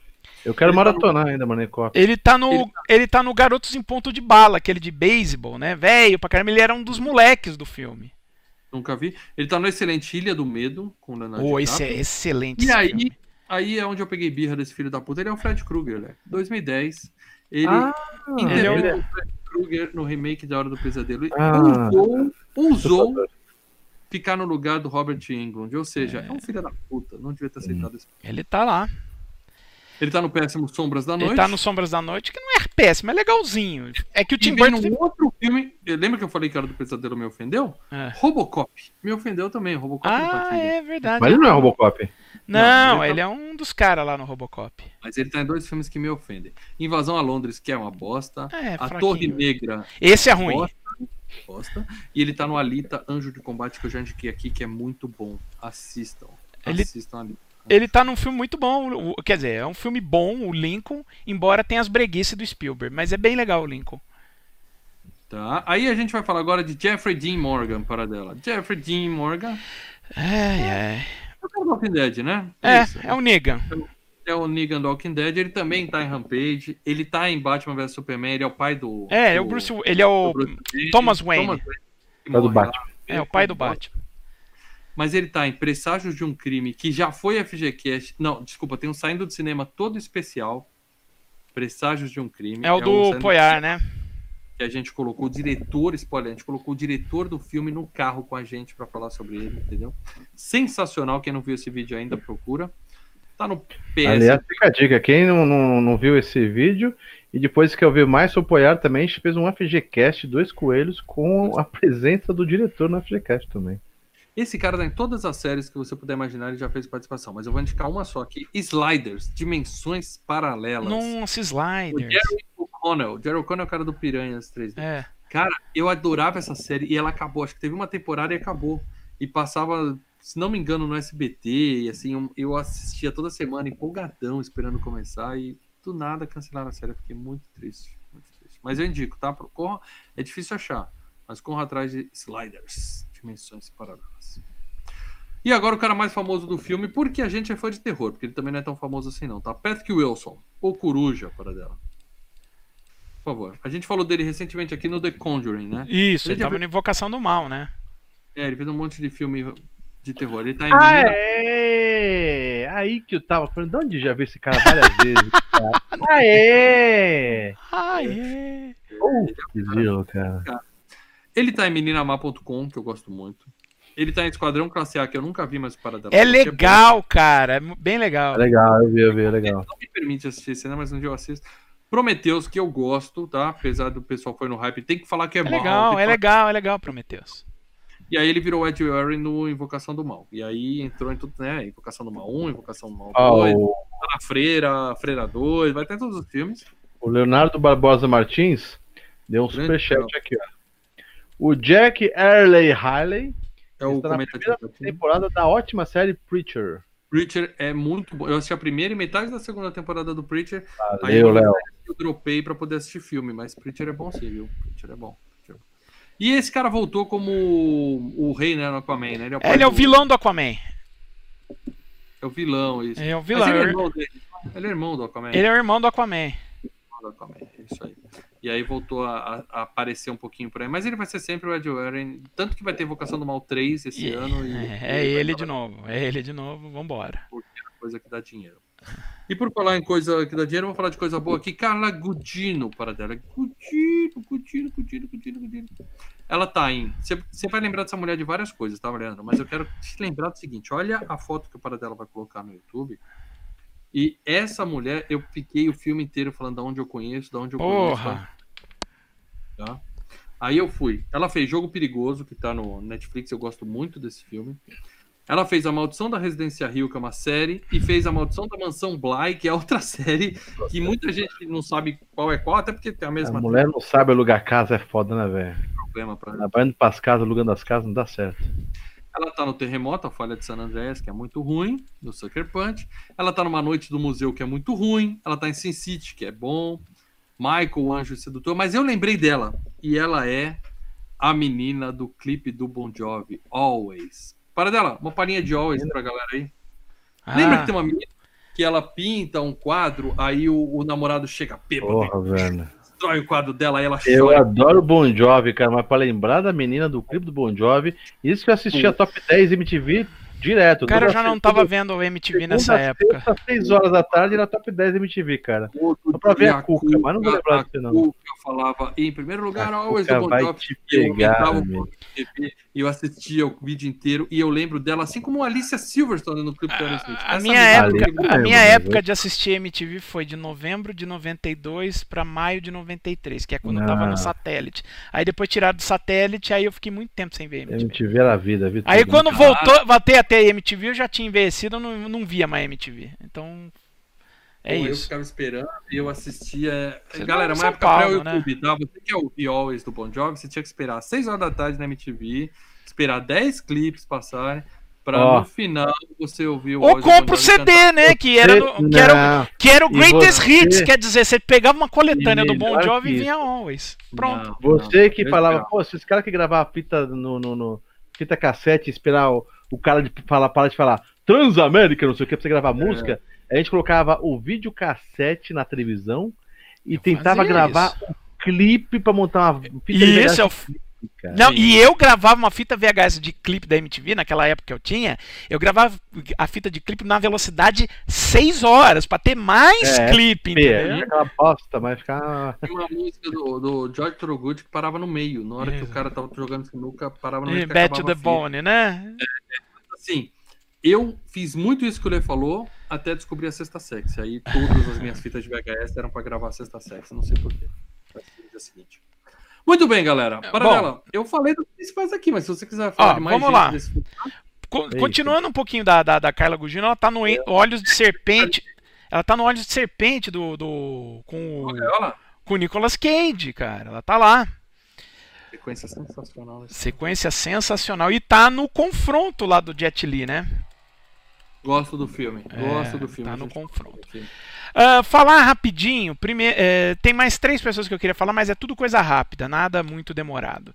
Speaker 3: Eu quero
Speaker 2: ele
Speaker 3: maratonar
Speaker 2: tá no...
Speaker 3: ainda, Maniac Cop.
Speaker 1: Ele tá no,
Speaker 2: ele...
Speaker 1: ele tá no Garotos em Ponto de Bala, aquele de beisebol, né? Velho pra caramba, ele era um dos moleques do filme.
Speaker 2: Nunca vi. Ele tá no excelente Ilha do Medo, com o Leonardo
Speaker 1: Oh, esse é excelente.
Speaker 2: E
Speaker 1: esse
Speaker 2: aí,
Speaker 1: filme.
Speaker 2: aí é onde eu peguei birra desse filho da puta. Ele é o Fred Krueger, né? dois mil e dez. Ele
Speaker 3: ah,
Speaker 2: interpretou
Speaker 3: ele é...
Speaker 2: o Fred Krueger no remake da Hora do Pesadelo. Ele
Speaker 3: ah,
Speaker 2: usou, usou ficar no lugar do Robert Englund. Ou seja, é, é um filho da puta. Não devia ter aceitado isso.
Speaker 1: Ele tá lá.
Speaker 2: Ele tá no péssimo Sombras da Noite.
Speaker 1: Ele tá no Sombras da Noite, que não é péssimo, é legalzinho. É que o Tim
Speaker 2: e vem
Speaker 1: Burton...
Speaker 2: num outro filme... Lembra que eu falei que a Hora do Pesadelo me ofendeu?
Speaker 1: É.
Speaker 2: Robocop. Me ofendeu também. Robocop
Speaker 1: Ah, é verdade.
Speaker 3: Mas ele não é Robocop.
Speaker 1: Não,
Speaker 2: Não, ele
Speaker 1: ele
Speaker 2: tá...
Speaker 1: é um dos caras lá no Robocop.
Speaker 2: Mas ele tá em dois filmes que me ofendem. Invasão a Londres, que é uma bosta.
Speaker 1: É,
Speaker 2: a
Speaker 1: fraquinho.
Speaker 2: Torre Negra.
Speaker 1: Esse é ruim.
Speaker 2: Bosta, bosta. E ele tá no Alita, Anjo de Combate, que eu já indiquei aqui, que é muito bom. Assistam.
Speaker 1: Ele...
Speaker 2: Assistam Alita.
Speaker 1: Ele tá num filme muito bom, quer dizer, é um filme bom, o Lincoln, embora tenha as breguices do Spielberg, mas é bem legal o Lincoln.
Speaker 2: Tá, aí a gente vai falar agora de Jeffrey Dean Morgan, para dela. Jeffrey Dean Morgan.
Speaker 1: Ai, ai.
Speaker 2: É o cara do Walking Dead, né?
Speaker 1: É,
Speaker 2: Isso.
Speaker 1: é o Negan.
Speaker 2: É o Negan do Walking Dead, ele também tá em Rampage, ele tá em Batman versus Superman, ele é o pai do...
Speaker 1: É, é o
Speaker 2: do,
Speaker 1: Bruce, ele é o
Speaker 2: Bruce
Speaker 1: Thomas Wayne.
Speaker 2: Thomas Wayne que
Speaker 3: Pai do
Speaker 2: morre
Speaker 3: Batman.
Speaker 2: lá.
Speaker 1: É, o pai do Batman.
Speaker 2: Mas ele tá em Presságios de um Crime, que já foi F G Cast. Não, desculpa, tem um Saindo do Cinema todo especial. Presságios de um Crime.
Speaker 1: É o do
Speaker 2: um
Speaker 1: Poyar, né?
Speaker 2: Que a gente colocou o diretor, spoiler, a gente colocou o diretor do filme no carro com a gente pra falar sobre ele, entendeu? Sensacional, quem não viu esse vídeo ainda, procura. Tá no P S.
Speaker 3: Aliás, fica a dica, quem não, não, não viu esse vídeo e depois quer ouvir mais sobre o Poyar também, a gente fez um F G Cast, dois coelhos, com a presença do diretor no F G Cast também.
Speaker 2: Esse cara tá em todas as séries que você puder imaginar, ele já fez participação. Mas eu vou indicar uma só aqui. Sliders, Dimensões Paralelas.
Speaker 1: Nossa,
Speaker 2: O
Speaker 1: Sliders.
Speaker 2: Jerry O'Connell. O Jerry O'Connell é o cara do Piranhas três D.
Speaker 1: É.
Speaker 2: Cara, eu adorava essa série e ela acabou. Acho que teve uma temporada e acabou. E passava, se não me engano, no S B T. E assim, eu assistia toda semana, empolgadão, esperando começar. E do nada cancelaram a série. Eu fiquei muito triste, muito triste. Mas eu indico, tá? Corra. É difícil achar. Mas corra atrás de Sliders. Dimensões Paralelas. E agora o cara mais famoso do filme, porque a gente é fã de terror, porque ele também não é tão famoso assim não, tá? Patrick Wilson, o Coruja, para dela. Por favor. A gente falou dele recentemente aqui no The Conjuring, né?
Speaker 1: Isso, ele,
Speaker 2: ele
Speaker 1: tava
Speaker 2: fez...
Speaker 1: na Invocação do Mal, né?
Speaker 2: É, ele fez um monte de filme de terror. Ele tá em
Speaker 3: Ah,
Speaker 2: Menina...
Speaker 3: é! Aí que eu tava falando, de onde já vi esse cara várias vezes? Cara? Ah, é!
Speaker 1: Ah, é!
Speaker 3: Oh, que gelo, cara.
Speaker 2: Ele tá em menina má ponto com, que eu gosto muito. Ele tá em Esquadrão Classe A, que eu nunca vi, mas para dela.
Speaker 1: É legal, cara. É bem legal.
Speaker 3: É legal, eu vi, eu vi, é legal.
Speaker 2: Não me permite assistir esse cena, mas um dia eu assisto. Prometheus, que eu gosto, tá? Apesar do pessoal foi no hype, tem que falar que é,
Speaker 1: É
Speaker 2: mal.
Speaker 1: legal, é legal, é legal, Prometheus.
Speaker 2: E aí ele virou o Ed Warren no Invocação do Mal. E aí entrou em tudo, né? Invocação do Mal um, Invocação do Mal dois,
Speaker 3: Oh,
Speaker 2: a Freira, a Freira dois, vai ter todos os filmes.
Speaker 3: o Leonardo Barbosa Martins deu um
Speaker 2: Grande
Speaker 3: superchat
Speaker 2: legal.
Speaker 3: aqui, ó. O Jack Earley Haley
Speaker 2: É o
Speaker 3: está na
Speaker 2: comentador.
Speaker 3: primeira temporada da ótima série Preacher.
Speaker 2: Preacher é muito bom. Eu assisti a primeira e metade da segunda temporada do Preacher. Aí
Speaker 3: Valeu,
Speaker 2: eu,
Speaker 3: Léo.
Speaker 2: eu dropei pra poder assistir filme, mas Preacher é bom sim, viu? Preacher é bom. Preacher é bom. E esse cara voltou como o, o rei, né, no Aquaman, né? Ele é o, pai
Speaker 1: Ele é o
Speaker 2: do-
Speaker 1: vilão do Aquaman.
Speaker 2: É o vilão, isso.
Speaker 1: Ele é o
Speaker 2: Mas
Speaker 1: vilão.
Speaker 2: ele é irmão dele. Ele é irmão do Aquaman.
Speaker 1: Ele é o irmão do Aquaman.
Speaker 2: do Aquaman, é isso aí. E aí voltou a, a- a aparecer um pouquinho por aí. Mas ele vai ser sempre o Ed Warren. Tanto que vai ter Invocação do Mal três esse
Speaker 1: E-
Speaker 2: ano. E,
Speaker 1: é,
Speaker 2: e
Speaker 1: é
Speaker 2: vai
Speaker 1: ele
Speaker 2: dar
Speaker 1: de novo. É ele de novo. Vambora.
Speaker 2: porque é coisa que dá dinheiro. E por falar em coisa que dá dinheiro, eu vou falar de coisa boa aqui. Carla Gugino, para dela. Gugino, Gugino, Gugino, Gugino, Gugino. Ela tá em... Você você vai lembrar dessa mulher de várias coisas, tá, Leandro? Mas eu quero te lembrar do seguinte. Olha a foto que o para dela vai colocar no YouTube. E essa mulher, eu fiquei o filme inteiro falando de onde eu conheço, de onde eu conheço.
Speaker 1: Porra.
Speaker 2: Tá? Aí eu fui. Ela fez Jogo Perigoso, que tá no Netflix. Eu gosto muito desse filme. Ela fez A Maldição da Residência Hill, que é uma série, e fez A Maldição da Mansão Bly, que é outra série, que muita gente não sabe qual é qual, até porque tem a
Speaker 3: A
Speaker 2: mesma
Speaker 3: mulher não sabe alugar casa, é foda, né, velho?
Speaker 2: problema para
Speaker 3: Ela vai indo pras casas, alugando as casas, não dá certo.
Speaker 2: Ela tá no Terremoto, a Falha de San Andreas, que é muito ruim, no Sucker Punch. Ela tá numa Noite do Museu, que é muito ruim. Ela tá em Sin City, que é bom. Michael, o Anjo Sedutor. Mas eu lembrei dela. E ela é a menina do clipe do Bon Jovi, Always. Para dela, uma palhinha de Always pra galera aí. Lembra
Speaker 1: Ah,
Speaker 2: que tem uma menina que ela pinta um quadro, aí o, o namorado chega bêbado,
Speaker 3: Porra, velho.
Speaker 2: destrói o quadro dela, aí ela
Speaker 3: Eu
Speaker 2: chora.
Speaker 3: adoro o Bon Jovi, cara, mas pra lembrar da menina do clipe do Bon Jovi, isso que eu assistia Top dez M T V direto.
Speaker 1: cara, eu
Speaker 3: toda
Speaker 1: já não
Speaker 3: se-
Speaker 1: tava
Speaker 3: toda
Speaker 1: vendo o M T V
Speaker 3: segunda,
Speaker 1: nessa época.
Speaker 3: Sexta, seis horas da tarde era Top dez M T V, cara. Só pra ver a Cuca, mas não vou lembrar disso, não.
Speaker 2: Cuca falava, em primeiro lugar,
Speaker 3: A
Speaker 2: Always
Speaker 3: Cuca
Speaker 2: do Bon
Speaker 3: vai
Speaker 2: Jovi.
Speaker 3: te
Speaker 2: E eu
Speaker 3: pegar,
Speaker 2: aumentava o
Speaker 3: amigo.
Speaker 2: volume da T V, e eu assistia o vídeo inteiro, e eu lembro dela, assim como a Alicia Silverstone no clipe do Aerosmith.
Speaker 1: A
Speaker 2: Essa
Speaker 1: minha
Speaker 2: menina-
Speaker 3: ali-
Speaker 1: época, a
Speaker 3: lembro,
Speaker 1: minha
Speaker 3: mas
Speaker 1: época
Speaker 3: eu-
Speaker 1: de assistir M T V foi de novembro de noventa e dois pra maio de noventa e três, que é quando eu tava
Speaker 3: Ah.
Speaker 1: no satélite. Aí depois tiraram do satélite, aí eu fiquei muito tempo sem ver M T V.
Speaker 3: M T V era a vida, a vida.
Speaker 1: Aí
Speaker 3: tudo.
Speaker 1: quando voltou, voltei até M T V, eu já tinha envelhecido, eu não, não via mais M T V. Então, é
Speaker 2: Pô, Eu
Speaker 1: isso.
Speaker 2: ficava esperando e eu assistia.
Speaker 1: Você
Speaker 2: Galera,
Speaker 1: tava em
Speaker 2: uma
Speaker 1: São
Speaker 2: época
Speaker 1: Paulo,
Speaker 2: pré-YouTube, tá? Você quer ouvir Always do Bon Jovi, você tinha que esperar às seis horas da tarde na M T V, esperar dez clipes passarem, pra
Speaker 3: Ó.
Speaker 2: no final você ouvir o
Speaker 1: Ou
Speaker 2: Always do Bon
Speaker 1: compra o
Speaker 2: Jovi
Speaker 1: C D,
Speaker 2: cantar.
Speaker 1: né? Que era, do- que era, o-
Speaker 3: Não,
Speaker 1: que era o
Speaker 3: E
Speaker 1: Greatest
Speaker 3: você-
Speaker 1: Hits, quer dizer, você pegava uma coletânea
Speaker 3: E
Speaker 1: do Bon
Speaker 3: melhor
Speaker 1: Jovi e
Speaker 3: que
Speaker 1: vinha Always. Pronto.
Speaker 2: Não,
Speaker 3: Você
Speaker 2: não,
Speaker 3: que
Speaker 2: eu
Speaker 3: falava,
Speaker 2: esperava.
Speaker 3: pô, esses caras que gravavam fita no, no, no- fita cassete, esperar o, o cara de falar, parar de falar Transamérica, não sei o que, pra você gravar
Speaker 2: É.
Speaker 3: música, a gente colocava o videocassete na televisão e
Speaker 1: Eu
Speaker 3: tentava
Speaker 1: fazia
Speaker 3: gravar
Speaker 1: isso.
Speaker 3: um clipe pra montar uma fita de
Speaker 1: Isso,
Speaker 3: V H S
Speaker 1: eu-
Speaker 3: clipe, cara.
Speaker 1: Não,
Speaker 2: Sim.
Speaker 1: e eu gravava uma fita V H S de clipe da M T V, naquela época que eu tinha, eu gravava a fita de clipe na velocidade seis horas, pra ter mais
Speaker 3: É,
Speaker 1: clipe,
Speaker 3: Pê,
Speaker 1: entendeu?
Speaker 3: aquela bosta, mas ficava.
Speaker 2: Tem uma música do, do George Thorogood que parava no meio. Na hora que o cara tava jogando sinuca, parava no meio. que
Speaker 1: Back to
Speaker 2: acabava
Speaker 1: the
Speaker 2: a fita.
Speaker 1: Bone, né?
Speaker 2: Assim, eu fiz muito isso que o Lê falou até descobrir a Sexta Sex. Aí todas as minhas fitas de V H S eram pra gravar a Sexta Sex. Não sei porquê. Vai ser no dia seguinte. Muito bem, galera. Para
Speaker 1: Bom.
Speaker 2: dela. Eu falei dos principais aqui, mas se você quiser falar
Speaker 1: Ó,
Speaker 2: de mais
Speaker 1: vamos
Speaker 2: gente
Speaker 1: lá.
Speaker 2: desse filme,
Speaker 1: Co-
Speaker 3: Eita.
Speaker 1: Continuando um pouquinho da, da, da Carla Gugino, ela tá no En- Olhos de Serpente. Ela tá no Olhos de Serpente do, do com, o,
Speaker 2: olha lá.
Speaker 1: com o Nicolas Cage, cara. Ela tá lá.
Speaker 2: Sequência sensacional. Né?
Speaker 1: Sequência sensacional. E tá no confronto lá do Jet Li, né?
Speaker 2: Gosto do filme. Gosto
Speaker 1: É,
Speaker 2: do filme.
Speaker 1: tá
Speaker 2: a
Speaker 1: no
Speaker 2: gente
Speaker 1: confronto.
Speaker 2: fala aqui.
Speaker 1: Ah, falar rapidinho, prime- eh, tem mais três pessoas que eu queria falar, mas é tudo coisa rápida, nada muito demorado.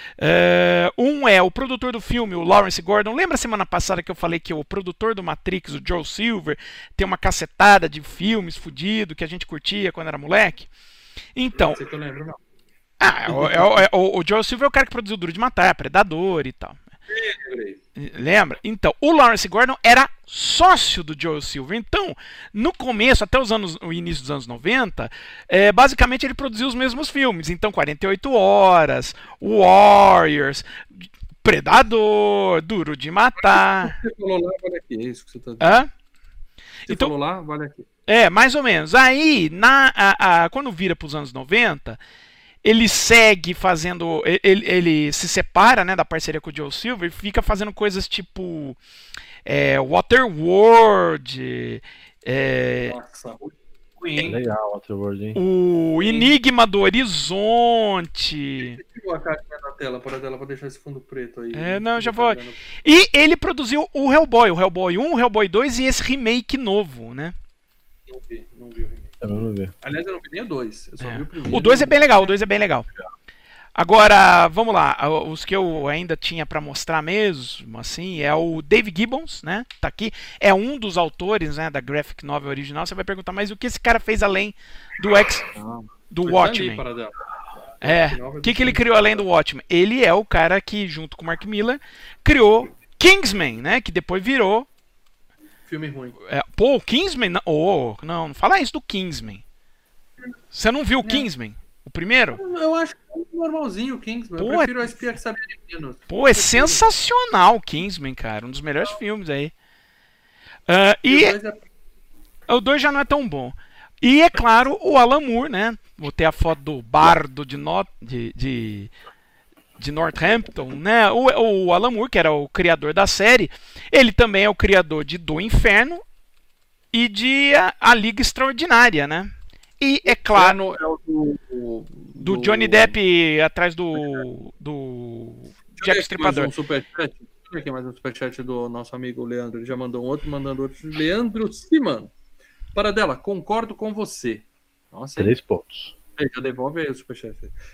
Speaker 1: Eh, um é o produtor do filme, o Lawrence Gordon. Lembra semana passada que eu falei que o produtor do Matrix, o Joel Silver, tem uma cacetada de filmes fudido que a gente curtia quando era moleque? Então,
Speaker 2: Não sei que eu lembro, não.
Speaker 1: ah, é o, é o- é o- o Joel Silver é o cara que produziu Duro de Matar, Predador e tal.
Speaker 2: Lembrei.
Speaker 1: Lembra? Então, o Lawrence Gordon era sócio do Joel Silver. Então, no começo, até os anos, o início dos anos noventa, é, basicamente ele produziu os mesmos filmes. Então, quarenta e oito horas, Warriors, Predador, Duro de Matar.
Speaker 2: Você falou lá, vale aqui. É isso que você tá dizendo.
Speaker 1: Hã?
Speaker 2: Você
Speaker 1: Então,
Speaker 2: falou lá, vale aqui.
Speaker 1: É, mais ou menos. Aí, na, a, a, quando vira para os anos noventa, ele segue fazendo. Ele, ele se separa, né, da parceria com o Joel Silver e fica fazendo coisas tipo é, Waterworld. É,
Speaker 2: Nossa,
Speaker 3: É legal, Waterworld, hein?
Speaker 1: o Enigma do Horizonte.
Speaker 2: Você tirou a caixinha da tela para dela para deixar esse fundo preto aí.
Speaker 1: É, não, já vou. E ele produziu o Hellboy, o Hellboy um, o Hellboy dois e esse remake novo, né?
Speaker 2: Não vi, não vi o remake.
Speaker 3: Eu não vi.
Speaker 2: Aliás, eu não vi nem o dois. Eu só
Speaker 1: É.
Speaker 2: vi o primeiro.
Speaker 1: O dois é bem legal, o dois é bem legal. Agora, vamos lá, os que eu ainda tinha pra mostrar mesmo, assim, é o Dave Gibbons, né? Tá aqui, é um dos autores, né, da graphic novel original. Você vai perguntar, mas o que esse cara fez além do X,
Speaker 2: Ah,
Speaker 1: do
Speaker 2: foi
Speaker 1: Watchmen?
Speaker 2: ali, Paradela.
Speaker 1: É, o que, que ele criou além do Watchmen? Ele é o cara que, junto com o Mark Miller, criou Kingsman, né? Que depois virou.
Speaker 2: Filme ruim.
Speaker 1: É, pô, o Kingsman. Não, oh, não, não fala isso do Kingsman. Você não viu o Kingsman? O primeiro?
Speaker 2: Eu acho que é normalzinho o Kingsman.
Speaker 1: Pô,
Speaker 2: Eu prefiro a Espia que Sabia de Menos.
Speaker 1: Pô, é sensacional o Kingsman, cara. Um dos melhores filmes aí. Uh, e
Speaker 2: o dois é-
Speaker 1: o dois já não é tão bom. E é claro, o Alan Moore, né? Botei a foto do bardo de, Not de, de, de Northampton, né? O, o Alan Moore, que era o criador da série, ele também é o criador de Do Inferno e de A, a Liga Extraordinária, né? E é claro,
Speaker 2: É o do, do,
Speaker 1: do Johnny Depp atrás do, do Jack Stripador.
Speaker 2: Mais um superchat. Deixa eu ver aqui mais um superchat do nosso amigo Leandro. Ele já mandou um outro, mandando outro. Leandro Siman. Paradela, concordo com você. Nossa,
Speaker 3: Três pontos.
Speaker 2: aí, já devolve aí o superchat.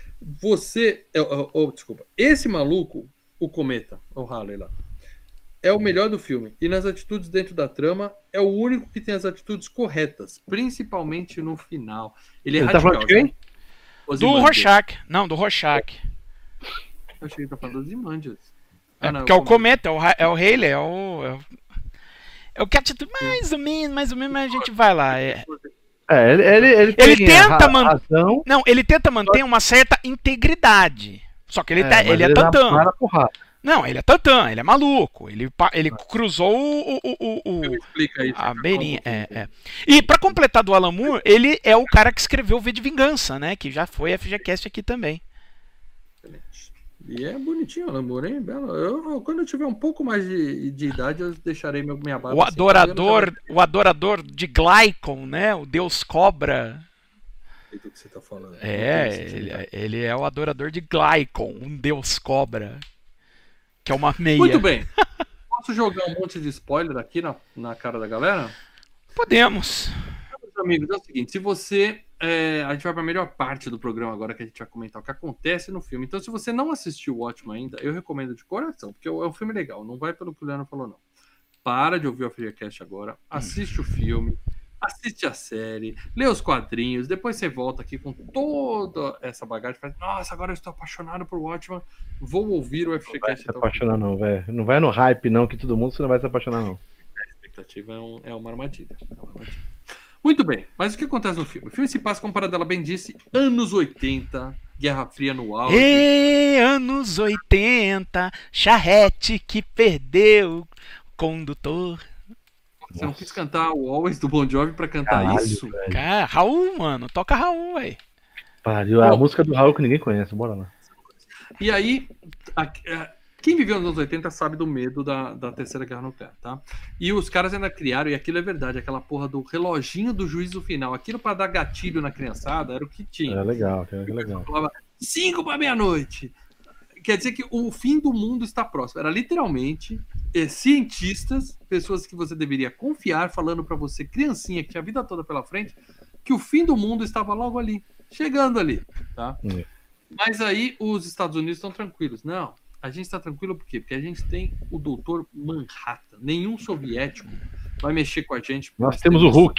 Speaker 2: Você. Oh, oh, desculpa. Esse maluco, o Cometa, o Halley lá, é o melhor do filme. E nas atitudes dentro da trama, é o único que tem as atitudes corretas. Principalmente no final. Ele é
Speaker 3: Ele tá
Speaker 2: radical.
Speaker 3: falando de quem?
Speaker 2: sabe?
Speaker 1: Do
Speaker 2: Ozymandias.
Speaker 1: Rorschach. Não, do Rorschach.
Speaker 2: Eu achei que tá falando dos Ozymandias.
Speaker 1: É
Speaker 2: Ah, não,
Speaker 1: porque é o
Speaker 2: Cometa.
Speaker 1: Cometa, é o, Ra- é o Haley, é o. É o, é o que atitude mais ou menos, mais ou menos, mas a gente vai lá. É.
Speaker 3: É, ele, ele, ele,
Speaker 1: Ele
Speaker 3: tem
Speaker 1: tenta
Speaker 3: a
Speaker 1: man-
Speaker 3: razão,
Speaker 1: Não, ele tenta manter uma certa integridade. Só que ele,
Speaker 3: é,
Speaker 1: tá,
Speaker 3: mas
Speaker 1: ele é
Speaker 3: dá
Speaker 1: tantã.
Speaker 3: para porrada.
Speaker 1: Não, ele é tantã, ele é maluco. Ele, pa- ele cruzou o, o, o, o-
Speaker 2: Explica aí.
Speaker 1: a
Speaker 2: você
Speaker 1: beirinha.
Speaker 2: fala um
Speaker 1: É,
Speaker 2: pouquinho.
Speaker 1: é. E pra completar do Alan Moore, ele é o cara que escreveu V de Vingança, né? Que já foi F G Cast aqui também.
Speaker 2: Excelente. E é bonitinho, Lamor, hein? Belo. Eu, eu- quando eu tiver um pouco mais de, de idade, eu deixarei meu, minha barba.
Speaker 1: O
Speaker 2: assim,
Speaker 1: adorador,
Speaker 2: cabelo,
Speaker 1: o adorador de Glycon, né? O deus cobra.
Speaker 2: já sei do que você tá falando.
Speaker 1: É,
Speaker 2: Não tem sentido,
Speaker 1: ele,
Speaker 2: cara.
Speaker 1: ele é o adorador de Glycon, um deus cobra. Que é uma meia.
Speaker 2: Muito bem. Posso jogar um monte de spoiler aqui na, na cara da galera?
Speaker 1: Podemos.
Speaker 2: Meus amigos, é o seguinte, se você... é, a gente vai para a melhor parte do programa agora, que a gente vai comentar o que acontece no filme. Então, se você não assistiu o Watchmen ainda, eu recomendo de coração, porque é um filme legal, não vai pelo que o Leandro falou, não. Para de ouvir o FGCast agora, assiste o filme, assiste a série, lê os quadrinhos, depois você volta aqui com toda essa bagagem e faz, nossa, agora eu estou apaixonado por Watchmen, vou ouvir o
Speaker 3: Não vai
Speaker 2: FGCast.
Speaker 3: se apaixonar não, velho. Não vai no hype não, que todo mundo você não vai se apaixonar não.
Speaker 2: A expectativa é, um- é uma armadilha. É uma armadilha. Muito bem, mas o que acontece no filme? O filme se passa, como Paradela bem disse, anos oitenta, Guerra Fria no auge.
Speaker 1: E anos oitenta, charrete que perdeu o condutor.
Speaker 2: Você não quis cantar o Always do Bon Jovi pra cantar
Speaker 3: Caralho,
Speaker 2: isso?
Speaker 3: velho.
Speaker 1: Cara, Raul, mano, toca Raul, aí.
Speaker 3: Pariu, a
Speaker 2: Bom.
Speaker 3: música do Raul que ninguém conhece, bora lá.
Speaker 2: E aí, a- a- quem viveu nos anos oitenta sabe do medo da, da Terceira Guerra Nuclear, tá? E os caras ainda criaram, e aquilo é verdade, aquela porra do reloginho do juízo final. Aquilo pra dar gatilho na criançada era o que tinha.
Speaker 3: É legal, é legal.
Speaker 2: Falava cinco para meia-noite. Quer dizer que o fim do mundo está próximo. Era literalmente eh, cientistas, pessoas que você deveria confiar, falando para você, criancinha, que tinha a vida toda pela frente, que o fim do mundo estava logo ali, chegando ali, tá?
Speaker 3: Hum.
Speaker 2: Mas aí os Estados Unidos estão tranquilos. Não, a gente está tranquilo por quê? Porque a gente tem o doutor Manhattan. Nenhum soviético vai mexer com a gente.
Speaker 3: Nós temos o Hulk.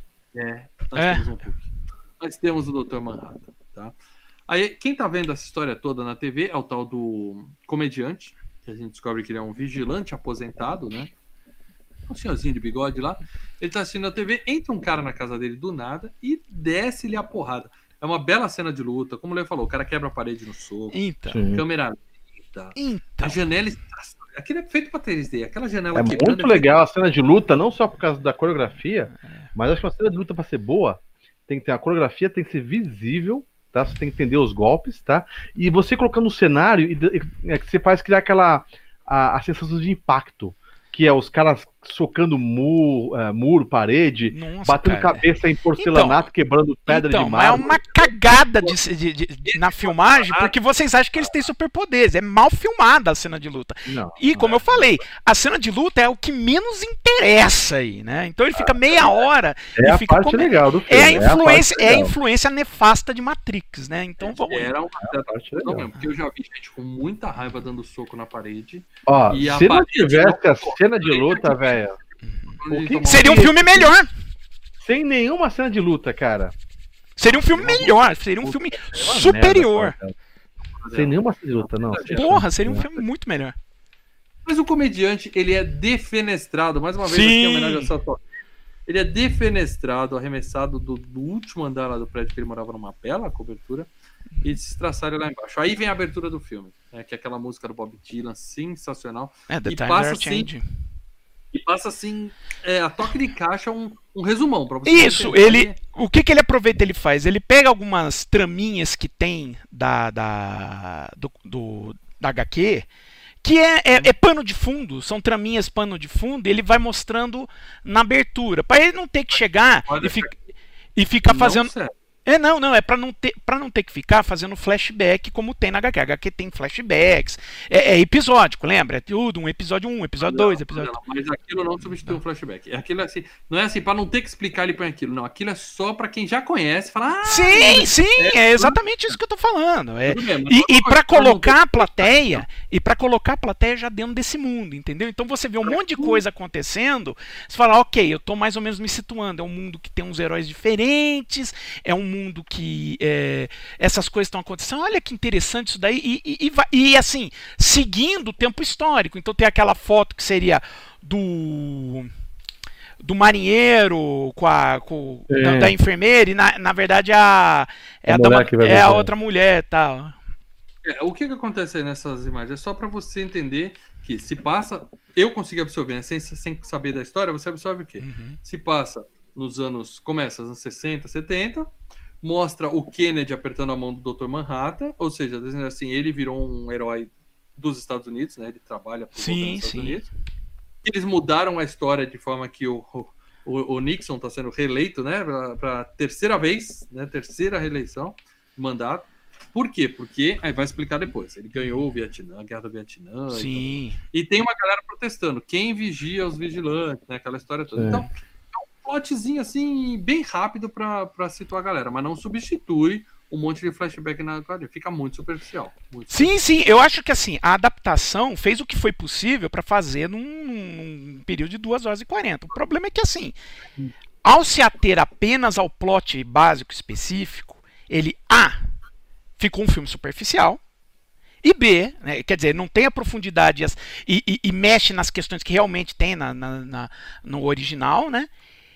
Speaker 2: É, nós
Speaker 1: É.
Speaker 2: temos um Hulk. Nós temos o doutor Manhattan, tá? Aí, quem tá vendo essa história toda na T V é o tal do comediante, que a gente descobre que ele é um vigilante aposentado, né? Um senhorzinho de bigode lá. Ele tá assistindo a T V, entra um cara na casa dele do nada e desce-lhe a porrada. É uma bela cena de luta, como o Lê falou, o cara quebra a parede no soco,
Speaker 1: Então.
Speaker 2: câmera lenta,
Speaker 1: Então.
Speaker 2: a janela está... Aquilo é feito pra três D, aquela janela
Speaker 3: É
Speaker 2: quebrando
Speaker 3: muito legal a cena de luta, não só por causa da coreografia, mas acho que uma cena de luta pra ser boa, tem que ter a coreografia, tem que ser visível, tá? Você tem que entender os golpes, tá? E você colocando o cenário, é que você faz criar aquela a, a sensação de impacto, que é os caras socando muro, uh, muro parede,
Speaker 1: Nossa,
Speaker 3: batendo
Speaker 1: cara.
Speaker 3: cabeça em porcelanato,
Speaker 1: Então,
Speaker 3: quebrando pedra
Speaker 1: então,
Speaker 3: de
Speaker 1: mas é
Speaker 3: mármore.
Speaker 1: uma cagada de, de- de- de- na filmagem, porque vocês acham que eles têm superpoderes. É mal filmada a cena de luta.
Speaker 3: Não,
Speaker 1: E como
Speaker 3: não
Speaker 1: eu falei, a cena de luta é o que menos interessa aí, né? Então ele fica meia hora
Speaker 3: é
Speaker 1: e
Speaker 3: a
Speaker 1: fica
Speaker 3: parte
Speaker 1: come-
Speaker 3: legal do
Speaker 1: É
Speaker 3: filme.
Speaker 1: a influência,
Speaker 3: parte
Speaker 1: é a
Speaker 3: legal.
Speaker 1: influência nefasta de Matrix, né? Então vamos.
Speaker 2: Era uma
Speaker 3: É a parte legal.
Speaker 2: não mesmo, porque eu já vi gente com muita raiva dando soco na parede.
Speaker 3: Ó,
Speaker 2: E a
Speaker 3: se não
Speaker 2: parede
Speaker 3: tivesse
Speaker 2: não-
Speaker 3: a cena de luta, velho,
Speaker 2: Ele
Speaker 3: que-
Speaker 2: tomava-
Speaker 1: Seria um filme melhor.
Speaker 3: sem nenhuma cena de luta, cara.
Speaker 1: Seria um filme melhor. Seria um filme
Speaker 3: É uma
Speaker 1: superior.
Speaker 3: merda, cara. Sem nenhuma cena de luta, não.
Speaker 1: Porra, seria um filme muito melhor.
Speaker 2: Mas o comediante, ele é defenestrado, mais uma vez
Speaker 1: Sim.
Speaker 2: aqui em homenagem ao Sato. Ele é defenestrado, arremessado do, do último andar lá do prédio que ele morava numa bela cobertura e se estraçalha lá embaixo. Aí vem a abertura do filme, né, que é aquela música do Bob Dylan, sensacional.
Speaker 1: É, The
Speaker 2: E
Speaker 1: Times
Speaker 2: passa
Speaker 1: Are
Speaker 2: assim,
Speaker 1: Changing.
Speaker 2: E passa assim, é, a toque de caixa, um, um resumão pra você.
Speaker 1: Isso,
Speaker 2: entender.
Speaker 1: ele. O que, que ele aproveita ele faz? Ele pega algumas traminhas que tem da, da, do, do- da H Q, que é, é, é pano de fundo, são traminhas pano de fundo, e ele vai mostrando na abertura, para ele não ter que chegar
Speaker 2: Olha,
Speaker 1: e, fi, e ficar
Speaker 2: Não
Speaker 1: fazendo.
Speaker 2: serve.
Speaker 1: É, não, não, é pra não ter, pra não ter que ficar fazendo flashback como tem na H Q. A H Q tem flashbacks, é, é episódico, lembra? É tudo, um episódio um, episódio dois, episódio...
Speaker 2: Não, mas aquilo não substitui um flashback. É aquilo assim, não é assim, pra não ter que explicar ele põe aquilo. Não, aquilo é só pra quem já conhece, falar. Ah,
Speaker 1: Sim, sim, é exatamente isso que eu tô falando. É,
Speaker 2: tudo bem, mas
Speaker 1: e
Speaker 2: quando
Speaker 1: e para
Speaker 2: você não
Speaker 1: colocar
Speaker 2: tem-
Speaker 1: a plateia, e para colocar a plateia já dentro desse mundo, entendeu? Então você vê um monte de coisa acontecendo, você fala, ok, eu tô mais ou menos me situando. É um mundo que tem uns heróis diferentes, é um mundo que é, essas coisas estão acontecendo. Olha que interessante isso daí. E, e, e, vai- e, assim, seguindo o tempo histórico. Então tem aquela foto que seria do. Do marinheiro com a. Com,
Speaker 3: É.
Speaker 1: da, da enfermeira, e na, na verdade a. É
Speaker 3: A
Speaker 1: a,
Speaker 3: mulher
Speaker 1: dama-
Speaker 3: que vai
Speaker 1: é a
Speaker 3: beber.
Speaker 1: outra mulher e tal.
Speaker 2: É, o que que acontece aí nessas imagens? É só pra você entender que se passa, eu consegui absorver, né? sem, sem saber da história, você absorve o quê?
Speaker 1: Uhum.
Speaker 2: Se passa nos anos, começa nos anos sessenta, setenta, mostra o Kennedy apertando a mão do doutor Manhattan, ou seja, dizendo assim, ele virou um herói dos Estados Unidos, né? Ele trabalha pro governo
Speaker 1: Sim,
Speaker 2: dos Estados
Speaker 1: sim.
Speaker 2: Unidos. Eles mudaram a história de forma que o, o, o Nixon está sendo reeleito, né? Para a terceira vez, né? Terceira reeleição, mandato. Por quê? Porque, aí vai explicar depois, ele ganhou o Vietnã, a guerra do Vietnã.
Speaker 1: Sim.
Speaker 2: E, e tem uma galera protestando, quem vigia os vigilantes, né? Aquela história toda.
Speaker 3: É.
Speaker 2: Então, é um plotzinho assim, bem rápido para situar a galera, mas não substitui um monte de flashback na quadrilha. Fica muito superficial. Muito
Speaker 1: Sim, sim, eu acho que assim, a adaptação fez o que foi possível para fazer num, num período de duas horas e quarenta. O problema é que assim, ao se ater apenas ao plot básico específico, ele A, ficou um filme superficial, e B, né, quer dizer, não tem a profundidade e, as- e- e- e mexe nas questões que realmente tem na, na- na- no original, né?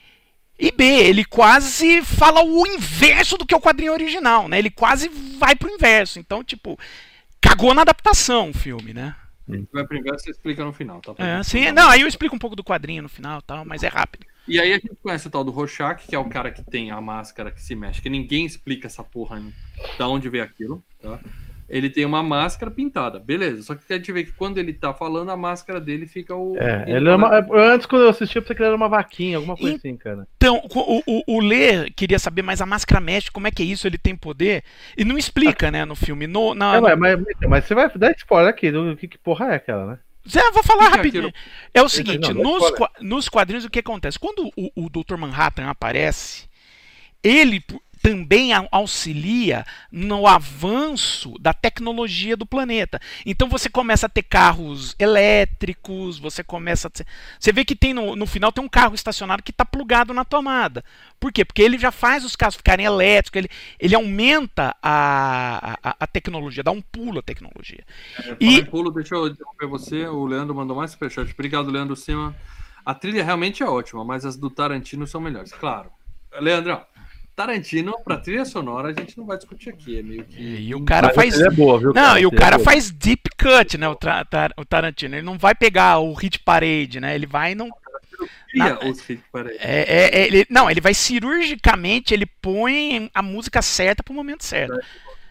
Speaker 1: E B, ele quase fala o inverso do que é o quadrinho original, né? Ele quase vai pro inverso. Então, tipo, cagou na adaptação o filme, né?
Speaker 2: Vai primeiro, você explica no final, tá?
Speaker 1: É, sim, não, aí eu explico um pouco do quadrinho no final, tal, mas é rápido.
Speaker 2: E aí a gente conhece o tal do Rorschach, que é o cara que tem a máscara que se mexe, que ninguém explica essa porra da onde veio aquilo, tá? Ele tem uma máscara pintada, beleza. Só que a gente vê que quando ele tá falando, a máscara dele fica o...
Speaker 3: É, ele era uma, antes, quando eu assisti, eu pensei que ele era uma vaquinha, alguma coisa assim, cara.
Speaker 1: Então, o, o, o Lê queria saber, mas a máscara mexe, como é que é isso? Ele tem poder? E não explica, né, no filme. No, na,
Speaker 3: É,
Speaker 1: no-
Speaker 3: mas, mas, mas você vai dar spoiler aqui, do que, que porra é aquela, né?
Speaker 1: Zé, eu vou falar
Speaker 2: Que que é
Speaker 1: rapidinho.
Speaker 2: aquilo?
Speaker 1: É o seguinte,
Speaker 3: Não, não
Speaker 1: nos,
Speaker 3: spoiler.
Speaker 1: qua- nos quadrinhos o que acontece? Quando o, o doutor Manhattan aparece, ele, também auxilia no avanço da tecnologia do planeta. Então você começa a ter carros elétricos, você começa a ter... Você vê que tem no, no final tem um carro estacionado que está plugado na tomada. Por quê? Porque ele já faz os carros ficarem elétricos, ele, ele aumenta a, a, a tecnologia, dá um pulo à tecnologia.
Speaker 2: É,
Speaker 1: e...
Speaker 2: um pulo, deixa eu interromper você, o Leandro mandou mais superchat. Obrigado, Leandro Cima. A trilha realmente é ótima, mas as do Tarantino são melhores. Claro. Leandro, Tarantino, pra trilha sonora, a gente não vai discutir aqui. É meio que...
Speaker 1: E o cara
Speaker 3: mas
Speaker 1: faz.
Speaker 3: É boa, viu,
Speaker 1: não,
Speaker 3: cara?
Speaker 1: e o
Speaker 3: é
Speaker 1: cara
Speaker 3: boa.
Speaker 1: faz deep cut, né? O, tra... o Tarantino. Ele não vai pegar o hit parade, né? Ele vai não. Na...
Speaker 2: Os hit parade.
Speaker 1: É, é, é, ele... Não, ele vai cirurgicamente, ele põe a música certa pro momento certo.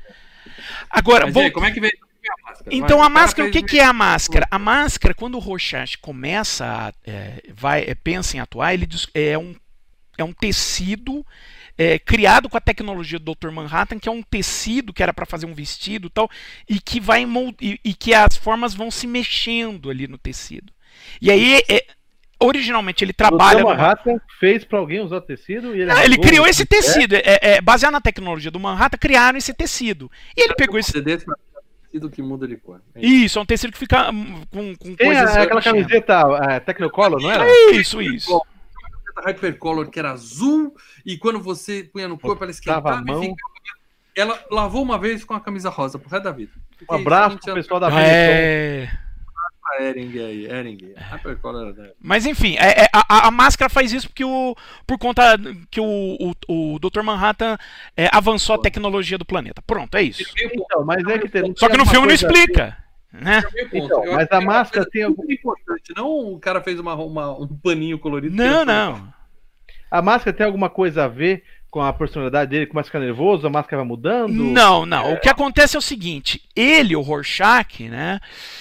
Speaker 1: Agora,
Speaker 2: mas,
Speaker 1: vou...
Speaker 2: aí, como é que veio? A máscara?
Speaker 1: Então
Speaker 2: vai,
Speaker 1: a máscara, o que,
Speaker 2: fez...
Speaker 1: que é a máscara? A máscara, quando o Rorschach começa, a, é, vai, é, pensa em atuar, ele diz, é, um, é um tecido é, criado com a tecnologia do doutor Manhattan, que é um tecido que era para fazer um vestido e tal, e que, vai, e, e que as formas vão se mexendo ali no tecido. E aí, é, originalmente, ele trabalha...
Speaker 3: O doutor Manhattan numa... fez para alguém usar tecido? E ele,
Speaker 1: ah, ele criou esse tecido. É? É, é, baseado na tecnologia do Manhattan, criaram esse tecido. E ele pegou esse...
Speaker 2: tecido que muda de cor.
Speaker 1: É isso. isso, é um tecido que fica com, com
Speaker 3: Tem
Speaker 1: coisas...
Speaker 3: É aquela camiseta é, Technicolor, não era?
Speaker 1: Isso, isso.
Speaker 2: Hypercolor que era azul e quando você punha no corpo ela esquentava
Speaker 3: a mão.
Speaker 2: E ficava... Ela lavou uma vez com a camisa rosa pro resto da vida.
Speaker 3: Um abraço pro pessoal da
Speaker 1: é...
Speaker 2: Ering aí, Ering. Hypercolor.
Speaker 1: Mas enfim, é, é, a, a máscara faz isso porque o, por conta que o, o, o doutor Manhattan é, avançou a tecnologia do planeta. Pronto, é isso.
Speaker 3: Então, mas é que tem,
Speaker 1: Só que no filme não explica.
Speaker 3: Assim.
Speaker 1: Né?
Speaker 3: Então, mas a máscara tem algum
Speaker 2: importante. Não o cara fez uma, uma, um paninho colorido.
Speaker 1: Não, não.
Speaker 3: A máscara tem alguma coisa a ver com a personalidade dele? Começa a ficar nervoso, a máscara vai mudando?
Speaker 1: Não, não. É... O que acontece é o seguinte: ele, o Rorschach, né?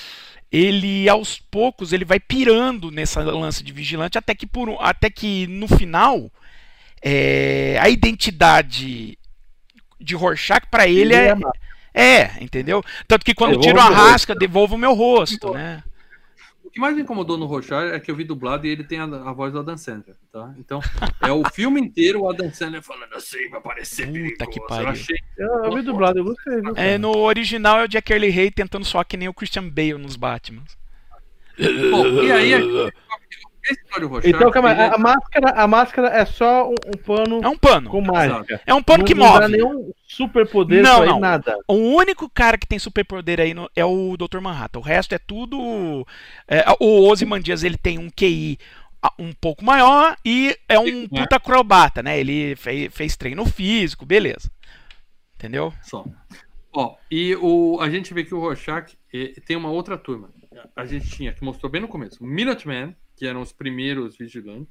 Speaker 1: Ele aos poucos ele vai pirando nessa lance de vigilante até que, por, até que no final é, a identidade de Rorschach para ele é, é, entendeu? Tanto que quando tiro a rasca, devolvo o meu rosto, né?
Speaker 2: O que mais me incomodou no Rorschach é que eu vi dublado e ele tem a, a voz do Adam Sandler, tá? Então, é o filme inteiro o Adam Sandler falando assim, vai parecer
Speaker 1: Puta que pariu.
Speaker 2: Eu, achei...
Speaker 3: eu, eu vi dublado, eu gostei. Viu,
Speaker 1: é, no original é o Jack Earle Haley tentando soar que nem o Christian Bale nos Batman.
Speaker 2: Bom, e aí...
Speaker 3: Então, calma, a, a, máscara, a máscara é só um, um pano.
Speaker 1: É um pano.
Speaker 3: Com mágica.
Speaker 1: É um pano
Speaker 3: não,
Speaker 1: que
Speaker 3: não
Speaker 1: move.
Speaker 3: Não dá nenhum superpoder
Speaker 1: não,
Speaker 3: pra
Speaker 1: não.
Speaker 3: ir, nada.
Speaker 1: O único cara que tem superpoder aí no, é o doutor Manhattan. O resto é tudo. É, o Ozymandias ele tem um Q I um pouco maior e é um puta acrobata, né? Ele fez, fez treino físico, beleza. Entendeu?
Speaker 2: Só. Ó, e o, a gente vê que o Rorschach eh, tem uma outra turma. A gente tinha, que mostrou bem no começo, o Minutemen, que eram os primeiros vigilantes,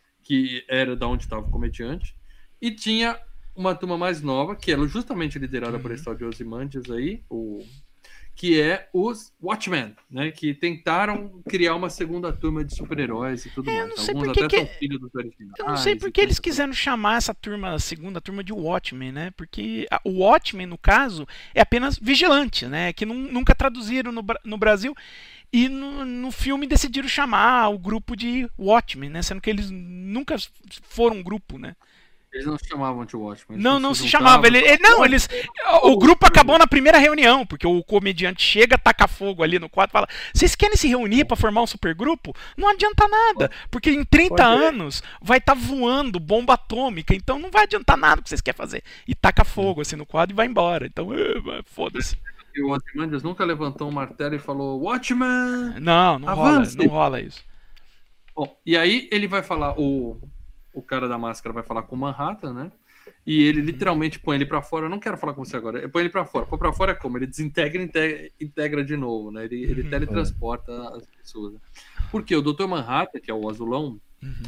Speaker 2: que era da onde estava o comediante, e tinha uma turma mais nova, que era justamente liderada uhum. por esse tal de Ozymandias aí, o, que é os Watchmen, né, que tentaram criar uma segunda turma de super-heróis e tudo
Speaker 1: é,
Speaker 2: mais.
Speaker 1: Não sei
Speaker 2: Alguns
Speaker 1: porque
Speaker 2: até
Speaker 1: que...
Speaker 2: são filhos dos originais.
Speaker 1: Eu não sei porque eles quiseram chamar essa turma, a segunda turma de Watchmen, né? Porque a, o Watchmen, no caso, é apenas vigilante, né? Que não, nunca traduziram no, no Brasil. E no, no filme decidiram chamar o grupo de Watchmen, né? Sendo que eles nunca foram um grupo, né?
Speaker 2: Eles não se chamavam de Watchmen.
Speaker 1: Não, não se chamava. Ele, ele, não, eles. O grupo acabou na primeira reunião, porque o comediante chega, taca fogo ali no quadro e fala: vocês querem se reunir para formar um supergrupo? Não adianta nada, porque em trinta anos vai estar tá voando bomba atômica, então não vai adiantar nada o que vocês querem fazer. E taca fogo assim no quadro e vai embora. Então, foda-se.
Speaker 2: E o Ozymandias nunca levantou um martelo e falou: Watchmen!
Speaker 1: Não, não rola, não rola isso.
Speaker 2: Bom, e aí ele vai falar, o, o cara da máscara vai falar com o Manhattan, né? E ele literalmente põe ele pra fora. Eu não quero falar com você agora. Põe ele pra fora. Põe pra fora é como? Ele desintegra e integra, integra de novo, né? Ele, ele teletransporta as pessoas. Né? Porque o doutor Manhattan, que é o azulão, uhum.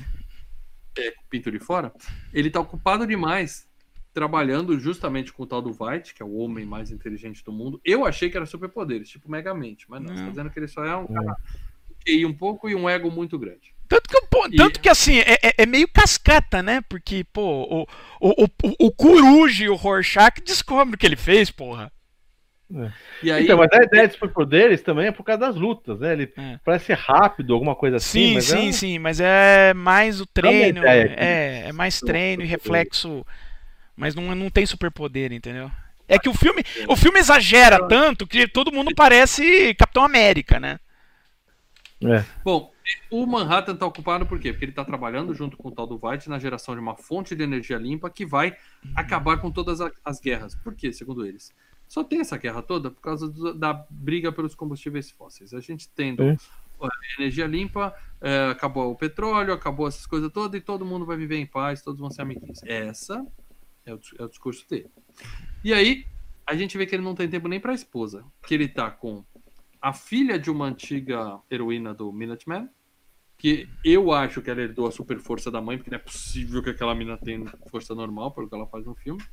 Speaker 2: é, com o pinto de fora, ele tá ocupado demais trabalhando justamente com o tal do Veidt, que é o homem mais inteligente do mundo. Eu achei que era superpoderes, tipo Megamente, mas não, não. Tá dizendo que ele só é um cara que um pouco e um ego muito grande.
Speaker 1: Tanto que, pô, tanto e... que assim, é, é meio cascata, né? Porque, pô, o, o, o, o Coruja e o Rorschach descobrem o que ele fez, porra.
Speaker 3: É. E aí... Então, mas a ideia de superpoderes também é por causa das lutas, né? Ele é. parece rápido, alguma coisa assim.
Speaker 1: Sim,
Speaker 3: mas
Speaker 1: sim,
Speaker 3: é...
Speaker 1: sim, mas é mais o treino, é, é mais treino e reflexo mas não, não tem superpoder, entendeu? É que o filme, o filme exagera tanto que todo mundo parece Capitão América, né?
Speaker 3: É.
Speaker 2: Bom, o Manhattan tá ocupado por quê? Porque ele tá trabalhando junto com o tal do White na geração de uma fonte de energia limpa que vai acabar com todas a- as guerras. Por quê, segundo eles? Só tem essa guerra toda por causa do- da briga pelos combustíveis fósseis. A gente tendo
Speaker 3: É.
Speaker 2: ó, energia limpa, é, acabou o petróleo, acabou essas coisas todas e todo mundo vai viver em paz, todos vão ser amiguinhos. Essa é o, dis- é o discurso dele. E aí, a gente vê que ele não tem tempo nem pra esposa. Que ele tá com a filha de uma antiga heroína do Minuteman, que eu acho que ela herdou a super força da mãe, porque não é possível que aquela mina tenha força normal, pelo que ela faz no filme.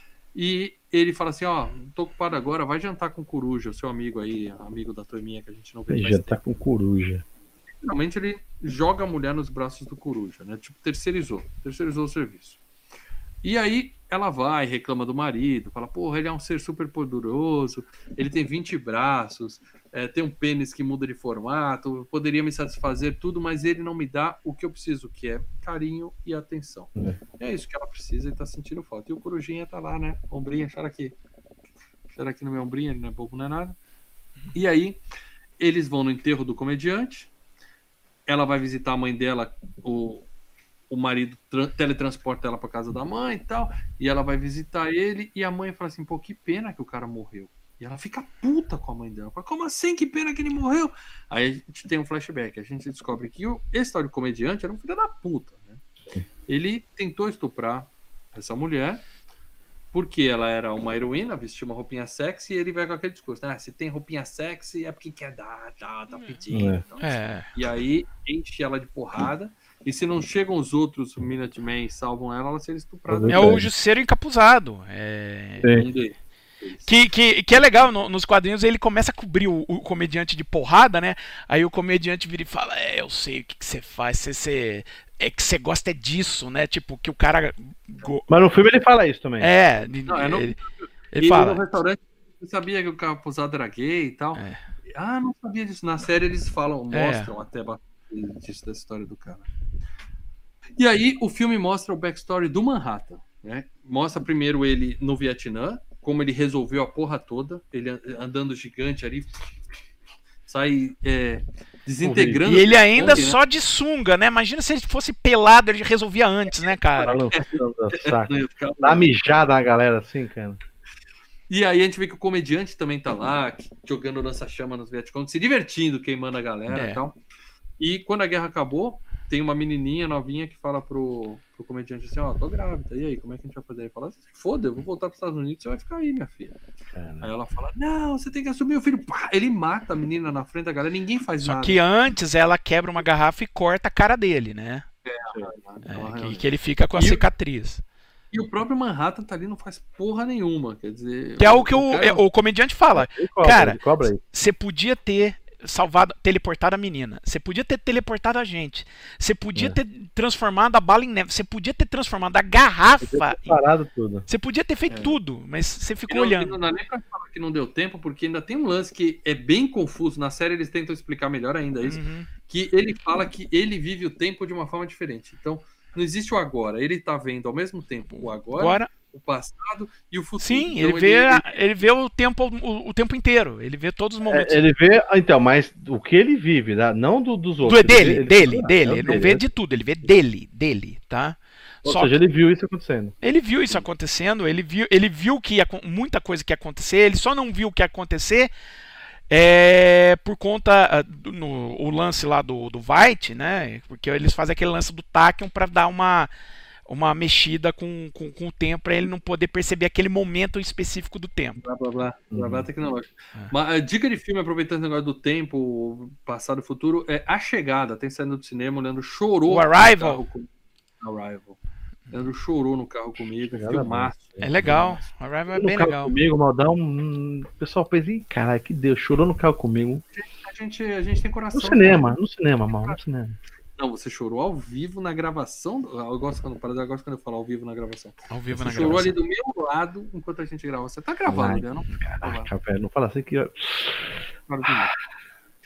Speaker 2: E ele fala assim, ó, tô ocupado agora, vai jantar com o Coruja, o seu amigo aí, amigo da turminha que a gente não vê
Speaker 3: Ele
Speaker 2: mais
Speaker 3: já tá com coruja.
Speaker 2: Finalmente ele joga a mulher nos braços do Coruja, né? Tipo, terceirizou. Terceirizou o serviço. E aí ela vai, reclama do marido, fala, porra, ele é um ser super poderoso, ele tem vinte braços, é, tem um pênis que muda de formato, poderia me satisfazer tudo, mas ele não me dá o que eu preciso, que é carinho e atenção.
Speaker 3: É.
Speaker 2: É isso que ela precisa e tá sentindo falta. E o Corujinha tá lá, né? Ombrinha, chora aqui. Chora aqui no meu ombrinho, ele não é bobo, não é nada. E aí, eles vão no enterro do comediante, ela vai visitar a mãe dela, o, o marido tra- teletransporta ela pra casa da mãe e tal, e ela vai visitar ele, e a mãe fala assim, pô, que pena que o cara morreu. E ela fica puta com a mãe dela. Fala, como assim? Que pena que ele morreu? Aí a gente tem um flashback, a gente descobre que o, esse tal de comediante era um filho da puta, né? Ele tentou estuprar essa mulher, porque ela era uma heroína, vestia uma roupinha sexy, e ele vai com aquele discurso, ah, se tem roupinha sexy é porque quer dar, tá, tá pedindo.
Speaker 3: É.
Speaker 2: Então,
Speaker 1: É.
Speaker 2: e aí enche ela de porrada, e se não chegam os outros Minutemen e salvam ela, ela seria estuprada.
Speaker 1: É o Jusceiro encapuzado. É...
Speaker 3: Sim.
Speaker 2: Um deles.
Speaker 1: Que, que, que é legal, no- nos quadrinhos ele começa a cobrir o, o comediante de porrada, né? Aí o comediante vira e fala, é, eu sei o que que você faz, você, você- é que você gosta é disso, né? Tipo, que o cara... go-
Speaker 3: Mas no filme ele fala isso também.
Speaker 1: É,
Speaker 2: Não, é no-
Speaker 1: ele, ele
Speaker 2: E
Speaker 1: fala...
Speaker 2: no restaurante, você sabia que o capuzado era gay e tal?
Speaker 1: É.
Speaker 2: Ah, não sabia disso. Na série eles falam,
Speaker 1: É.
Speaker 2: mostram até bastante disso da história do cara. E aí o filme mostra o backstory do Manhattan, né? Mostra primeiro ele no Vietnã, como ele resolveu a porra toda, ele an- andando gigante ali, sai é, desintegrando.
Speaker 1: E ele ainda
Speaker 2: né?
Speaker 1: só de sunga, né? Imagina se ele fosse pelado, ele resolvia antes, né, cara?
Speaker 3: Balançando o saco.
Speaker 2: Ia ficar-
Speaker 3: Dá uma mijada na galera assim, cara.
Speaker 2: E aí a gente vê que o comediante também tá lá, que- jogando lança-chama nos Vietcong, se divertindo, queimando a galera
Speaker 1: É.
Speaker 2: e tal. E quando a guerra acabou, tem uma menininha novinha que fala pro, pro comediante assim, ó, tô grávida, e aí, como é que a gente vai fazer? Ele fala, foda, eu vou voltar pros Estados Unidos, você vai ficar aí, minha filha.
Speaker 3: Cara.
Speaker 2: Aí ela fala, não, você tem que assumir o filho. Pá, ele mata a menina na frente da galera, ninguém faz
Speaker 1: Só
Speaker 2: nada.
Speaker 1: que antes ela quebra uma garrafa e corta a cara dele, né? É, que, que ele fica com a
Speaker 2: E o-
Speaker 1: cicatriz.
Speaker 2: E o próprio Manhattan tá ali, não faz porra nenhuma, quer dizer...
Speaker 1: Que é o que o,
Speaker 2: cara-
Speaker 1: é, o comediante fala.
Speaker 3: Ele cobra,
Speaker 1: Cara,
Speaker 3: ele cobra aí.
Speaker 1: Você podia ter salvado, teleportado a menina. Você podia ter teleportado a gente. Você podia
Speaker 3: É.
Speaker 1: ter transformado a bala em neve. Você podia ter transformado a garrafa. em-
Speaker 3: Parado tudo.
Speaker 1: Você podia ter feito
Speaker 2: É.
Speaker 1: tudo, mas você
Speaker 2: E
Speaker 1: ficou
Speaker 2: não, e
Speaker 1: olhando.
Speaker 2: não dá nem pra falar que não deu tempo, porque ainda tem um lance que é bem confuso. Na série eles tentam explicar melhor ainda isso.
Speaker 1: Uhum.
Speaker 2: Que ele fala que ele vive o tempo de uma forma diferente. Então, não existe o agora. Ele tá vendo ao mesmo tempo o agora,
Speaker 1: Agora,
Speaker 2: o passado e o futuro.
Speaker 1: sim,
Speaker 2: Então,
Speaker 1: ele vê, a- ele vê o tempo o, o tempo inteiro. Ele vê todos os momentos.
Speaker 3: É, ele vê, então, mas o que ele vive, né? Não do, dos
Speaker 1: Do,
Speaker 3: outros.
Speaker 1: é dele,
Speaker 3: Ele vê-
Speaker 1: dele,
Speaker 3: ele-
Speaker 1: dele.
Speaker 3: é o
Speaker 1: Ele não
Speaker 3: dele,
Speaker 1: vê
Speaker 3: né?
Speaker 1: de tudo, ele vê dele, dele, tá?
Speaker 3: Ou
Speaker 1: Só
Speaker 3: seja, ele viu isso acontecendo.
Speaker 1: Ele viu isso acontecendo, ele viu, ele viu que ia, acon- muita coisa que ia acontecer, ele só não viu o que ia acontecer é, por conta ah, do no, o lance lá do, do White, né? Porque eles fazem aquele lance do Tachyon para dar uma, uma mexida com, com, com o tempo, para ele não poder perceber aquele momento específico do tempo.
Speaker 2: Blá, blá, blá. Blá, blá,
Speaker 3: Uhum.
Speaker 2: tecnológico.
Speaker 1: É.
Speaker 2: Mas a dica de filme, aproveitando esse negócio do tempo, passado e futuro, é A Chegada. Tem saindo do cinema, o Leandro chorou.
Speaker 1: O Arrival?
Speaker 2: no carro com- Arrival. O Leandro chorou no carro comigo.
Speaker 3: Chegada
Speaker 2: Filmaço.
Speaker 1: É legal, o Arrival é
Speaker 3: No
Speaker 1: bem
Speaker 3: carro
Speaker 1: legal.
Speaker 3: comigo, Maldão. hum, O pessoal fez, ih, caralho, que Deus, chorou no carro comigo.
Speaker 2: A gente, a gente tem coração.
Speaker 3: No cinema, no cinema, mal, no cinema.
Speaker 2: Não, você chorou ao vivo na gravação. Eu gosto quando, eu gosto quando eu falo ao vivo na gravação.
Speaker 1: Ao vivo
Speaker 2: Você
Speaker 1: na
Speaker 2: chorou
Speaker 1: gravação.
Speaker 2: ali do meu lado enquanto a gente grava. Você tá gravando,
Speaker 3: Ai,
Speaker 2: né? Não?
Speaker 3: Caraca, velho, não fala assim que.
Speaker 2: Claro que não.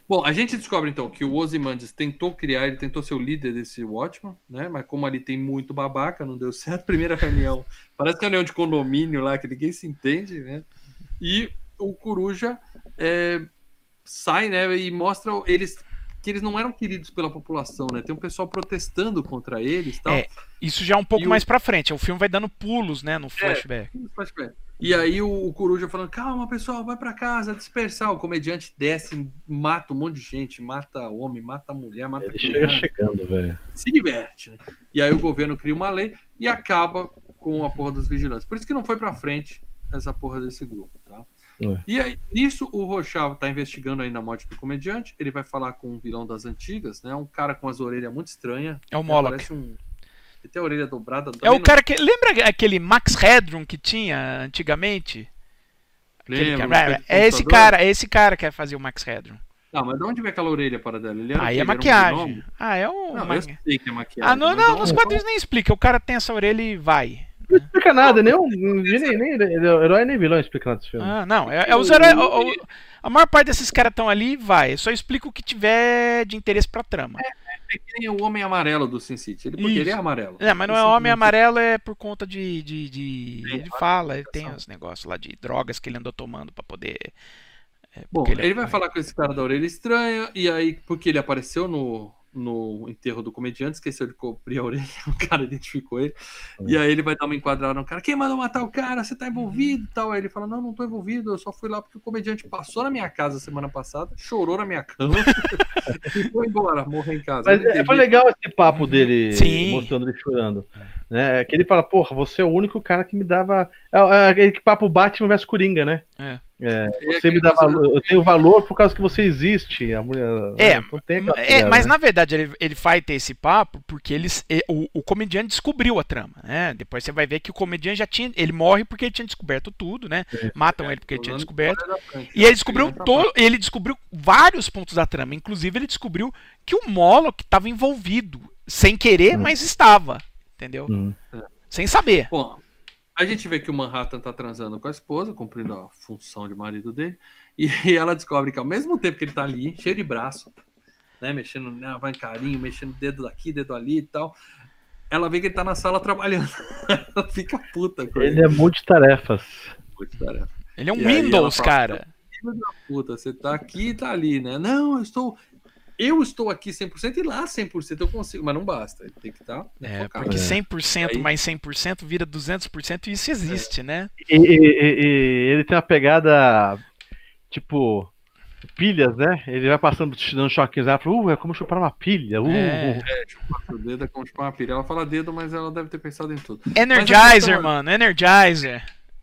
Speaker 2: Bom, a gente descobre então que o Ozymandias tentou criar, ele tentou ser o líder desse Watchman, né? Mas como ali tem muito babaca, não deu certo. Primeira reunião, parece que é reunião de condomínio lá, que ninguém se entende, né? E o Coruja é, sai, né? E mostra eles que eles não eram queridos pela população, né? Tem um pessoal protestando contra eles, tal.
Speaker 1: É, isso já é um pouco
Speaker 2: E
Speaker 1: mais
Speaker 2: o-
Speaker 1: pra frente. O filme vai dando pulos, né, no flashback.
Speaker 2: E aí o, o Coruja falando, calma, pessoal, vai pra casa, dispersar. O comediante desce, mata um monte de gente, mata homem, mata mulher, mata
Speaker 3: Ele chega
Speaker 2: criança,
Speaker 3: chegando, velho.
Speaker 2: se diverte, né? E aí o governo cria uma lei e acaba com a porra dos vigilantes. Por isso que não foi pra frente essa porra desse grupo, tá?
Speaker 3: É.
Speaker 2: E aí, nisso, o Rochal tá investigando ainda a morte do comediante. Ele vai falar com um vilão das antigas, né? Um cara com as orelhas muito estranhas.
Speaker 1: É o Moloch.
Speaker 2: Parece um... Ele tem a orelha dobrada.
Speaker 1: É
Speaker 2: também
Speaker 1: o
Speaker 2: não-
Speaker 1: cara que. Lembra aquele Max Headroom que tinha antigamente? Aquele
Speaker 2: Lembro,
Speaker 1: cara-
Speaker 2: aquele
Speaker 1: é esse
Speaker 2: computador?
Speaker 1: cara, é esse cara que fazia o Max Headroom.
Speaker 2: Ah, mas de onde veio aquela orelha para dela? Ele era o
Speaker 1: Aí
Speaker 2: quê?
Speaker 1: é
Speaker 2: Ele era um
Speaker 1: maquiagem.
Speaker 2: gnome?
Speaker 1: Ah, é um.
Speaker 2: Não,
Speaker 1: ma-
Speaker 2: eu sei que é maquiagem.
Speaker 1: Ah, não,
Speaker 2: mas
Speaker 1: não,
Speaker 2: da
Speaker 1: nos
Speaker 2: onde-
Speaker 1: quadrinhos nem explica. O cara tem essa orelha e vai.
Speaker 3: Não explica nada, nem, um- nem, nem, nem herói nem vilão explica nada desse filme.
Speaker 1: Ah, não. É, é os heróis. o- o- a maior parte desses caras estão ali e vai. Só explica o que tiver de interesse pra trama.
Speaker 2: É que nem o Homem Amarelo do Sin City. Ele, porque
Speaker 1: Isso.
Speaker 2: ele é amarelo.
Speaker 1: É, mas não é
Speaker 2: Ele
Speaker 1: homem
Speaker 2: simplesmente-
Speaker 1: amarelo, é por conta de. de, de-
Speaker 2: Tem
Speaker 1: ele fala, ele tem
Speaker 2: explicação.
Speaker 1: os negócios lá de drogas que ele andou tomando pra poder. é,
Speaker 2: Bom,
Speaker 1: porque
Speaker 2: ele,
Speaker 1: é-
Speaker 2: vai falar com esse cara da orelha estranha, e aí, porque ele apareceu no, no enterro do comediante, esqueceu de cobrir a orelha, o cara identificou ele, e aí ele vai dar uma enquadrada no cara, quem mandou matar o cara? Você tá envolvido e tal? Aí ele fala, não, não tô envolvido, eu só fui lá porque o comediante passou na minha casa semana passada, chorou na minha cama, e foi embora, morreu em casa.
Speaker 3: Mas
Speaker 2: Eu
Speaker 3: é,
Speaker 2: entendi.
Speaker 3: foi legal esse papo dele
Speaker 1: Sim.
Speaker 3: mostrando ele chorando. Né? Que ele fala, porra, você é o único cara que me dava. É, é aquele papo Batman versus Coringa, né?
Speaker 1: É.
Speaker 3: É,
Speaker 2: É
Speaker 3: você me dá
Speaker 2: aquele
Speaker 3: valor, eu tenho valor por causa que você existe. A mulher,
Speaker 1: É,
Speaker 3: não tem aquela
Speaker 1: É,
Speaker 3: pegada,
Speaker 1: mas
Speaker 3: né?
Speaker 1: na verdade ele, ele vai ter esse papo porque eles, e- o, o comediante descobriu a trama, né? Depois você vai ver que o comediante já tinha. Ele morre porque ele tinha descoberto tudo, né? Matam ele porque ele tinha
Speaker 2: Falando
Speaker 1: descoberto.
Speaker 2: história da Frank,
Speaker 1: E ele descobriu
Speaker 2: entra
Speaker 1: todo, ele descobriu vários pontos da trama. Inclusive ele descobriu que o Moloch estava envolvido, sem querer,
Speaker 3: Hum.
Speaker 1: mas estava, entendeu?
Speaker 3: Hum.
Speaker 1: Sem saber.
Speaker 2: Bom, a gente vê que o Manhattan tá transando com a esposa, cumprindo a função de marido dele, e ela descobre que ao mesmo tempo que ele tá ali, cheio de braço, né, mexendo, né, vai em carinho, mexendo dedo daqui, dedo ali e tal, ela vê que ele tá na sala trabalhando. Ela fica puta com
Speaker 3: Ele é multitarefas.
Speaker 2: Puta, tarefa.
Speaker 1: Ele é um
Speaker 2: E aí ela
Speaker 1: Windows,
Speaker 2: fala,
Speaker 1: cara.
Speaker 2: Filho da puta, você tá aqui e tá ali, né? Não, eu estou... Eu estou aqui cem por cento e lá cem por cento eu consigo, mas não basta, ele tem que estar né,
Speaker 1: É,
Speaker 2: focado.
Speaker 1: porque
Speaker 3: É.
Speaker 1: cem por cento
Speaker 2: Aí-
Speaker 1: mais cem por cento vira duzentos por cento e isso existe, né?
Speaker 3: E, e- e- e ele tem uma pegada tipo pilhas, né? Ele vai passando, dando choquinhos, ela fala, uh, é como chupar uma pilha. Uh,
Speaker 1: É.
Speaker 3: uh.
Speaker 2: O dedo é como chupar uma pilha. Ela fala dedo, mas ela deve ter pensado em tudo.
Speaker 1: Energizer,
Speaker 2: questão-
Speaker 1: mano, Energizer.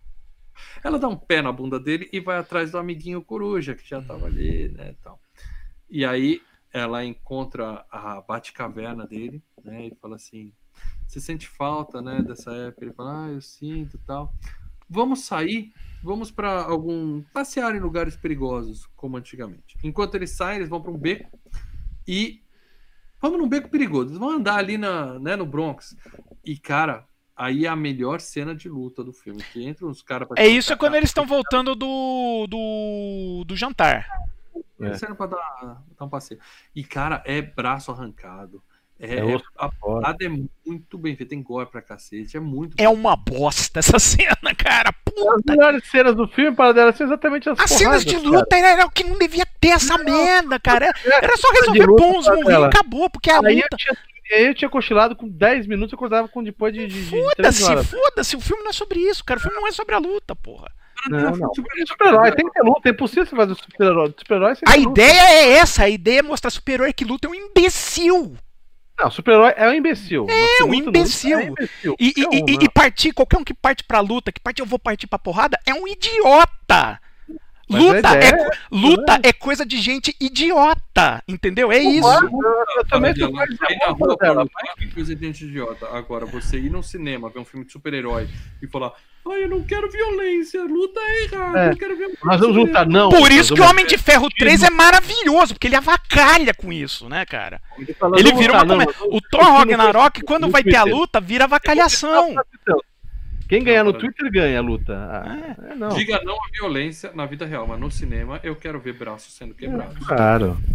Speaker 2: Ela dá um pé na bunda dele e vai atrás do amiguinho coruja, que já tava ali, né, tal. E aí ela encontra a Batcaverna dele, né, e fala assim, você sente falta, né, dessa época? Ele fala, ah, eu sinto e tal. Vamos sair, vamos para algum... passear em lugares perigosos, como antigamente. Enquanto eles saem, eles vão para um beco e... vamos num beco perigoso. Eles vão andar ali na, né, no Bronx. E, cara... aí é a melhor cena de luta do filme, que entra uns caras pra
Speaker 1: É isso
Speaker 2: te
Speaker 1: quando
Speaker 2: atacar.
Speaker 1: eles estão voltando do, do, do jantar.
Speaker 3: É.
Speaker 2: Cena pra dar, dar um passeio. E, cara, é braço arrancado. É,
Speaker 3: É
Speaker 2: é-
Speaker 3: osso
Speaker 2: a
Speaker 3: fora.
Speaker 2: parada é muito bem feita. Tem gore pra cacete. É muito
Speaker 1: É uma bosta essa cena, cara.
Speaker 3: As
Speaker 1: Puta.
Speaker 3: melhores cenas do filme, para dela, são exatamente as
Speaker 1: As cenas
Speaker 3: porradas,
Speaker 1: de
Speaker 3: cara.
Speaker 1: luta era o que não devia ter essa merda, cara. Era só
Speaker 3: de
Speaker 1: resolver
Speaker 3: luta
Speaker 1: bons,
Speaker 3: pra
Speaker 1: morrer e
Speaker 3: ela.
Speaker 1: acabou, porque a
Speaker 3: Aí eu
Speaker 1: luta.
Speaker 3: tinha, aí eu tinha cochilado com dez minutos, eu acordava com depois de, de, de três
Speaker 1: Foda-se,
Speaker 3: horas.
Speaker 1: foda-se. O filme não é sobre isso, cara. O filme não é sobre a luta, porra.
Speaker 3: Não, não. Super-herói, tem que ter luta, é impossível você fazer super-herói. Super-herói sem
Speaker 1: A
Speaker 3: ter luta.
Speaker 1: ideia é essa. A ideia é mostrar super-herói que luta é um imbecil.
Speaker 3: Não, super-herói é um imbecil.
Speaker 1: É um
Speaker 3: Luta, luta,
Speaker 1: imbecil.
Speaker 3: É imbecil.
Speaker 1: E, e,
Speaker 3: Qualquer um,
Speaker 1: e-
Speaker 3: né?
Speaker 1: e partir, qualquer um que parte pra luta, que parte eu vou partir pra porrada, é um idiota.
Speaker 3: Mas
Speaker 1: Luta,
Speaker 3: a
Speaker 1: é,
Speaker 3: ideia
Speaker 1: co- luta é coisa de gente idiota, entendeu? É isso.
Speaker 3: Eu, eu também sou
Speaker 2: Ela
Speaker 3: mais
Speaker 2: sair na rua
Speaker 3: dela.
Speaker 2: por que coisa de gente idiota. Agora, você ir no cinema, ver um filme de super-herói e falar, ai, eu não quero violência, luta é errado,
Speaker 3: É.
Speaker 2: eu quero ver
Speaker 3: Nós vamos lutar, não.
Speaker 1: Por
Speaker 3: nós
Speaker 1: isso que o
Speaker 3: vamos-
Speaker 1: Homem de Ferro três é maravilhoso, porque ele avacalha com isso, né, cara?
Speaker 3: Nós
Speaker 1: Ele
Speaker 3: vamos
Speaker 1: vira uma
Speaker 3: lutar, não,
Speaker 1: comédia.
Speaker 3: nós
Speaker 1: O
Speaker 3: vamos-
Speaker 1: Thor
Speaker 3: no
Speaker 1: Ragnarok,
Speaker 3: Twitter,
Speaker 1: quando
Speaker 3: no
Speaker 1: vai ter a
Speaker 3: Twitter.
Speaker 1: luta, vira avacalhação.
Speaker 3: Quem ganhar no
Speaker 2: Não,
Speaker 3: Twitter ganha a luta. Ah, é, não.
Speaker 2: Diga não à violência na vida real, mas no cinema eu quero ver braços sendo quebrados.
Speaker 3: Claro.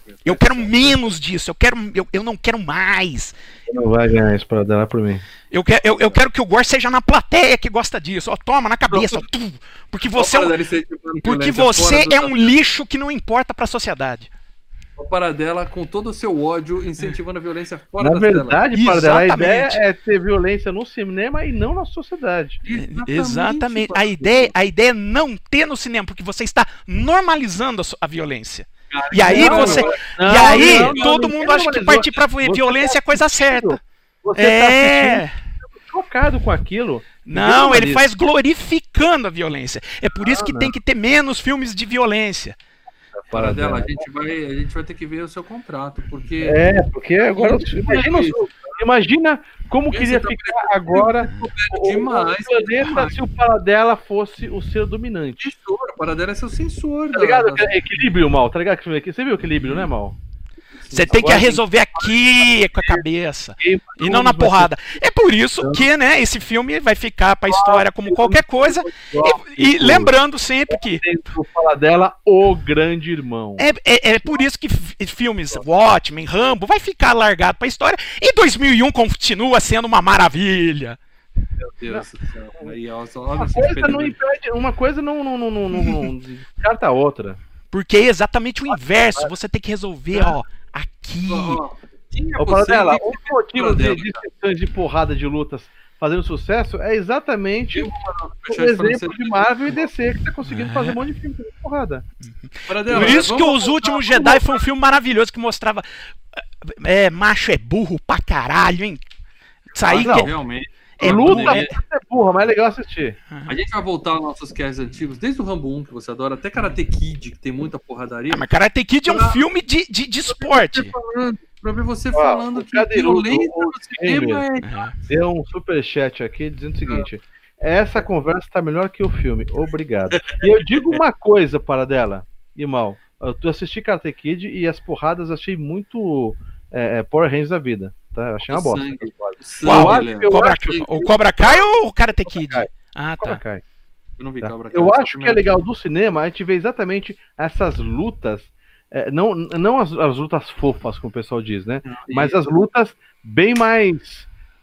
Speaker 1: Eu quero menos disso, eu, quero, eu, eu não quero mais.
Speaker 3: Não vai ganhar isso para dar pra mim.
Speaker 1: Eu quero, eu, eu quero que o gore seja na plateia que gosta disso. Ó, toma, na cabeça. Ó, tum, porque você, é um, porque você é um lixo que não importa pra sociedade.
Speaker 2: O Paradela com todo o seu ódio incentivando a violência fora
Speaker 3: na
Speaker 2: da
Speaker 3: verdade,
Speaker 2: tela.
Speaker 3: Paradela, a ideia é ter violência no cinema e não na sociedade.
Speaker 1: Exatamente. Exatamente. A ideia, a ideia é não ter no cinema, porque você está normalizando a, a violência. Cara, e aí não, você, não, e aí não, não, todo mundo acha que partir para violência é coisa certa.
Speaker 3: Você
Speaker 1: é.
Speaker 3: Tá chocado com aquilo.
Speaker 1: Não, ele faz glorificando a violência. É por isso que tem que ter menos filmes de violência.
Speaker 2: Paradela, a gente vai, a gente vai ter que ver o seu contrato, porque
Speaker 3: é, porque agora imagina, imagina como Esse queria ficar agora
Speaker 2: demais,
Speaker 3: o planeta se o Paradela fosse o ser dominante.
Speaker 2: Censor, o Paradela é seu censor.
Speaker 3: Tá ligado? Da... Equilíbrio, Mal, tá ligado? Você viu o equilíbrio, né, Mal?
Speaker 1: Você tem que resolver aqui com a cabeça e não na porrada. É por isso que, né, esse filme vai ficar pra história como qualquer coisa. E, e lembrando sempre que
Speaker 3: fala dela o grande irmão.
Speaker 1: É, é, é por isso que filmes Watchmen, Rambo vai ficar largado pra história. E dois mil e um continua sendo uma maravilha.
Speaker 2: Meu Deus do céu. Aí, ó, só,
Speaker 3: uma, coisa não impede, uma coisa não, não, não, não, não descarta a outra.
Speaker 1: Porque é exatamente o inverso. Você tem que resolver, ó. Aqui.
Speaker 3: Oh, oh. Ô, Paradela, um motivo de, de sessões de porrada de lutas fazendo sucesso é exatamente o exemplo de Marvel e D C que tá conseguindo fazer um monte de filme de porrada.
Speaker 1: Paradela, por isso que Os Últimos Jedi foi um filme maravilhoso que mostrava é, macho é burro pra caralho, hein? Sair
Speaker 2: ah,
Speaker 1: que...
Speaker 2: realmente.
Speaker 3: É luta é burra, mas é legal assistir.
Speaker 2: A gente vai voltar aos nossos casts antigos, desde o Rambo um, que você adora, até Karate Kid, que tem muita porradaria.
Speaker 1: Ah, mas Karate Kid é um filme de, de, de esporte.
Speaker 2: Falando, pra ver você falando ah, que violência no cinema é...
Speaker 3: Deu um superchat aqui dizendo o seguinte: essa conversa tá melhor que o filme, obrigado. E eu digo uma coisa, Paradela e Mal, eu assisti Karate Kid e as porradas achei muito é, Power Rangers da vida. Tá? Eu achei uma bosta.
Speaker 2: Sangue.
Speaker 1: Qual? Sangue, eu Cobra, acho que... O Cobra Kai ou o Karate Kid? Ah, tá.
Speaker 3: Kai.
Speaker 2: Eu não vi
Speaker 3: tá.
Speaker 2: Cobra Kai.
Speaker 3: Eu acho que é legal do cinema a gente ver exatamente essas lutas, é, não, não as, as lutas fofas, como o pessoal diz, né? Não, mas as lutas bem mais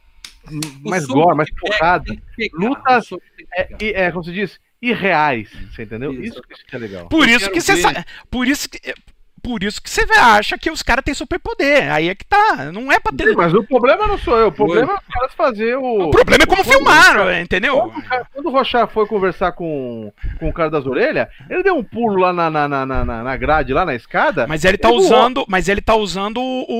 Speaker 3: mais gore, mais porrada. Lutas, é, é, como se diz, irreais, você entendeu? Isso, isso que é legal.
Speaker 1: Por isso que você sabe, por isso que Por isso que você acha que os caras têm superpoder. Aí é que tá. Não é pra ter.
Speaker 3: Sim, mas o problema não sou eu. O problema é os caras fazer o.
Speaker 1: O problema é como o filmaram, entendeu?
Speaker 3: Quando o, cara, quando o Rochard foi conversar com, com o cara das orelhas, ele deu um pulo lá na, na, na, na, na grade, lá na escada.
Speaker 1: Mas ele tá ele usando. Voou. Mas ele tá usando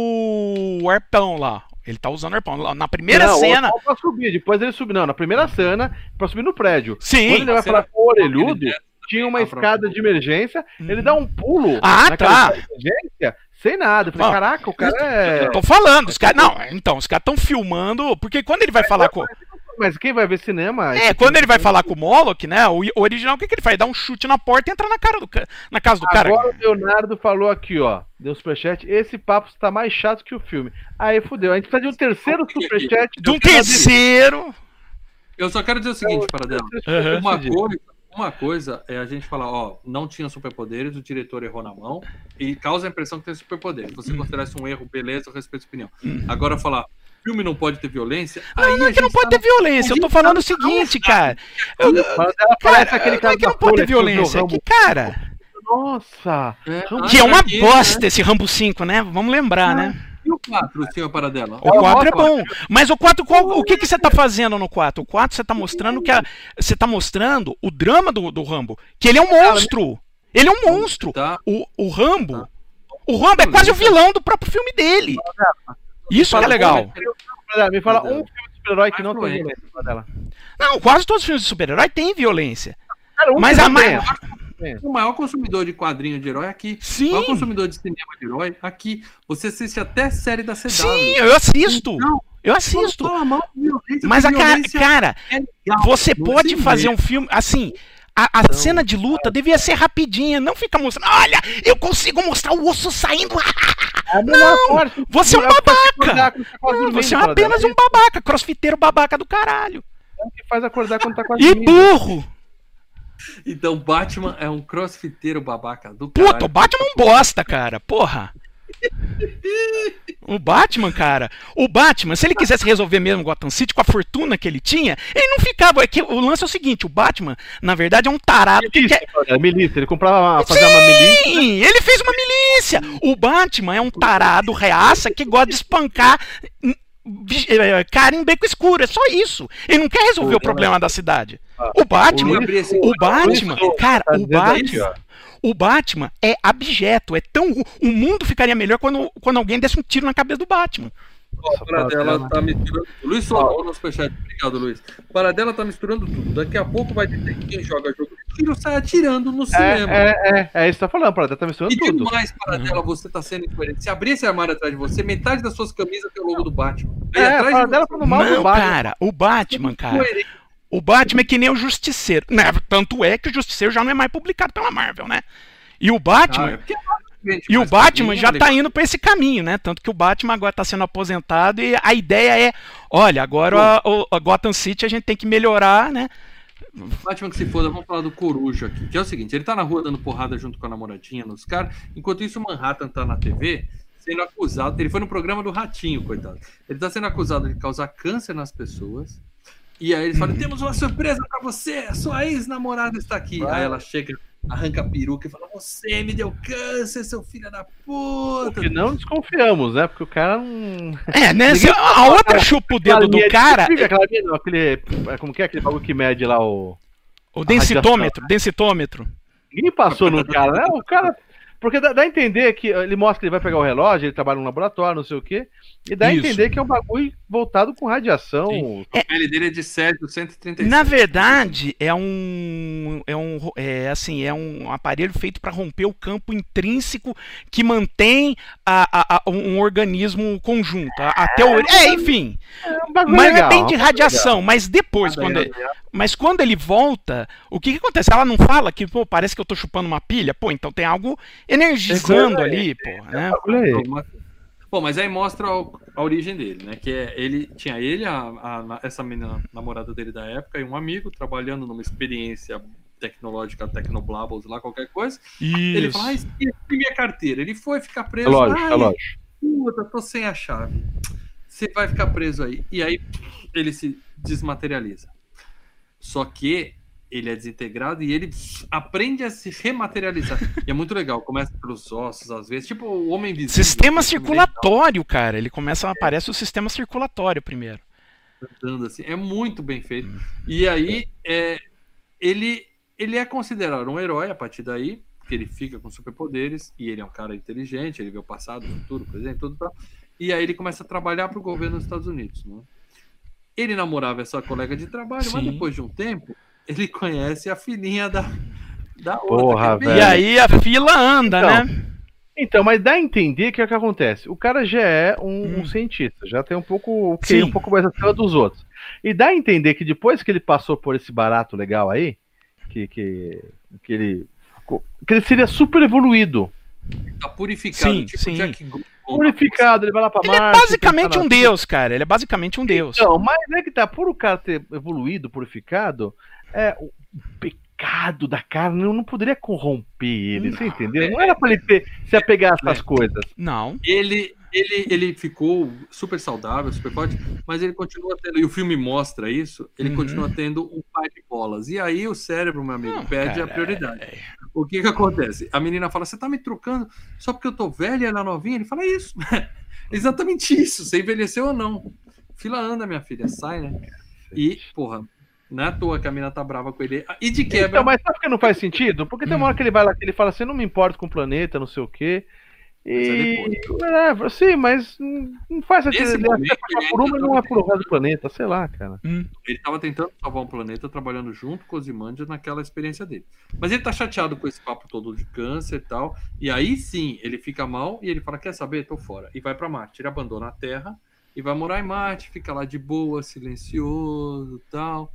Speaker 1: o, o arpão lá. Ele tá usando o arpão. Na primeira
Speaker 3: não,
Speaker 1: cena.
Speaker 3: O pra subir, depois ele subiu. Não, na primeira cena, pra subir no prédio.
Speaker 1: Sim.
Speaker 3: Quando ele vai falar com o orelhudo. Tinha uma escada de emergência, hum. ele dá um pulo
Speaker 1: ah,
Speaker 3: na
Speaker 1: tá.
Speaker 3: de emergência, sem nada. Eu falei, caraca, o cara é...
Speaker 1: Eu tô falando, os caras... Não, então, os caras estão filmando, porque quando ele vai
Speaker 3: mas,
Speaker 1: falar com...
Speaker 3: Mas quem vai ver cinema...
Speaker 1: É, quando ele vai falar com o Moloch, né, o original, o que, que ele faz? Dá um chute na porta e entra na, cara do, na casa do cara.
Speaker 3: Agora o Leonardo falou aqui, ó, deu superchat, esse papo está mais chato que o filme. Aí, fudeu, a gente precisa de um terceiro superchat.
Speaker 1: De um terceiro...
Speaker 2: Eu só quero dizer o seguinte, Paradela. Uhum. Uma coisa... Uma coisa é a gente falar, ó, não tinha superpoderes, o diretor errou na mão e causa a impressão que tem superpoderes. Se você hum. considerar isso um erro, beleza, eu respeito a opinião. Hum. Agora falar, filme não pode ter violência...
Speaker 1: Não,
Speaker 2: aí
Speaker 1: não é que não pode ter violência, eu tô falando o seguinte, cara. Eu, cara, aquele cara que não pode ter violência, é que, cara...
Speaker 3: Nossa!
Speaker 1: É, que é uma bosta né? esse Rambo cinco, né? Vamos lembrar, ah. né?
Speaker 2: E o quatro, senhor Paradela?
Speaker 1: O quatro é bom. Mas o quatro, qual, o que, que você tá fazendo no quatro? O quatro você tá mostrando que a, você tá mostrando o drama do, do Rambo. Que ele é um monstro. Ele é um monstro. O, o Rambo. O Rambo é quase o vilão do próprio filme dele. Isso que é legal.
Speaker 3: Me fala um filme de super-herói que não tem violência.
Speaker 1: Não, quase todos os filmes de super-herói têm violência. Mas a mais.
Speaker 2: O maior consumidor de quadrinho de herói aqui.
Speaker 1: Sim.
Speaker 2: O maior consumidor de cinema de herói aqui. Você assiste até série da C W.
Speaker 1: Sim, eu assisto. Então, eu assisto. Mas a cara, cara é você pode fazer um filme assim. A, a cena de luta devia ser rapidinha, não fica mostrando. Olha, eu consigo mostrar o osso saindo. Não, você é um babaca. Não, você é apenas um babaca, crossfiteiro babaca do caralho.
Speaker 3: É o que faz acordar quando tá quase
Speaker 1: e burro.
Speaker 2: Então, Batman é um crossfiteiro babaca do caralho.
Speaker 1: Puta, o Batman é um bosta, cara. Porra. O Batman, cara, o Batman, se ele quisesse resolver mesmo Gotham City com a fortuna que ele tinha, ele não ficava. É que o lance é o seguinte: o Batman, na verdade, é um tarado que
Speaker 3: Milícia,
Speaker 1: quer.
Speaker 3: é milícia, ele comprava, fazia uma milícia.
Speaker 1: Sim, ele fez uma milícia. O Batman é um tarado reaça que gosta de espancar cara em beco escuro. É só isso. Ele não quer resolver o problema da cidade. O Batman, o Batman, cara, o Batman. O Batman é abjeto, é tão. O mundo ficaria melhor quando, quando alguém desse um tiro na cabeça do Batman.
Speaker 2: Ó, a Paradela tá misturando. Luiz Solon, no superchat. Obrigado, Luiz. Paradela tá misturando tudo. Daqui a pouco vai ter quem joga jogo de tiro sai atirando no cinema.
Speaker 3: É, é, é, é isso que tá falando, Paradela tá misturando
Speaker 2: e
Speaker 3: tudo.
Speaker 2: E demais, Paradela, você tá sendo incoerente. Se abrir esse armário atrás de você, metade das suas camisas tem o logo do Batman. Aí
Speaker 3: É,
Speaker 2: atrás
Speaker 3: Paradela
Speaker 2: de
Speaker 3: falando mal
Speaker 1: Não,
Speaker 3: do Batman.
Speaker 1: cara, o Batman, cara. O Batman é que nem o Justiceiro. Né? Tanto é que o Justiceiro já não é mais publicado pela Marvel, né? E o Batman.
Speaker 2: Ah, é
Speaker 1: e o Batman já tá indo pra esse caminho, né? Tanto que o Batman agora tá sendo aposentado e a ideia é: olha, agora a, a Gotham City a gente tem que melhorar, né?
Speaker 2: Batman que se foda, vamos falar do Coruja aqui. Que é o seguinte: ele tá na rua dando porrada junto com a namoradinha nos caras. Enquanto isso, o Manhattan tá na T V sendo acusado. Ele foi no programa do Ratinho, coitado. Ele tá sendo acusado de causar câncer nas pessoas. E aí eles falam: uhum. Temos uma surpresa pra você, a sua ex-namorada está aqui. Vai. Aí ela chega, arranca a peruca e fala: você me deu câncer, seu filho da puta.
Speaker 3: Porque não desconfiamos, né? Porque o cara não.
Speaker 1: É, né? Se a outra chupa o dedo do cara.
Speaker 3: De... Aquela... Aquele... Como que é aquele bagulho que mede lá o.
Speaker 1: O densitômetro, né? Densitômetro.
Speaker 3: Ninguém passou no cara, né? O cara. Porque dá, dá a entender que ele mostra que ele vai pegar o relógio, ele trabalha no laboratório, não sei o quê. E dá Isso. a entender que é um bagulho voltado com radiação.
Speaker 2: Sim. A pele dele é de Césio cento e trinta e seis.
Speaker 1: Na verdade, é um. É um. É assim, é um aparelho feito para romper o campo intrínseco que mantém a, a, a, um organismo conjunto. A, a teoria. É, enfim.
Speaker 3: É um bagulho
Speaker 1: mas
Speaker 3: legal,
Speaker 1: tem de
Speaker 3: um
Speaker 1: radiação,
Speaker 3: legal.
Speaker 1: Mas depois,
Speaker 3: ah,
Speaker 1: quando
Speaker 3: é,
Speaker 1: ele, mas quando ele volta, o que, que acontece? Ela não fala que, pô, parece que eu tô chupando uma pilha? Pô, então tem algo energizando
Speaker 3: é,
Speaker 1: ali,
Speaker 3: é,
Speaker 1: pô,
Speaker 3: é,
Speaker 1: né?
Speaker 2: É, Bom, mas aí mostra a origem dele, né? Que é ele tinha ele, a, a, essa menina namorada dele da época, e um amigo trabalhando numa experiência tecnológica, Tecnoblabos, lá, qualquer coisa.
Speaker 1: Isso.
Speaker 2: Ele fala: ah, esqueci minha carteira. Ele foi ficar preso.
Speaker 3: Relógio,
Speaker 2: ah,
Speaker 3: relógio.
Speaker 2: Puta, tô sem a chave. Você vai ficar preso aí. E aí ele se desmaterializa. Só que ele é desintegrado e ele aprende a se rematerializar. E é muito legal. Começa pelos ossos, às vezes. Tipo o Homem Invisível.
Speaker 1: Sistema circulatório, cara. Ele começa, é. aparece o sistema circulatório primeiro.
Speaker 2: Andando assim. É muito bem feito. Hum. E aí, é, ele, ele é considerado um herói a partir daí, porque ele fica com superpoderes, e ele é um cara inteligente, ele vê o passado, o futuro, o presente, tudo tal. E aí ele começa a trabalhar para o governo dos Estados Unidos. Né? Ele namorava essa colega de trabalho, Sim. mas depois de um tempo, ele conhece a filhinha da, da
Speaker 3: Porra,
Speaker 2: outra.
Speaker 3: velho.
Speaker 1: E aí a fila anda,
Speaker 3: então,
Speaker 1: né?
Speaker 3: Então, mas dá a entender que é o que acontece. O cara já é um, hum. um cientista, já tem um pouco o que um pouco mais acima dos outros. E dá a entender que depois que ele passou por esse barato legal aí, que, que, que, ele, que ele seria super evoluído.
Speaker 2: Tá purificado,
Speaker 1: sim,
Speaker 2: tipo
Speaker 1: sim.
Speaker 2: Jack...
Speaker 3: Purificado, ele vai lá pra
Speaker 1: Ele
Speaker 3: Marte.
Speaker 1: é basicamente um deus, cara. Ele é basicamente um deus.
Speaker 3: Então, mas é que tá, por o cara ter evoluído, purificado, é, o pecado da carne não, não poderia corromper ele, não, você entendeu? É, não era pra ele ter, se apegar a essas é. coisas.
Speaker 1: Não.
Speaker 2: Ele, ele, ele ficou super saudável, super forte, mas ele continua tendo, e o filme mostra isso, ele uhum. continua tendo um par de bolas. E aí o cérebro, meu amigo, não, perde cara, a prioridade. É... O que que acontece? A menina fala: você tá me trocando só porque eu tô velha e ela novinha? Ele fala: isso. Exatamente isso. Você envelheceu ou não? Fila anda, minha filha. Sai, né? E, porra, não é à toa que a menina tá brava com ele. E de quebra...
Speaker 3: Então, mas sabe por que não faz sentido? Porque tem uma hora que ele vai lá, que ele fala assim: não me importo com o planeta, não sei o quê. E... É, sim, mas não faz sentido. Ele é por uma e não é por o resto do planeta, sei lá, cara.
Speaker 2: Hum. Ele tava tentando salvar um planeta, trabalhando junto com os Ozymandias naquela experiência dele. Mas ele tá chateado com esse papo todo de câncer e tal. E aí sim, ele fica mal e ele fala: quer saber? Tô fora. E vai pra Marte. Ele abandona a Terra e vai morar em Marte, fica lá de boa, silencioso e tal.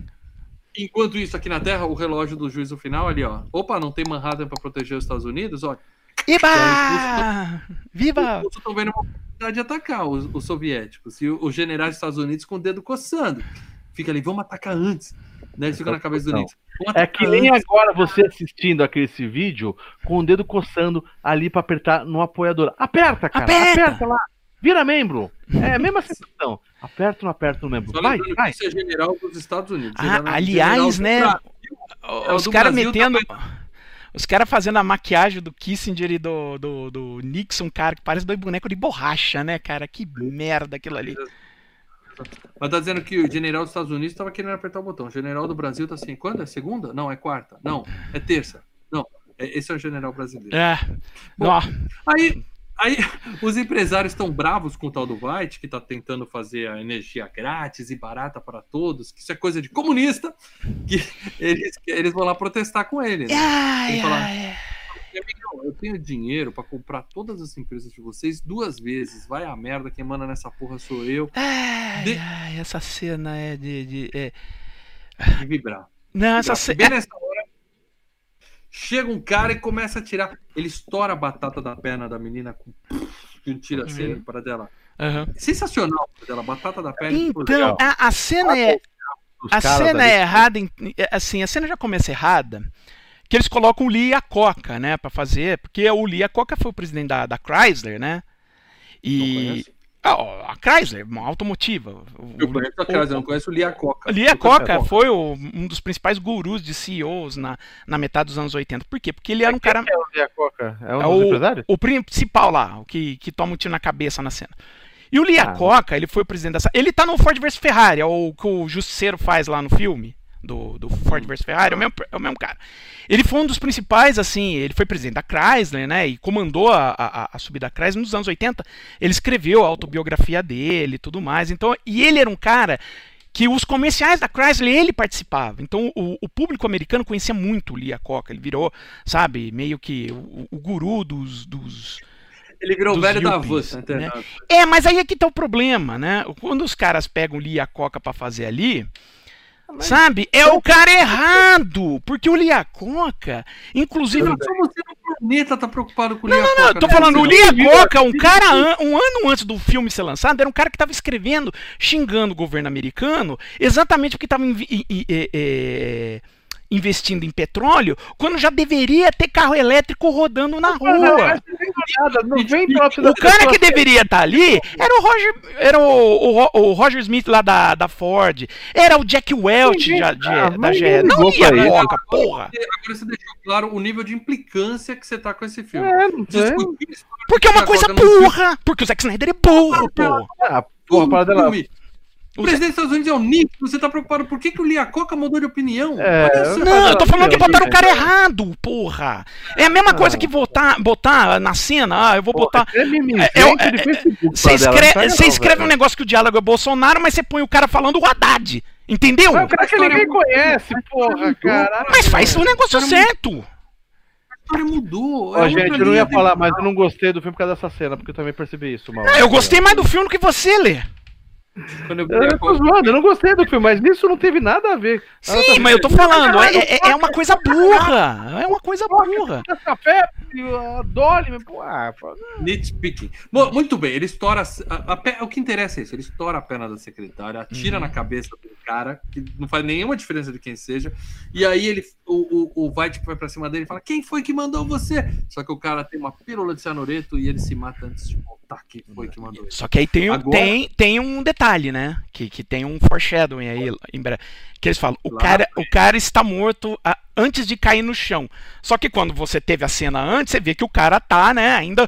Speaker 2: Enquanto isso, aqui na Terra, o relógio do juízo final ali, ó. Opa, não tem Manhattan pra proteger os Estados Unidos? Ó.
Speaker 1: Iba! Então, Viva!
Speaker 2: Os russos estão vendo uma oportunidade de atacar os, os soviéticos. E os generais dos Estados Unidos com o dedo coçando. Fica ali: vamos atacar antes. Né? Eles ficam na cabeça do Nixon.
Speaker 3: É que nem agora você assistindo aquele esse vídeo com o dedo coçando ali pra apertar no apoiador. Aperta, cara.
Speaker 1: Aperta,
Speaker 3: aperta lá. Vira membro. É a mesma sensação. Aperta ou não aperta no membro?
Speaker 2: Só
Speaker 3: Vai,
Speaker 2: lembrando
Speaker 3: vai.
Speaker 2: que isso é general dos Estados Unidos.
Speaker 1: Ah,
Speaker 2: General-
Speaker 1: aliás,
Speaker 2: general
Speaker 1: né?
Speaker 2: do Brasil. É, o
Speaker 1: Os
Speaker 2: do
Speaker 1: caras
Speaker 2: Brasil
Speaker 1: metendo.
Speaker 2: também.
Speaker 1: Os caras fazendo a maquiagem do Kissinger e do, do, do Nixon, cara, que parece dois bonecos de borracha, né, cara? Que merda aquilo ali.
Speaker 2: Mas tá dizendo que o general dos Estados Unidos tava querendo apertar o botão. O general do Brasil tá assim, quando? É segunda? Não, é quarta. Não, é terça. Não, é- esse é o general brasileiro.
Speaker 1: É.
Speaker 2: Bom,
Speaker 1: Ó,
Speaker 2: Aí, aí os empresários estão bravos com o tal do White, que tá tentando fazer a energia grátis e barata para todos, que isso é coisa de comunista, que eles, eles vão lá protestar com ele. Né?
Speaker 1: ai,
Speaker 2: Tem que falar,
Speaker 1: ai.
Speaker 2: amigão, eu tenho dinheiro para comprar todas as empresas de vocês duas vezes. Vai a merda, quem manda nessa porra sou eu.
Speaker 1: Ai,
Speaker 2: De-
Speaker 1: ai, essa cena é de. de é...
Speaker 2: E vibrar.
Speaker 1: Não, essa
Speaker 2: E
Speaker 1: cena.
Speaker 2: bem nessa hora, chega um cara e começa a tirar. Ele estoura a batata da perna da menina com um tira assim para dela.
Speaker 1: Aham.
Speaker 2: Sensacional para dela, batata da perna.
Speaker 1: Então,
Speaker 3: legal.
Speaker 1: a, a cena é.
Speaker 3: Os
Speaker 1: A
Speaker 3: caras
Speaker 1: cena
Speaker 3: ali-
Speaker 1: é errada, em- é, assim, a cena já começa errada, que eles colocam o Lee Iacocca, né, pra fazer, porque o Lee Iacocca foi o presidente da, da Chrysler, né,
Speaker 2: Não
Speaker 1: e...
Speaker 2: conheço.
Speaker 1: Ah, ó, a Chrysler, uma automotiva. O-
Speaker 2: Eu conheço a Chrysler, eu não conheço o Lia Coca.
Speaker 1: O Lee Iacocca foi o- um dos principais gurus de C E Os na, na metade dos anos oitenta. Por quê? Porque ele era um cara...
Speaker 3: É o Lia Coca? É um
Speaker 1: É
Speaker 3: dos
Speaker 1: o,
Speaker 3: empresários?
Speaker 1: o principal lá, o que, que toma um tiro na cabeça na cena. E o Lee
Speaker 3: Ah.
Speaker 1: Iacocca, ele foi o presidente dessa... Ele tá no Ford versus Ferrari, é o que o Justiceiro faz lá no filme, do, do Ford versus Ferrari, é o, mesmo, é o mesmo cara. Ele foi um dos principais, assim, ele foi presidente da Chrysler, né, e comandou a, a, a subida da Chrysler nos anos oitenta. Ele escreveu a autobiografia dele e tudo mais. Então, e ele era um cara que os comerciais da Chrysler, ele participava. Então, o, o público americano conhecia muito o Lee Iacocca. Ele virou, sabe, meio que o, o guru dos... dos
Speaker 2: Ele virou o
Speaker 1: dos
Speaker 2: velho da
Speaker 1: yuppies,
Speaker 2: Van, tá
Speaker 1: né?
Speaker 2: entendendo?
Speaker 1: É, mas aí é que tá o problema, né? Quando os caras pegam o Lee Iacocca pra fazer ali, sabe? É o cara errado, porque o Lee Iacocca, inclusive...
Speaker 2: Só você no planeta tá preocupado com o Lia Coca.
Speaker 1: Não, eu tô
Speaker 2: né?
Speaker 1: falando, o
Speaker 2: Você
Speaker 1: Lee
Speaker 2: não-
Speaker 1: Iacocca, um cara, an- um ano antes do filme ser lançado, era um cara que tava escrevendo, xingando o governo americano, exatamente porque tava invi- i- i- i- eh, investindo em petróleo, quando já deveria ter carro elétrico rodando na rua.
Speaker 3: Não vem pra
Speaker 1: O cara que deveria estar ali era o Roger, era o, o, Ro- o Roger Smith lá da, da Ford, era o Jack Welch
Speaker 3: Ninguém-
Speaker 1: já- de-
Speaker 3: ah,
Speaker 1: da
Speaker 3: mas
Speaker 1: G M.
Speaker 3: ninguém
Speaker 1: Não
Speaker 3: ligou
Speaker 1: ia
Speaker 3: pra isso.
Speaker 1: Coca, porra.
Speaker 2: Agora você deixou claro o nível de implicância que você tá com esse filme.
Speaker 3: É, não tem.
Speaker 2: Discutir isso
Speaker 1: Porque é uma
Speaker 2: Lia
Speaker 1: coisa
Speaker 2: Coca no filme.
Speaker 1: burra. Porque o Zack Snyder é burro, pô.
Speaker 3: Ah, porra, para dela.
Speaker 2: Filme. O presidente dos Estados Unidos é o Nick, você tá preocupado por que, que o Lia Coca mudou de opinião?
Speaker 3: É,
Speaker 2: Olha só.
Speaker 1: Não, eu tô falando que
Speaker 3: Deus,
Speaker 1: botaram o cara
Speaker 3: gente.
Speaker 1: errado, porra. É a mesma coisa que botar, botar na cena, ah, eu vou botar.
Speaker 3: É mimizento
Speaker 1: É, é,
Speaker 3: de Facebook.
Speaker 1: Você
Speaker 3: pra dela,
Speaker 1: escreve,
Speaker 3: não
Speaker 1: você
Speaker 3: pega não,
Speaker 1: escreve um
Speaker 3: velho.
Speaker 1: negócio que o diálogo é Bolsonaro, mas você põe o cara falando o Haddad. Entendeu?
Speaker 3: Mas o cara que ninguém conhece, porra, cara.
Speaker 1: Mas faz o negócio certo.
Speaker 2: A história mudou.
Speaker 3: Ó,
Speaker 2: é
Speaker 3: gente,
Speaker 2: outra
Speaker 3: eu não ia
Speaker 2: linha
Speaker 3: falar,
Speaker 2: de-
Speaker 3: mas eu não gostei do filme por causa dessa cena, porque eu também percebi isso, mal.
Speaker 1: Eu gostei mais do filme do que você, Lê.
Speaker 2: Quando eu vi
Speaker 3: Eu,
Speaker 2: Lia
Speaker 3: eu tô
Speaker 2: Coca,
Speaker 3: zoando, eu não gostei do filme, mas nisso não teve nada a ver.
Speaker 1: Sim, mas eu tô falando, é, é- é uma coisa burra. É uma coisa burra.
Speaker 3: Café, a Dolly, mas, pô, ah, pô,
Speaker 2: nitpicking. Bom, muito bem, ele estoura. A, a pe- o que interessa é isso: ele estoura a perna da secretária, atira na cabeça do cara, que não faz nenhuma diferença de quem seja. E aí ele, o, o, o White vai pra cima dele e fala: quem foi que mandou você? Só que o cara tem uma pílula de cianureto e ele se mata antes de contar quem foi que mandou ele.
Speaker 1: Só que aí tem, um-
Speaker 2: Agora-
Speaker 1: tem, tem um detalhe, né? Que, que tem um foreshadowing aí, em breve. Que eles falam, o,
Speaker 2: Claro.
Speaker 1: cara, o cara está morto ah, antes de cair no chão. Só que quando você teve a cena antes, você vê que o cara tá, né, ainda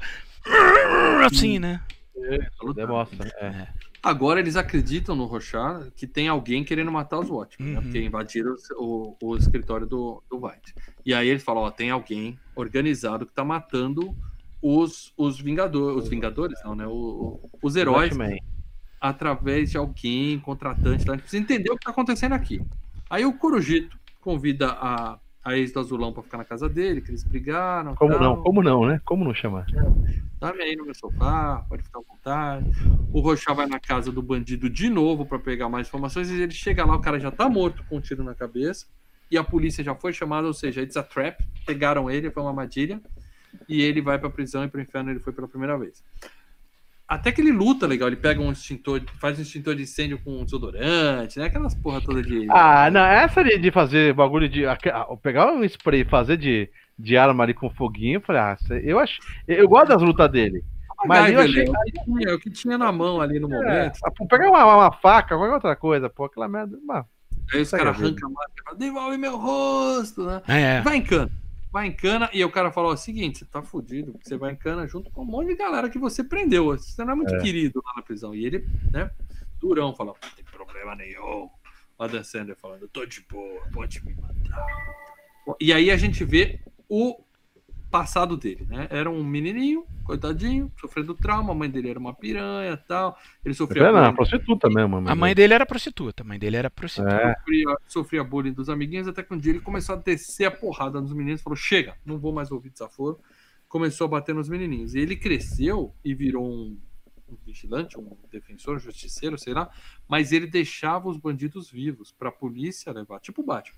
Speaker 1: assim, né?
Speaker 3: demonstra. É.
Speaker 2: Agora eles acreditam no Rorschach que tem alguém querendo matar os Watchmen, né?
Speaker 1: Uhum.
Speaker 2: Porque invadiram o, o, o escritório do, do White. E aí eles falam, ó, tem alguém organizado que tá matando os, os Vingadores, os Vingadores não, né? O, o- os heróis
Speaker 3: Watchmen.
Speaker 2: através de alguém, contratante. Lá. A gente precisa entender o que tá acontecendo aqui. Aí o Corujito convida a, a ex do Azulão pra ficar na casa dele, que eles brigaram.
Speaker 3: Como
Speaker 2: tal.
Speaker 3: não? Como não, né? Como não chamar?
Speaker 2: Dorme aí no meu sofá, pode ficar à vontade. O Rorschach vai na casa do bandido de novo pra pegar mais informações e ele chega lá, o cara já tá morto com um tiro na cabeça e a polícia já foi chamada, ou seja, it's a trap, pegaram ele, foi uma armadilha e ele vai pra prisão e pro inferno ele foi pela primeira vez. Até que ele luta legal, ele pega um extintor, faz um extintor de incêndio com um desodorante, né? Aquelas porra toda de...
Speaker 3: Ah, não, essa de, de fazer bagulho de... Pegar um spray e fazer de, de arma ali com foguinho, eu falei, ah, eu acho... Eu gosto das lutas dele. Mas eu achei...
Speaker 2: É o que tinha na mão ali no momento.
Speaker 3: É, pegar uma, uma faca, qualquer outra coisa, pô, aquela merda... Mano,
Speaker 2: aí os caras arrancam a máscara, devolve meu rosto, né?
Speaker 1: É.
Speaker 2: Vai em cana. Vai em cana, e o cara falou o seguinte, você tá fudido, porque você vai em cana junto com um monte de galera que você prendeu, você não é muito é. querido lá na prisão, e ele, né, durão, falou, não tem problema nenhum, o Adam Sandler falando, eu tô de boa, pode me matar. E aí a gente vê o passado dele, né, era um menininho, coitadinho, sofrendo trauma, a mãe dele era uma piranha e tal, ele sofria...
Speaker 3: É, não, prostituta mesmo.
Speaker 1: A mãe dele era prostituta, a mãe dele era prostituta.
Speaker 2: É. Sofria, sofria bullying dos amiguinhos, até que um dia ele começou a descer a porrada nos meninos, falou, chega, não vou mais ouvir desaforo, começou a bater nos menininhos. E ele cresceu e virou um, um vigilante, um defensor, um justiceiro, sei lá, mas ele deixava os bandidos vivos pra polícia levar, tipo o Batman.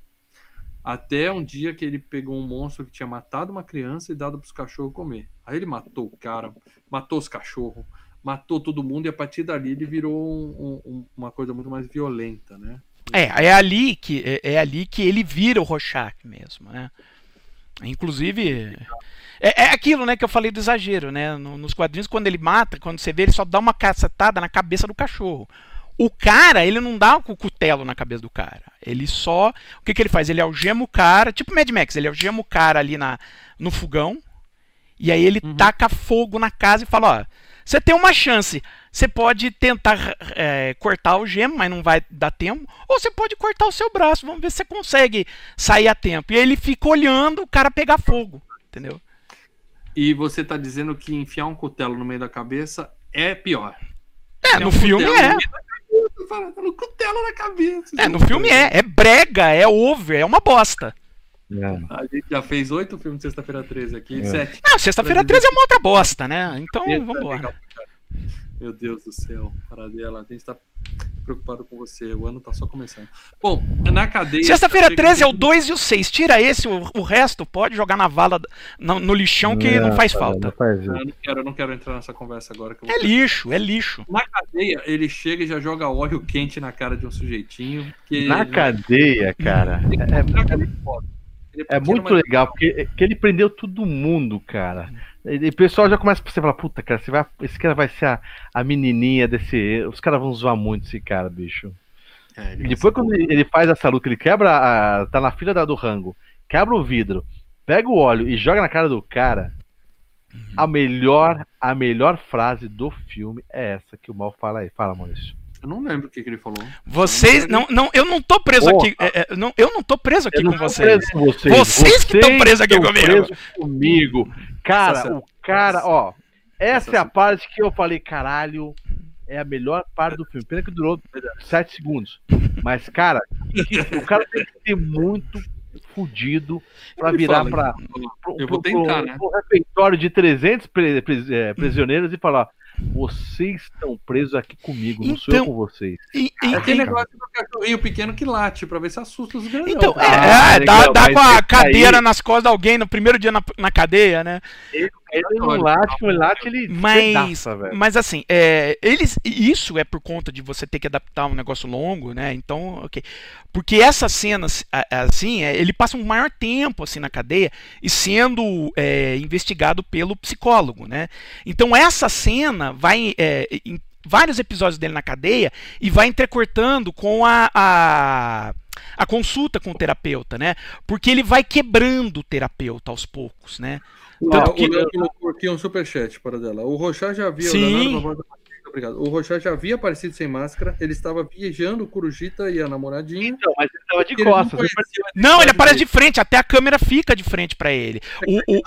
Speaker 2: Até um dia que ele pegou um monstro que tinha matado uma criança e dado pros cachorros comer. Aí ele matou o cara, matou os cachorros, matou todo mundo e a partir dali ele virou um, um, uma coisa muito mais violenta, né?
Speaker 1: É, é ali que, é, é ali que ele vira o Rorschach mesmo, né? Inclusive, é, é aquilo, né, que eu falei do exagero, né? No, nos quadrinhos, quando ele mata, quando você vê, ele só dá uma cacetada na cabeça do cachorro. O cara, ele não dá o cutelo na cabeça do cara. Ele só... O que, que ele faz? Ele algema o cara, tipo Mad Max, ele algema o cara ali na, no fogão, e aí ele uhum. taca fogo na casa e fala, ó, você tem uma chance, você pode tentar é, cortar o gemo, mas não vai dar tempo, ou você pode cortar o seu braço, vamos ver se você consegue sair a tempo. E aí ele fica olhando o cara pegar fogo, entendeu?
Speaker 2: E você tá dizendo que enfiar um cutelo no meio da cabeça é pior.
Speaker 1: É, no um filme é.
Speaker 2: No cutelo na cabeça.
Speaker 1: É, no filme é. É brega, é over, é uma bosta.
Speaker 2: É. A gente já fez oito filmes de Sexta-feira treze aqui, é. sete.
Speaker 1: Não, Sexta-feira treze é uma outra bosta, né? Então, vamos embora.
Speaker 2: Meu Deus do céu, Paradela, a gente tá preocupado com você, o ano tá só começando. Bom, na cadeia...
Speaker 1: Sexta-feira treze é o dois e o seis, tira esse, o, o resto pode jogar na vala, no, no lixão que é, não faz cara, falta.
Speaker 3: Não faz
Speaker 2: eu, não quero, eu não quero entrar nessa conversa agora. Que eu
Speaker 1: é lixo, é lixo.
Speaker 2: Na cadeia, ele chega e já joga óleo quente na cara de um sujeitinho. Que
Speaker 3: na ele... cadeia, cara, é, é, é muito legal, porque que ele prendeu todo mundo, cara. E o pessoal já começa a falar, puta, cara, você vai, esse cara vai ser a, a menininha desse... Os caras vão zoar muito esse cara, bicho. É, e depois quando ele, ele faz essa luta, ele quebra a... Tá na fila da, do rango, quebra o vidro, pega o óleo e joga na cara do cara. Uhum. A melhor, a melhor frase do filme é essa que o Mal fala aí. Fala, Maurício.
Speaker 2: Eu não lembro o que, que ele falou.
Speaker 1: Vocês. Não, não, eu não tô preso oh, aqui. É, é, não, eu não tô preso aqui com vocês.
Speaker 3: Com vocês.
Speaker 1: Vocês. Vocês que estão presos aqui comigo. Preso
Speaker 3: comigo. Cara, Nossa, o cara, ó. Essa é a parte que eu falei, caralho. É a melhor parte do filme. Pena que durou sete segundos. Mas, cara, o cara tem que ser muito fudido pra virar fala, pra, pro,
Speaker 2: eu vou tentar,
Speaker 3: pro,
Speaker 2: né?
Speaker 3: pro refeitório de trezentos pre, pre, é, prisioneiros e falar: vocês estão presos aqui comigo, não então, sou eu com vocês.
Speaker 2: E, e, é aquele negócio do cachorrinho pequeno que late pra ver se assusta os grandes.
Speaker 1: Então, é, ah, é legal, dá, dá com a cadeira aí... nas costas de alguém no primeiro dia na, na cadeia, né?
Speaker 3: Ele, ele não late, ele late, ele
Speaker 1: mas, pedaça, mas assim, é, eles, isso é por conta de você ter que adaptar um negócio longo, né? Então, ok. Porque essas cenas, assim, ele passa um maior tempo assim na cadeia e sendo é, investigado pelo psicólogo, né? Então essa cena vai é, em vários episódios dele na cadeia e vai entrecortando com a, a, a consulta com o terapeuta, né? Porque ele vai quebrando o terapeuta aos poucos, né?
Speaker 2: Tanto que... O aqui um superchat para dela. O Rorschach já havia...
Speaker 1: Sim.
Speaker 2: O Obrigado. O Rorschach já havia aparecido sem máscara, ele estava viajando o Corujita e a namoradinha.
Speaker 3: Então, mas ele estava de costas.
Speaker 1: Ele não, não, ele aparece de frente, até a câmera fica de frente para ele. O, o,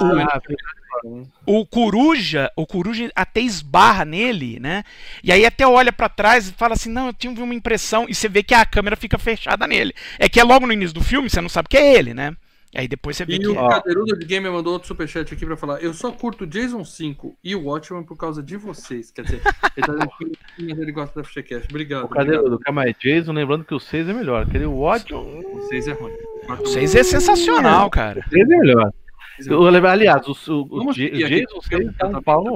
Speaker 1: o, o, o Coruja, o Coruja até esbarra nele, né? E aí até olha para trás e fala assim, não, eu tive uma impressão, e você vê que a câmera fica fechada nele. É que é logo no início do filme, você não sabe que é ele, né? Aí depois você vê
Speaker 2: e
Speaker 1: que...
Speaker 2: E o Cadeirudo de Gamer mandou outro superchat aqui pra falar: eu só curto Jason cinco e o Watchmen por causa de vocês. Quer dizer, ele tá dizendo que ele gosta da FGCast. Obrigado.
Speaker 3: O Cadeirudo, calma aí. Jason, lembrando que o seis é melhor. Aquele Watchmen...
Speaker 2: O seis é ruim.
Speaker 1: O seis é sensacional, cara.
Speaker 3: O seis é melhor. Eu, aliás, o, o, o Jason seis tá um pau no Watchmen.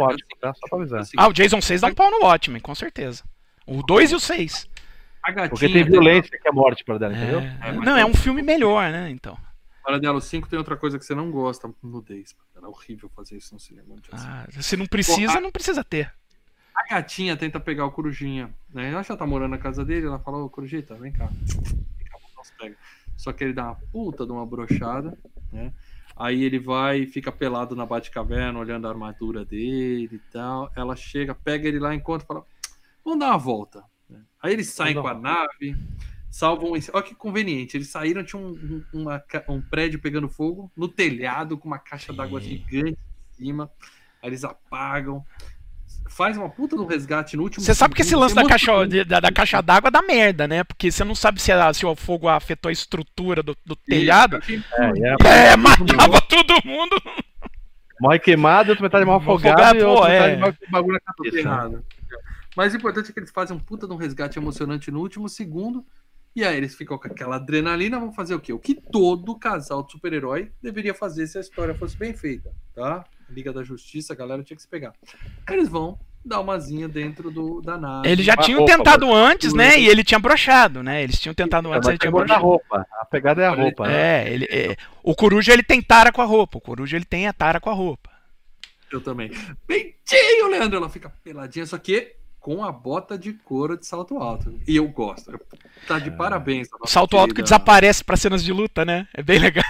Speaker 3: tá? Só pra avisar.
Speaker 2: Assim,
Speaker 1: Ah, o Jason seis dá um pau no Watchmen, com certeza. O dois e o seis.
Speaker 2: a gatinha
Speaker 3: Porque tem violência que é morte pra dela, entendeu?
Speaker 1: É,
Speaker 2: É, mas
Speaker 1: não, é
Speaker 2: tem-
Speaker 1: um filme melhor, né? Então.
Speaker 2: Para dela, o cinco tem outra coisa que você não gosta, nudez. É horrível fazer isso no cinema.
Speaker 1: Ah, se não precisa,
Speaker 2: Bom, a-
Speaker 1: não precisa ter.
Speaker 2: A gatinha tenta pegar o Corujinha, né? Ela já tá morando na casa dele, ela fala, ô Corujita, vem cá. Vem cá, vamos pega. Só que ele dá uma puta de uma brochada, né? Aí ele vai e fica pelado na Batcaverna, olhando a armadura dele e tal. Ela chega, pega ele lá, encontra e fala, vamos dar uma volta. né? Aí eles saem
Speaker 3: Vamos
Speaker 2: com a nave, salvam esse. Olha que conveniente, eles saíram, tinha um, um, uma ca- um prédio pegando fogo, no telhado, com uma caixa d'água gigante em cima. Aí eles apagam. Faz uma puta do resgate no último
Speaker 1: Você sabe que esse
Speaker 2: segundo,
Speaker 1: lance da caixa,
Speaker 2: emocionante.
Speaker 1: de- da, da caixa d'água dá merda, né? Porque você não sabe se, a- se o fogo afetou a estrutura do, do telhado.
Speaker 3: É, é.
Speaker 1: É, matava todo mundo.
Speaker 3: Morre queimado, outra metade morre
Speaker 1: Morre
Speaker 3: afogado
Speaker 1: afogado,
Speaker 3: e outra
Speaker 1: pô,
Speaker 3: metade
Speaker 1: é.
Speaker 3: morre com bagulho na
Speaker 2: Tudo
Speaker 3: cabeça.
Speaker 2: errado. Mas o importante é que eles fazem um puta de um resgate emocionante no último segundo. E aí eles ficam com aquela adrenalina. Vão fazer o quê? O que todo casal de super-herói deveria fazer se a história fosse bem feita, tá? Liga da Justiça, a galera tinha que se pegar. Eles vão dar uma zinha dentro do, da nave.
Speaker 1: Eles já
Speaker 3: Uma
Speaker 1: tinham
Speaker 3: roupa,
Speaker 1: tentado antes, né?
Speaker 2: roupa.
Speaker 1: E ele tinha brochado, né? Eles tinham tentado antes,
Speaker 3: Mas
Speaker 1: ele tinha
Speaker 3: tem que botar
Speaker 1: brochado.
Speaker 3: roupa. A pegada é a roupa, né?
Speaker 1: É, ele, é, o Coruja ele tem tara com a roupa. O Coruja ele tem a tara com a roupa.
Speaker 2: Eu também. Bentinho, Leandro! Ela fica peladinha, só que com a bota de couro de salto alto. E eu gosto. Eu- Tá de parabéns. a
Speaker 1: O
Speaker 2: nossa
Speaker 1: salto alto que
Speaker 2: querida-
Speaker 1: desaparece pra cenas de luta, né? É bem legal.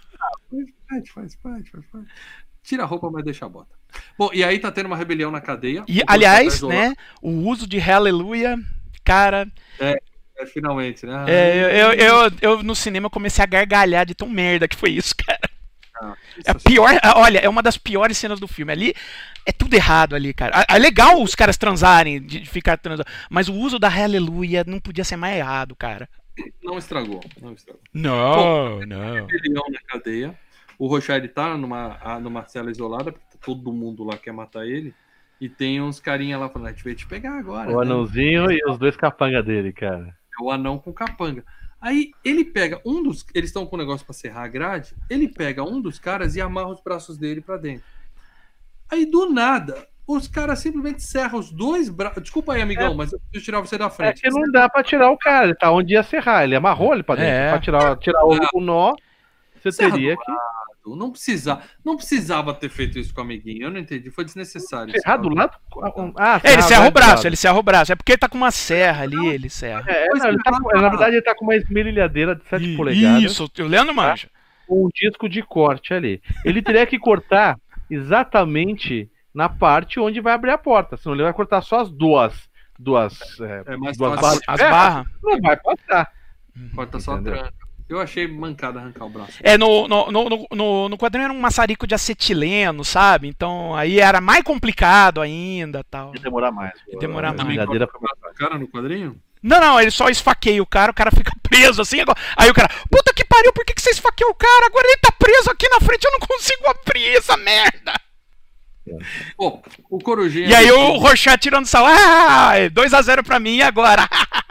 Speaker 2: Faz, faz, faz, faz, faz. Tira a roupa, mas deixa a bota. Bom, e aí tá tendo uma rebelião na cadeia.
Speaker 1: E,
Speaker 2: O corpo
Speaker 1: aliás,
Speaker 2: tá
Speaker 1: né? O uso de Hallelujah, cara.
Speaker 2: É, finalmente, né?
Speaker 1: É, eu, eu, eu no cinema comecei a gargalhar de tão merda que foi isso, cara.
Speaker 2: Ah,
Speaker 1: É a pior, olha, é uma das piores cenas do filme. Ali é tudo errado ali, cara. É legal os caras transarem, de ficar transando, mas o uso da Hallelujah não podia ser mais errado, cara.
Speaker 2: Não estragou, não estragou.
Speaker 1: Não, não.
Speaker 2: Rebelião na cadeia. O Rochard tá numa, ah, numa cela isolada, porque todo mundo lá quer matar ele. E tem uns carinha lá falando, a gente veio te pegar agora.
Speaker 3: O
Speaker 2: né?
Speaker 3: anãozinho e os dois capangas dele, cara.
Speaker 2: É o anão com capanga. Aí ele pega um dos. Eles estão com o negócio pra serrar a grade. Ele pega um dos caras e amarra os braços dele pra dentro. Aí do nada, os caras simplesmente serram os dois braços. Desculpa aí, amigão,
Speaker 3: É.
Speaker 2: mas eu preciso tirar você da
Speaker 3: É
Speaker 2: frente.
Speaker 3: que não dá pra tirar o cara, ele tá onde ia serrar, ele amarrou ele pra dentro.
Speaker 1: É.
Speaker 3: Pra tirar, tirar o, o nó, você
Speaker 2: Serra
Speaker 3: teria
Speaker 2: do
Speaker 3: que
Speaker 2: Não precisava, não precisava ter feito isso com o amiguinho. Eu não entendi. Foi desnecessário.
Speaker 3: serrar do lado. Ah,
Speaker 1: É, ele serra o
Speaker 3: do
Speaker 1: braço,
Speaker 3: lado.
Speaker 1: ele serra o braço. É porque ele tá com uma serra ali, ele serra.
Speaker 3: É, não, ele tá com- na verdade, ele tá com uma esmerilhadeira de sete
Speaker 1: Ih,
Speaker 3: polegadas.
Speaker 1: Isso, o Leandro manja.
Speaker 3: Com um disco de corte ali. Ele teria que cortar exatamente na parte onde vai abrir a porta. Senão ele vai cortar só as duas. Duas. É,
Speaker 2: É mais
Speaker 3: duas
Speaker 2: fácil.
Speaker 3: barras de
Speaker 1: As
Speaker 3: ferro.
Speaker 1: barras.
Speaker 3: Não vai passar.
Speaker 2: Corta só a
Speaker 3: Entendeu?
Speaker 2: tranca. Eu achei mancada arrancar o braço.
Speaker 1: É, no, no, no, no, no quadrinho era um maçarico de acetileno, sabe? Então aí era mais complicado ainda tal.
Speaker 3: Ia demorar mais.
Speaker 1: Ia demorar
Speaker 3: A
Speaker 1: mais.
Speaker 3: brigadeira
Speaker 2: Corta o braço na cara no quadrinho?
Speaker 1: Não, não, ele só esfaqueia o cara, o cara fica preso assim. Agora... Aí o cara, puta que pariu, por que, que você esfaqueou o cara? Agora ele tá preso aqui na frente, eu não consigo abrir essa merda.
Speaker 2: Bom, o Corujinha.
Speaker 1: E aí o Rorschach tirando sal, ah, dois a zero pra mim e agora.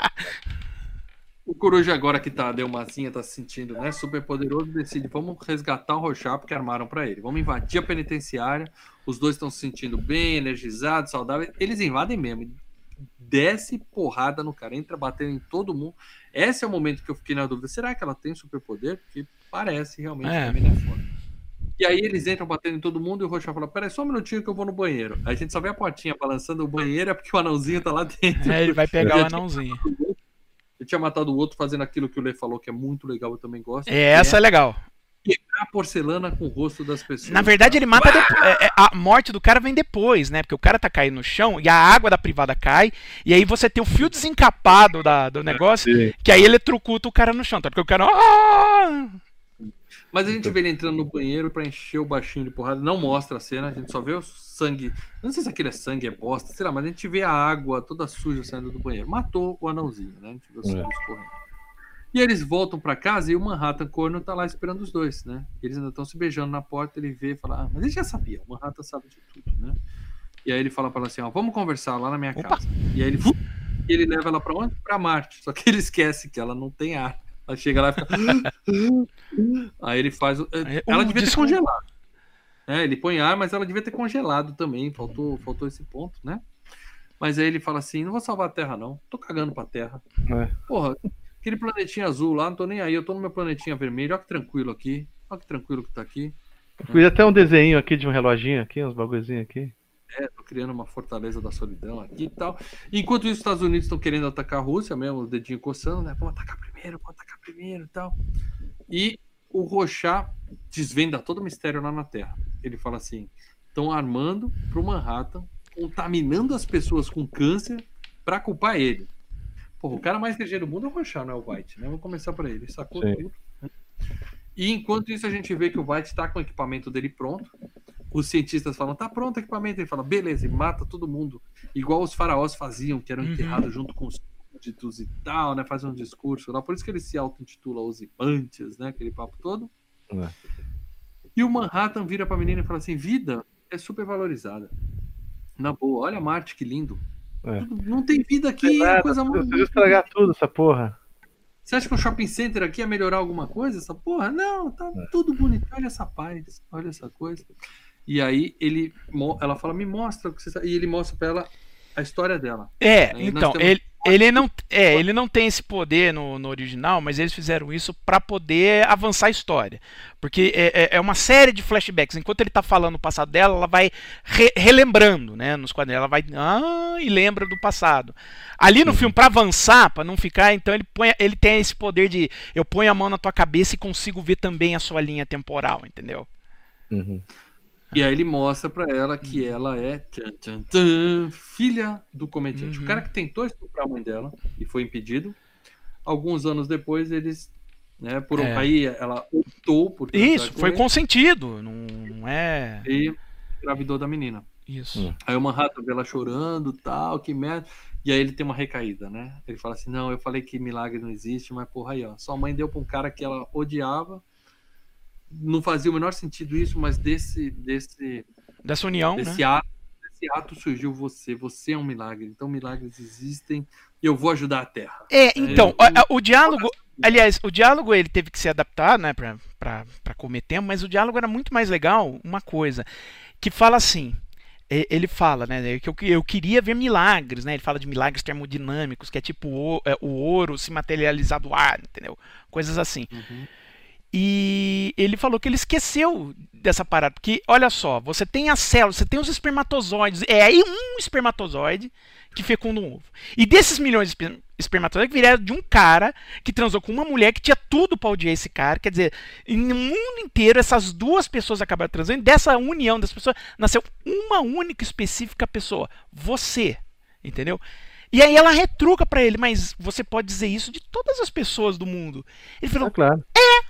Speaker 2: O Coruja agora que tá, deu uma asinha, tá se sentindo, né, super poderoso, decide, vamos resgatar o Rorschach porque armaram pra ele. Vamos invadir a penitenciária. Os dois estão se sentindo bem, energizados, saudáveis. Eles invadem mesmo. Desce porrada no cara, entra batendo em todo mundo. Esse é o momento que eu fiquei na dúvida. Será que ela tem superpoder? Porque parece realmente
Speaker 1: É.
Speaker 2: que a mina é foda. E aí eles entram batendo em todo mundo e o Rorschach fala, peraí só um minutinho que eu vou no banheiro. Aí a gente só vê a portinha balançando o banheiro, é porque o anãozinho tá lá dentro.
Speaker 1: É, ele vai pegar
Speaker 2: Eu
Speaker 1: o
Speaker 2: já
Speaker 1: anãozinho.
Speaker 2: Eu tinha matado o outro fazendo aquilo que o Lê falou, que é muito legal, eu também gosto.
Speaker 1: É, essa é legal.
Speaker 2: Quebrar a porcelana com o rosto das pessoas.
Speaker 1: Na verdade, ele mata depois. É, é, a morte do cara vem depois, né? Porque o cara tá caindo no chão e a água da privada cai. E aí você tem o fio desencapado da, do negócio.
Speaker 3: Sim.
Speaker 1: Que aí ele eletrocuta o cara no chão. Tá? Porque o cara. Ah!
Speaker 2: Mas a gente vê ele entrando no banheiro pra encher o baixinho de porrada. Não mostra a cena, a gente só vê o sangue. Não sei se aquele é sangue, é bosta, sei lá, mas a gente vê a água toda suja saindo do banheiro. Matou o anãozinho, né? A gente vê o sangue escorrendo. E eles voltam pra casa e o Manhattan corno tá lá esperando os dois, né? Eles ainda estão se beijando na porta, ele vê e fala, ah, mas ele já sabia, o Manhattan sabe de tudo, né? E aí ele fala pra ela assim, ó, vamos conversar lá na minha
Speaker 1: Opa.
Speaker 2: casa. E aí ele, e ele leva ela pra onde? Pra Marte. Só que ele esquece que ela não tem ar. Ela chega lá e fica... Aí ele faz o...
Speaker 1: É,
Speaker 2: Ela
Speaker 1: um
Speaker 2: devia ter
Speaker 1: disco-
Speaker 2: congelado. É, ele põe ar, mas ela devia ter congelado também. Faltou, faltou esse ponto, né? Mas aí ele fala assim, não vou salvar a Terra, não. Tô cagando pra Terra.
Speaker 3: É.
Speaker 2: Porra, aquele planetinha azul lá, não tô nem aí. Eu tô no meu planetinha vermelho. Olha que tranquilo aqui. Olha que tranquilo que tá aqui.
Speaker 3: Eu fiz até um desenho aqui de um reloginho aqui, uns bagulhozinhos aqui.
Speaker 2: É, tô criando uma fortaleza da solidão aqui e tal. Enquanto isso, os Estados Unidos estão querendo atacar a Rússia mesmo, o dedinho coçando, né? Vamos atacar primeiro, vamos atacar primeiro e tal. E o Rorschach desvenda todo o mistério lá na Terra. Ele fala assim, estão armando pro Manhattan, contaminando as pessoas com câncer pra culpar ele. Porra, o cara mais ligeiro do mundo é o Rorschach, não é o White, né? Vamos começar por ele, ele sacou
Speaker 3: Sim.
Speaker 2: tudo. E enquanto isso a gente vê que o White tá com o equipamento dele pronto. Os cientistas falam, tá pronto o equipamento. Ele fala, beleza, e mata todo mundo. Igual os faraós faziam, que eram
Speaker 1: Uhum.
Speaker 2: enterrados junto com os súditos e tal, né? Fazem um discurso lá. Por isso que ele se auto-intitula Os Imantes, né? Aquele papo todo.
Speaker 3: É.
Speaker 2: E o Manhattan vira pra menina e fala assim, vida é super valorizada. Na boa, olha Marte, que lindo.
Speaker 3: É.
Speaker 2: Não tem vida aqui, é
Speaker 3: Nada,
Speaker 2: coisa
Speaker 3: você
Speaker 2: muito...
Speaker 3: vai estragar tudo, essa porra.
Speaker 2: Você acha que o shopping center aqui ia melhorar alguma coisa? Essa porra? Não, tá tudo bonito. Olha essa paz, olha essa coisa. E aí ele, ela fala, me mostra o que você sabe. E ele mostra pra ela a história dela.
Speaker 1: É,
Speaker 2: Aí
Speaker 1: então,
Speaker 2: nós temos-
Speaker 1: ele, ele, não, é, ele não tem esse poder no, no original, mas eles fizeram isso pra poder avançar a história. Porque é, é- é uma série de flashbacks. Enquanto ele tá falando o passado dela, ela vai re- relembrando, né? Nos quadrinhos. Ela vai. Ah, e lembra do passado. Ali no filme, pra avançar, pra não ficar, então ele, põe, ele tem esse poder de. Eu ponho a mão na tua cabeça e consigo ver também a sua linha temporal, entendeu?
Speaker 3: Uhum.
Speaker 2: E aí ele mostra pra ela que ela é tchan, tchan, tchan, filha do comediante.
Speaker 1: Uhum.
Speaker 2: O cara que tentou estuprar a mãe dela e foi impedido. Alguns anos depois, eles. Né, por um,
Speaker 1: É.
Speaker 2: Aí ela optou por transar
Speaker 1: Isso,
Speaker 2: com
Speaker 1: foi
Speaker 2: ele
Speaker 1: consentido. Não, não é.
Speaker 2: e engravidou da menina.
Speaker 1: Isso.
Speaker 3: Hum.
Speaker 2: Aí o Manhattan vê ela chorando, tal, que merda. E aí ele tem uma recaída, né? Ele fala assim, não, eu falei que milagre não existe, mas porra aí, ó. Sua mãe deu pra um cara que ela odiava. Não fazia o menor sentido isso, mas desse, desse,
Speaker 1: Dessa união,
Speaker 2: desse,
Speaker 1: né?
Speaker 2: ato, desse ato surgiu você. Você é um milagre. Então milagres existem e eu vou ajudar a Terra.
Speaker 1: É, então,
Speaker 2: eu-
Speaker 1: a- a- o diálogo. Aliás, o diálogo ele teve que se adaptar, né, pra, pra, pra comer tempo, mas o diálogo era muito mais legal. Uma coisa que fala assim. e- Ele fala, né, que eu, que eu queria ver milagres, né? Ele fala de milagres termodinâmicos, que é tipo o, é, o ouro se materializar do ar, entendeu? Coisas assim.
Speaker 2: Uhum.
Speaker 1: E ele falou que ele esqueceu dessa parada. Porque, olha só, você tem as células, você tem os espermatozoides. É aí um espermatozoide que fecunda um ovo. E desses milhões de esper- espermatozoides vieram de um cara que transou com uma mulher que tinha tudo pra odiar esse cara. Quer dizer, no mundo inteiro, essas duas pessoas acabaram transando. E dessa união das pessoas, nasceu uma única específica pessoa. Você. Entendeu? E aí ela retruca pra ele, mas você pode dizer isso de todas as pessoas do mundo. Ele falou,
Speaker 3: É claro.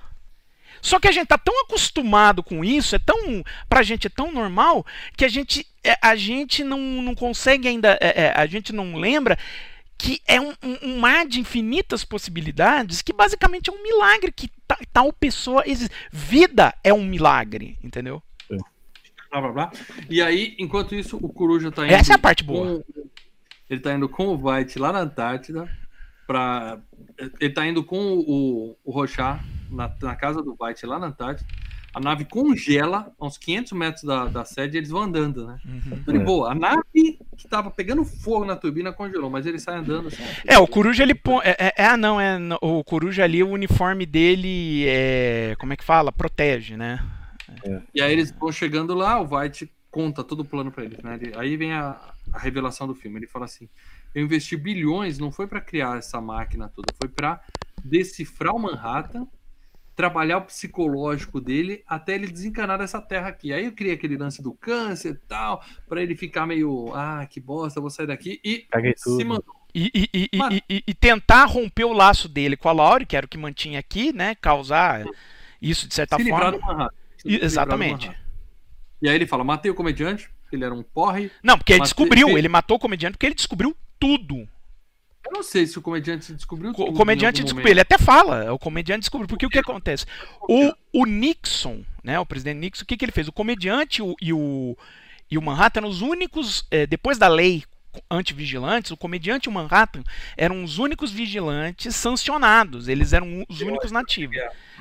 Speaker 1: só que a gente tá tão acostumado com isso, é tão, pra gente é tão normal, que a gente, é, a gente não, não consegue ainda, é, é, a gente não lembra que é um, um- um mar de infinitas possibilidades, que basicamente é um milagre que ta- tal pessoa existe. Vida é um milagre, entendeu?
Speaker 2: Blá, blá, blá. E aí, enquanto isso, o Coruja tá indo.
Speaker 1: Essa é a parte boa.
Speaker 2: com- Ele tá indo com o White lá na Antártida. Pra... Ele tá indo com o, o Rorschach na, na casa do White lá na Antártida. A nave congela a uns quinhentos metros da, da sede e eles vão andando, né?
Speaker 1: Uhum.
Speaker 2: Então, ele,
Speaker 3: É.
Speaker 2: boa, a nave que tava pegando fogo na turbina congelou, mas ele sai andando assim.
Speaker 1: É, o Coruja ele põe. É, é, é, ah, não, é. n- O Coruja ali, o uniforme dele é. Como é que fala? Protege, né?
Speaker 2: E aí eles vão chegando lá, o White conta todo o plano pra eles, né? Ele- aí vem a, a revelação do filme. Ele fala assim: eu investi bilhões, não foi pra criar essa máquina toda, foi pra decifrar o Manhattan, trabalhar o psicológico dele até ele desencanar dessa terra aqui. Aí eu criei aquele lance do câncer e tal, pra ele ficar meio, ah, que bosta, vou sair daqui. E
Speaker 3: Caguei
Speaker 2: se
Speaker 3: tudo.
Speaker 2: mandou.
Speaker 1: E, e- e- e-
Speaker 2: Mano.
Speaker 1: e- e- e tentar romper o laço dele com a Laurie, que era o que mantinha aqui, né? Causar isso de certa
Speaker 2: Se livrar
Speaker 1: forma.
Speaker 2: do Manhattan. Se
Speaker 1: E-
Speaker 2: livrar do
Speaker 1: exatamente.
Speaker 2: Manhattan. E aí ele fala, matei o comediante, ele era um porre.
Speaker 1: Não, porque ele
Speaker 2: Mas
Speaker 1: descobriu,
Speaker 2: ele-
Speaker 1: ele matou o comediante porque ele descobriu tudo.
Speaker 2: Eu não sei se o comediante descobriu
Speaker 1: O
Speaker 2: tudo
Speaker 1: comediante
Speaker 2: em algum
Speaker 1: descobriu, ele
Speaker 2: momento.
Speaker 1: até fala, o comediante descobriu, porque o que acontece? O, o Nixon, né, o presidente Nixon, o que, que ele fez? O comediante o- e o, e o Manhattan eram os únicos, eh, depois da lei anti-vigilantes, o comediante e o Manhattan eram os únicos vigilantes sancionados, eles eram os únicos nativos.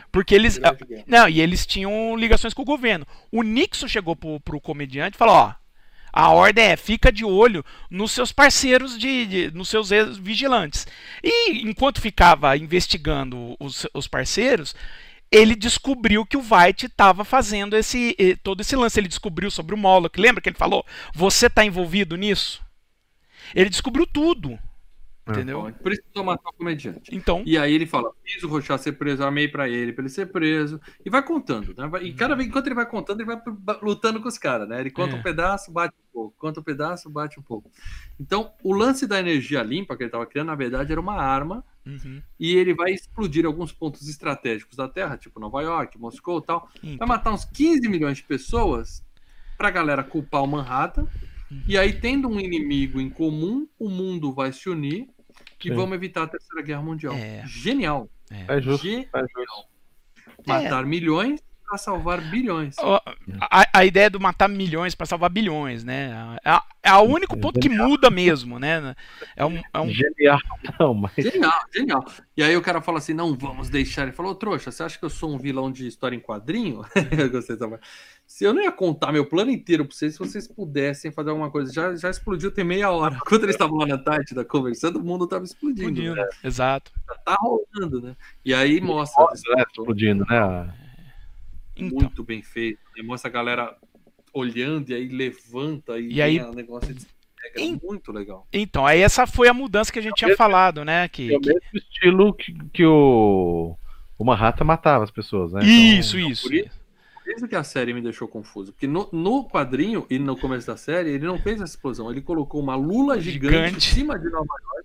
Speaker 1: Porque eles.
Speaker 2: Final de guerra.
Speaker 1: Não, e eles tinham ligações com o governo. O Nixon chegou pro, pro comediante e falou: ó, a ordem é, fica de olho nos seus parceiros, de, de nos seus vigilantes. E enquanto ficava investigando os, os parceiros, ele descobriu que o Veidt estava fazendo esse, todo esse lance. Ele descobriu sobre o Moloch. Lembra que ele falou, você está envolvido nisso? Ele descobriu tudo. Entendeu?
Speaker 2: Então, precisou matar o comediante.
Speaker 1: Então,
Speaker 2: E aí ele fala, fiz o Rochat ser preso, armei pra ele, pra ele ser preso. E vai contando, né? Vai- E cada vez, enquanto ele vai contando, ele vai ba- lutando com os caras, né? Ele conta
Speaker 1: É.
Speaker 2: um pedaço, bate um pouco. Conta um pedaço, bate um pouco. Então, o lance da energia limpa que ele tava criando, na verdade, era uma arma.
Speaker 1: uhum,
Speaker 2: E ele vai explodir alguns pontos estratégicos da Terra, tipo Nova York, Moscou e tal. Vai
Speaker 1: então,
Speaker 2: matar uns quinze milhões de pessoas pra galera culpar o Manhattan. E aí, tendo um inimigo em comum, o mundo vai se unir e
Speaker 3: Sim.
Speaker 2: vamos evitar a Terceira Guerra Mundial.
Speaker 1: É.
Speaker 2: Genial.
Speaker 3: É justo.
Speaker 2: Genial.
Speaker 3: É justo.
Speaker 2: Matar milhões pra salvar bilhões.
Speaker 1: Ó, a, a ideia do matar milhões para salvar bilhões, né? É, a- é o único ponto que muda mesmo, né? É um, é um-
Speaker 3: Genial, não, mas.
Speaker 2: Genial, genial. E aí o cara fala assim, não vamos deixar. Ele falou, trouxa, você acha que eu sou um vilão de história em quadrinho? Eu gostei dessa parte. Se eu não ia contar meu plano inteiro pra vocês, se vocês pudessem fazer alguma coisa. Já, já explodiu tem meia hora. Quando eles estavam lá na Antártida conversando, o mundo tava explodindo.
Speaker 1: explodindo.
Speaker 2: Né?
Speaker 1: Exato.
Speaker 2: Já tá rolando, né? E aí mostra.
Speaker 3: Né, explodindo, né?
Speaker 1: Então,
Speaker 2: Muito bem feito. E mostra a galera olhando e aí levanta e,
Speaker 1: E aí-
Speaker 2: tem o negócio de é
Speaker 1: Em-
Speaker 2: muito legal.
Speaker 1: então, aí essa foi a mudança que a gente tinha falado, né?
Speaker 3: É
Speaker 1: Que,
Speaker 3: o
Speaker 1: que-
Speaker 3: mesmo estilo que, que o, o Manhattan matava as pessoas, né? Então,
Speaker 1: Isso, isso.
Speaker 2: por isso- Por isso que a série me deixou confuso. Porque no, no quadrinho e no começo da série, ele não fez essa explosão. Ele colocou uma lula gigante,
Speaker 1: Gigante.
Speaker 2: em cima de Nova York.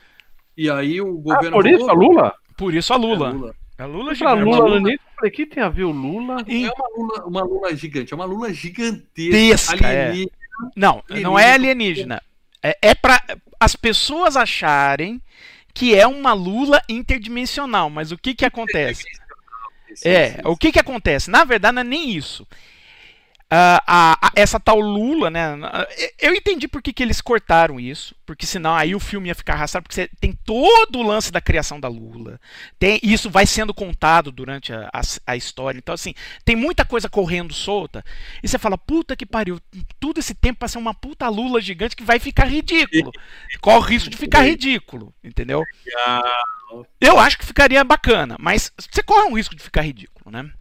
Speaker 2: E aí o
Speaker 3: Ah,
Speaker 2: governo.
Speaker 3: por isso a Lula?
Speaker 1: Por isso a
Speaker 2: É,
Speaker 1: Lula.
Speaker 2: Lula.
Speaker 1: A Lula
Speaker 3: Pra
Speaker 1: gigante.
Speaker 3: Lula
Speaker 2: Lula.
Speaker 3: no início, eu falei, que tem a ver o Lula?
Speaker 1: E-
Speaker 2: Não é uma lula, uma lula gigante, é uma lula gigantesca.
Speaker 1: Tesca, é.
Speaker 2: alienígena.
Speaker 1: Não, não é alienígena. É, é para as pessoas acharem que é uma Lula interdimensional. Mas o que que acontece?
Speaker 2: Esse-
Speaker 1: É,
Speaker 2: esse-
Speaker 1: o que que acontece? Na verdade, não é nem isso. Ah, a- a- essa tal Lula, né? Eu entendi por que, que eles cortaram isso, porque senão aí o filme ia ficar arrastado, porque você tem todo o lance da criação da Lula. Tem, isso vai sendo contado durante a, a, a história. Então, assim, tem muita coisa correndo solta. E você fala, puta que pariu, tudo esse tempo pra ser uma puta Lula gigante que vai ficar ridículo. Corre o risco de ficar ridículo, entendeu? Eu acho que ficaria bacana, mas você corre um risco de ficar ridículo, né?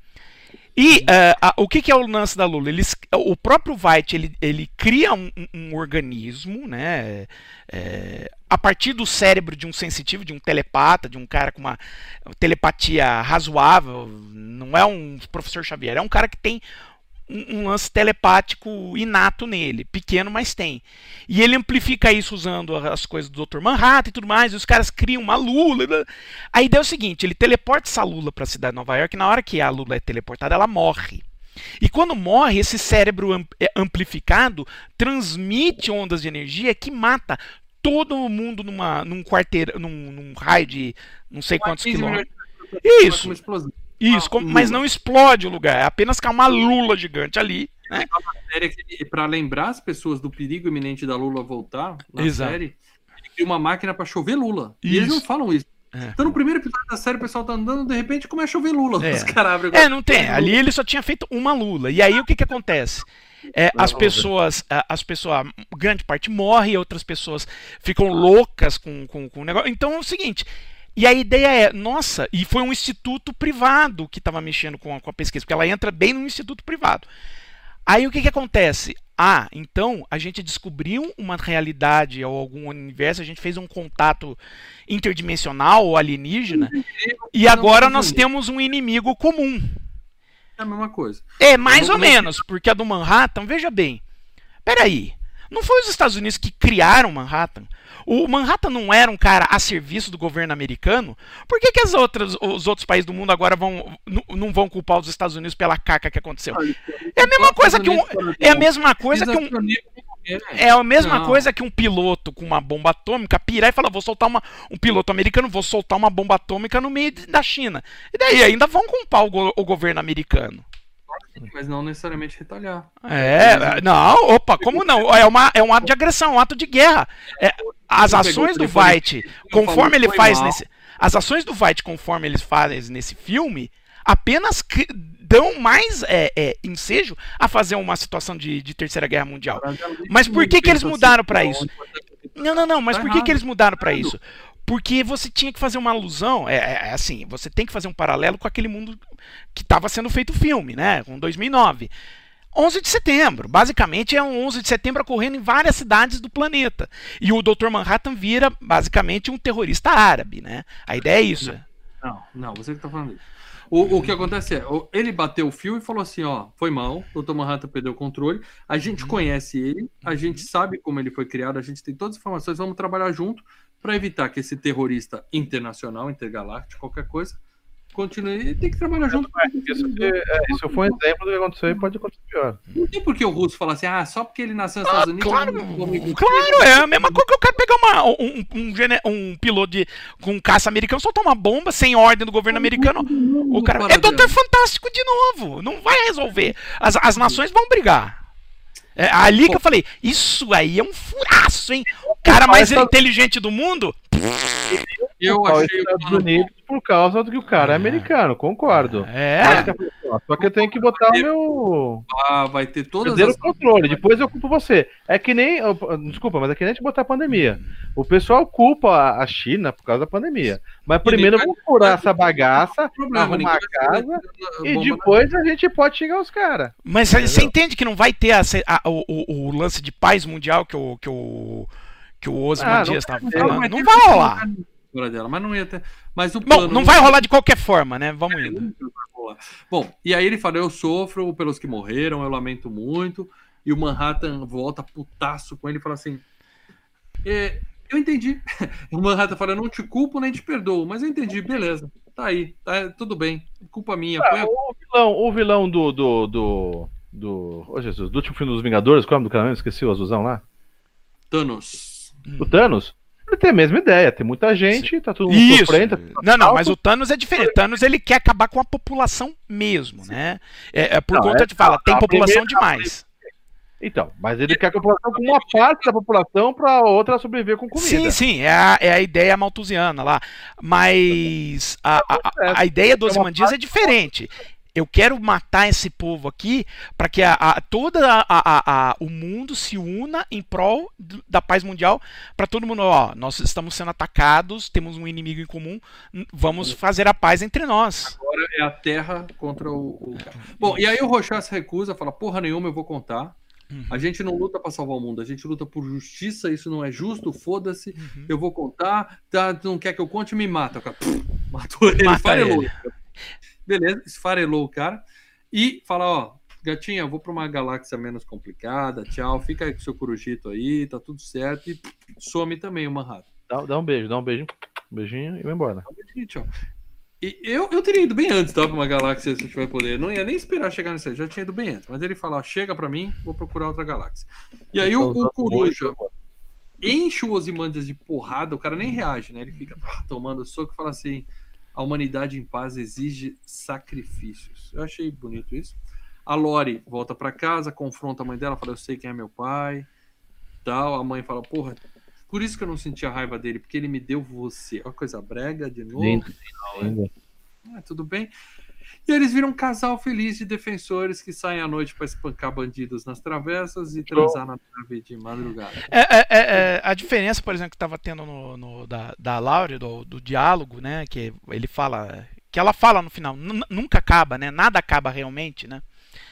Speaker 1: E uh, a- o que, que é o lance da Lula? Eles, o próprio Veidt ele, ele cria um, um- um organismo, né, é, a partir do cérebro de um sensitivo, de um telepata, de um cara com uma telepatia razoável. Não é um professor Xavier, é um cara que tem um, um lance telepático inato nele, pequeno, mas tem. E ele amplifica isso usando as coisas do doutor Manhattan e tudo mais, e os caras criam uma Lula. A ideia é o seguinte, ele teleporta essa Lula para a cidade de Nova York, e na hora que a Lula é teleportada, ela morre. E quando morre, esse cérebro am- é amplificado transmite ondas de energia que mata todo mundo numa, num quarteirão, num, num raio de não sei quantos
Speaker 2: quinze milhões
Speaker 1: quilômetros.
Speaker 2: de pessoas,
Speaker 1: Isso.
Speaker 2: uma explosão.
Speaker 1: Isso,
Speaker 2: Ah,
Speaker 1: como-
Speaker 2: Lula.
Speaker 1: mas não explode o lugar, é apenas que há uma Lula gigante ali, né?
Speaker 2: Série que, pra lembrar as pessoas do perigo iminente da Lula voltar na
Speaker 1: Exato.
Speaker 2: série, ele cria uma máquina pra chover Lula. E eles não
Speaker 1: Isso.
Speaker 2: falam isso.
Speaker 1: É.
Speaker 2: Então no primeiro episódio da série o pessoal tá andando, de repente começa a chover Lula.
Speaker 1: É.
Speaker 2: Os caras abrem o
Speaker 1: É, não tem. Ali ele só tinha feito uma Lula. E aí o que que acontece? É, as pessoas, a- as pessoas, grande parte morre, outras pessoas ficam loucas com, com, com o negócio. Então é o seguinte. E a ideia é, nossa, e foi um instituto privado que estava mexendo com a, com a pesquisa, porque ela entra bem num instituto privado. Aí o que que acontece? Ah, então a gente descobriu uma realidade ou algum universo, a gente fez um contato interdimensional ou alienígena, e agora nós temos um inimigo comum.
Speaker 2: É a mesma coisa.
Speaker 1: É, mais
Speaker 2: Eu
Speaker 1: ou
Speaker 2: não- não-
Speaker 1: menos, porque a do Manhattan, veja bem. Peraí, não foi os Estados Unidos que criaram Manhattan? O Manhattan não era um cara a serviço do governo americano? Por que, que as outras, os outros países do mundo agora vão, não, não vão culpar os Estados Unidos pela caca que aconteceu? É a mesma coisa que um, é a mesma coisa que um, é a mesma
Speaker 2: Não.
Speaker 1: coisa que um piloto com uma bomba atômica pirar e falar, vou soltar uma, um piloto americano, vou soltar uma bomba atômica no meio de- da China. E daí ainda vão culpar o, go- o governo americano.
Speaker 2: Mas não necessariamente retalhar.
Speaker 1: É, não, opa, como não? É, uma, é um ato de agressão, um ato de guerra. É, as
Speaker 2: Ele
Speaker 1: ações
Speaker 2: pegou o
Speaker 1: do
Speaker 2: telefone,
Speaker 1: Veidt,
Speaker 2: falou,
Speaker 1: conforme ele
Speaker 2: foi
Speaker 1: faz
Speaker 2: mal.
Speaker 1: nesse. As ações do Veidt, conforme ele faz nesse filme, apenas dão mais é, é, ensejo a fazer uma situação de, de Terceira Guerra Mundial. Mas por que, que eles mudaram para isso? Não, não, não, mas por que, que eles mudaram para isso? Porque você tinha que fazer uma alusão, é, é assim, você tem que fazer um paralelo com aquele mundo que estava sendo feito o filme, né, com dois mil e nove. onze de setembro, basicamente é um onze de setembro ocorrendo em várias cidades do planeta. E o doutor Manhattan vira basicamente um terrorista árabe, né? A ideia é isso.
Speaker 2: Não, não, você que tá falando isso. O, o que acontece é, ele bateu o fio e falou assim, ó, foi mal, o doutor Manhattan perdeu o controle, a gente conhece ele, a gente sabe como ele foi criado, a gente tem todas as informações, vamos trabalhar junto para evitar que esse terrorista internacional, intergaláctico, qualquer coisa, continue, tem que trabalhar junto.
Speaker 3: É, isso, é, isso foi um exemplo do que aconteceu e pode acontecer pior.
Speaker 2: Não tem por que o russo falar assim, ah, só porque ele nasceu nos Estados
Speaker 1: ah,
Speaker 2: Unidos...
Speaker 1: Claro,
Speaker 2: não,
Speaker 1: claro, é a mesma coisa que eu quero pegar uma, um, um, um, um piloto de, com um caça americano, soltar uma bomba sem ordem do governo americano. O cara é Doutor Fantástico de novo, não vai resolver. As, as nações vão brigar. É, ali que eu falei, isso aí é um furaço, hein? O cara mais inteligente do mundo...
Speaker 2: Eu achei os
Speaker 3: Estados Unidos por causa do que o cara é americano, concordo.
Speaker 1: É.
Speaker 3: Só que eu tenho que botar o meu.
Speaker 2: Ah, vai ter todas
Speaker 3: Perder
Speaker 2: as...
Speaker 3: o controle, depois eu culpo você. É que nem. Desculpa, mas é que nem a gente botar a pandemia. O pessoal culpa a China por causa da pandemia. Mas primeiro vamos curar essa bagaça, arrumar a casa, e depois a gente pode chegar aos caras.
Speaker 1: Mas você entende que não vai ter a, a, o, o, o lance de paz mundial que o. Que o que o Ozymandias estava ah, falando, não, não vai rolar.
Speaker 2: Dela, mas não ia ter. Mas o
Speaker 1: plano, Bom, não vai rolar de qualquer forma, né? Vamos indo.
Speaker 2: Bom, e aí ele fala: eu sofro pelos que morreram, eu lamento muito. E o Manhattan volta putaço com ele e fala assim: é, eu entendi. O Manhattan fala: eu não te culpo nem te perdoo, mas eu entendi, beleza. Tá aí, tá, tudo bem. Culpa minha.
Speaker 3: Ah, o vilão, o vilão do. do, do, do oh, Jesus, do último filme dos Vingadores, qual é o nome do canal? Esqueci o azulzão lá.
Speaker 2: Thanos.
Speaker 3: O Thanos? Ele tem a mesma ideia, tem muita gente, Sim. tá todo mundo
Speaker 1: Isso.
Speaker 3: sofrendo. Tá
Speaker 1: não, não, mas o Thanos é diferente. O Thanos ele quer acabar com a população mesmo, Sim. né? É, é por não, conta é, de fala, a, tem a população primeira, demais.
Speaker 3: Então, mas ele quer a população com uma parte da população para outra sobreviver com comida.
Speaker 1: Sim, sim, é a, é a ideia malthusiana lá. Mas a, a, a, a ideia dos Ozymandias é diferente. Eu quero matar esse povo aqui para que a, a, todo a, a, a, o mundo se una em prol da paz mundial, para todo mundo, ó, nós estamos sendo atacados, temos um inimigo em comum, vamos fazer a paz entre nós.
Speaker 2: Agora é a terra contra o... o... Bom, e aí o Rorschach se recusa, fala, porra nenhuma, eu vou contar. Uhum. A gente não luta para salvar o mundo, a gente luta por justiça, isso não é justo, foda-se, uhum. eu vou contar, tá, não quer que eu conte, me mata. O cara, pff, matou ele,
Speaker 1: mata
Speaker 2: farelou.
Speaker 1: ele.
Speaker 2: Beleza, esfarelou o cara e fala, ó, gatinha, eu vou para uma galáxia menos complicada, tchau, fica aí com o seu corujito aí, tá tudo certo, e some também o Manhattan.
Speaker 3: Dá, dá um beijo, dá um beijinho, um beijinho e vai embora. Dá um beijinho,
Speaker 2: tchau. E eu, eu teria ido bem antes, tá, pra uma galáxia, se eu tiver poder, não ia nem esperar chegar nesse aí, já tinha ido bem antes, mas ele fala, ó, chega pra mim, vou procurar outra galáxia. E aí o, o coruja enche o Ozymandias de porrada, o cara nem reage, né, ele fica tomando soco e fala assim, a humanidade em paz exige sacrifícios. Eu achei bonito isso. A Lori volta pra casa, confronta a mãe dela, fala, eu sei quem é meu pai, tal. A mãe fala, porra, por isso que eu não sentia raiva dele, porque ele me deu você. Olha coisa brega de novo. Lindo, lindo. Ah, tudo bem. E eles viram um casal feliz de defensores que saem à noite para espancar bandidos nas travessas e transar na nave de madrugada.
Speaker 1: É, é, é, a diferença, por exemplo, que estava tendo no, no, da, da Laurie, do, do diálogo, né? Que ele fala. Que ela fala no final, nunca acaba, né? Nada acaba realmente, né?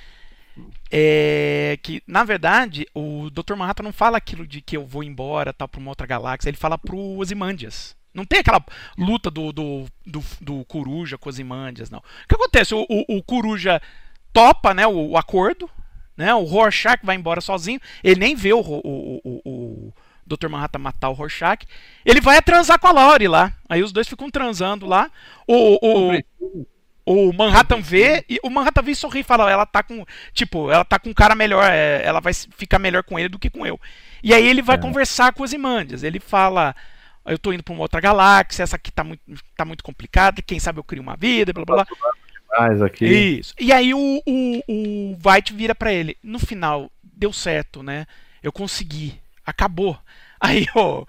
Speaker 1: É que, na verdade, o doutor Manhattan não fala aquilo de que eu vou embora tal, para uma outra galáxia, ele fala pro Ozymandias. Não tem aquela luta do, do, do, do Coruja com Ozymandias, não. O que acontece? O, o, o Coruja topa, né, o, o acordo, né, o Rorschach vai embora sozinho, ele nem vê o, o, o, o doutor Manhattan matar o Rorschach, ele vai transar com a Laurie lá, aí os dois ficam transando lá, o... o O Manhattan vê, e o Manhattan vê e sorri e fala, ela tá com, tipo, ela tá com um cara melhor, é, ela vai ficar melhor com ele do que com eu. E aí ele vai é. conversar com os Ozymandias, ele fala, eu tô indo pra uma outra galáxia, essa aqui tá muito, tá muito complicada, quem sabe eu crio uma vida, blá blá blá.
Speaker 3: Mais aqui.
Speaker 1: Isso. E aí o, o, o Veidt vira pra ele, no final, deu certo, né, eu consegui, acabou. Aí o,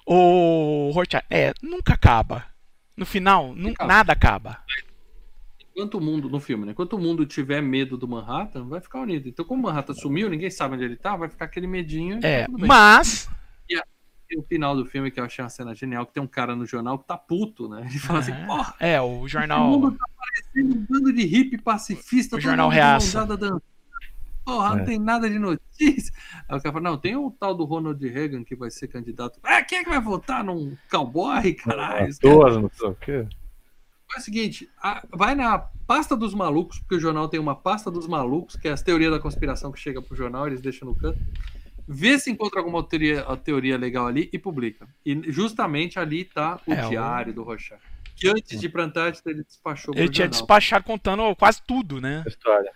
Speaker 1: o Rorschach, é, nunca acaba. No final, nu,
Speaker 2: acaba.
Speaker 1: nada acaba.
Speaker 2: enquanto o mundo, no filme, né? Enquanto o mundo tiver medo do Manhattan, vai ficar unido. Então, como o Manhattan sumiu, ninguém sabe onde ele tá, vai ficar aquele medinho. E
Speaker 1: É,
Speaker 2: tá tudo bem.
Speaker 1: mas...
Speaker 2: E, a, e o final do filme, que eu achei uma cena genial, que tem um cara no jornal que tá puto, né? Ele fala assim, porra,
Speaker 1: É, o
Speaker 2: o
Speaker 1: jornal...
Speaker 2: mundo tá parecendo um bando de hippie pacifista.
Speaker 1: O
Speaker 2: todo
Speaker 1: jornal
Speaker 2: mundo de mão
Speaker 1: Reaça.
Speaker 2: dada dançando. Porra,
Speaker 3: É.
Speaker 2: não tem nada de notícia. Aí o cara fala, não, tem o tal do Ronald Reagan que vai ser candidato. Ah, quem é que vai votar num cowboy, caralho? Os caras-
Speaker 3: Todas, não sei o quê.
Speaker 2: É o seguinte, a- vai na pasta dos malucos, porque o jornal tem uma pasta dos malucos, que é as teorias da conspiração que chega pro jornal, eles deixam no canto. Vê se encontra alguma teoria, a teoria legal ali e publica. E justamente ali tá o
Speaker 1: É, o-
Speaker 2: diário do Rochat. Que antes de ir pra Antártida, ele despachou pro
Speaker 1: Ele tinha
Speaker 2: jornal.
Speaker 1: despachado contando quase tudo, né?
Speaker 3: História.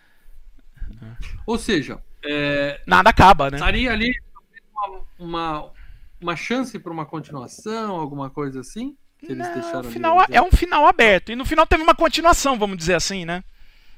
Speaker 2: Ou seja, é,
Speaker 1: Nada acaba, né?
Speaker 2: estaria ali uma, uma, uma chance para uma continuação, alguma coisa assim? Que eles
Speaker 1: Não,
Speaker 2: deixaram
Speaker 1: o
Speaker 2: ali
Speaker 1: final,
Speaker 2: onde-
Speaker 1: é um final aberto. E no final teve uma continuação, vamos dizer assim, né?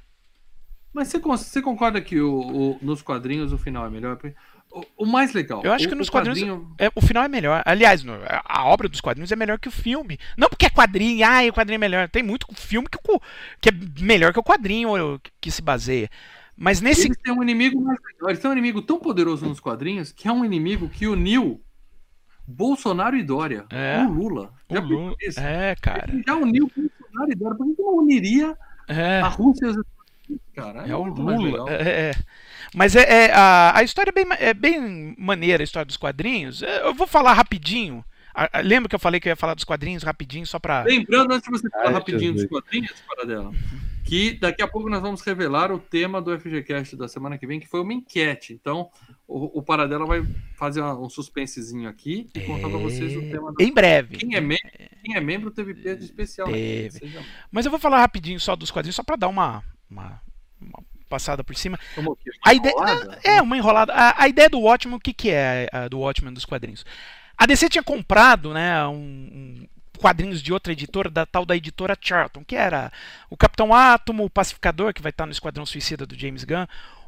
Speaker 2: Mas você, con- você concorda que o, o- nos quadrinhos o final é melhor? O, o mais legal.
Speaker 1: Eu acho
Speaker 2: o,
Speaker 1: que nos
Speaker 2: o
Speaker 1: quadrinhos
Speaker 2: quadrinho-
Speaker 1: é, o final é melhor. Aliás, no- a obra dos quadrinhos é melhor que o filme. Não porque é quadrinho, ah, o quadrinho é melhor. Tem muito filme que, o- que é melhor que o quadrinho ou que, que se baseia. Mas nesse.
Speaker 2: Eles têm um inimigo mais legal. Eles têm um inimigo tão poderoso nos quadrinhos que é um inimigo que uniu Bolsonaro e Dória.
Speaker 1: É.
Speaker 2: O Lula.
Speaker 1: o
Speaker 2: Já
Speaker 1: Lu-
Speaker 2: pensou isso?
Speaker 1: É, cara.
Speaker 2: Ele já uniu Bolsonaro e Dória. Por que que não uniria
Speaker 1: É.
Speaker 2: a Rússia e os Estados Unidos, cara?
Speaker 1: É o
Speaker 2: muito mais
Speaker 1: Lula.
Speaker 2: legal.
Speaker 1: É, é. Mas é, é, a, a história é bem, ma- é bem maneira, a história dos quadrinhos. É, Eu vou falar rapidinho. A- a- lembra que eu falei que eu ia falar dos quadrinhos rapidinho, só pra.
Speaker 2: Lembrando, antes de você falar
Speaker 3: Ai,
Speaker 2: rapidinho dos
Speaker 3: Jesus.
Speaker 2: quadrinhos, para dela, que daqui a pouco nós vamos revelar o tema do F G Cast da semana que vem, que foi uma enquete. Então, o, o Paradela vai fazer uma- um suspensezinho aqui e contar para vocês o tema. Da...
Speaker 1: Em breve.
Speaker 2: Quem é, mem quem é membro teve peso especial. né?
Speaker 1: Teve.
Speaker 2: Seja...
Speaker 1: Mas eu vou falar rapidinho só dos quadrinhos, só pra dar uma, uma, uma passada por cima.
Speaker 2: Como que?
Speaker 1: A ideia,
Speaker 2: Enrolada?
Speaker 1: é, uma enrolada. A, a ideia do Watchmen, o que, que é a, do Watchmen dos quadrinhos? A D C tinha comprado, né, um, um quadrinhos de outra editora, da tal da editora Charlton, que era o Capitão Átomo, o Pacificador, que vai estar no Esquadrão Suicida do James Gunn,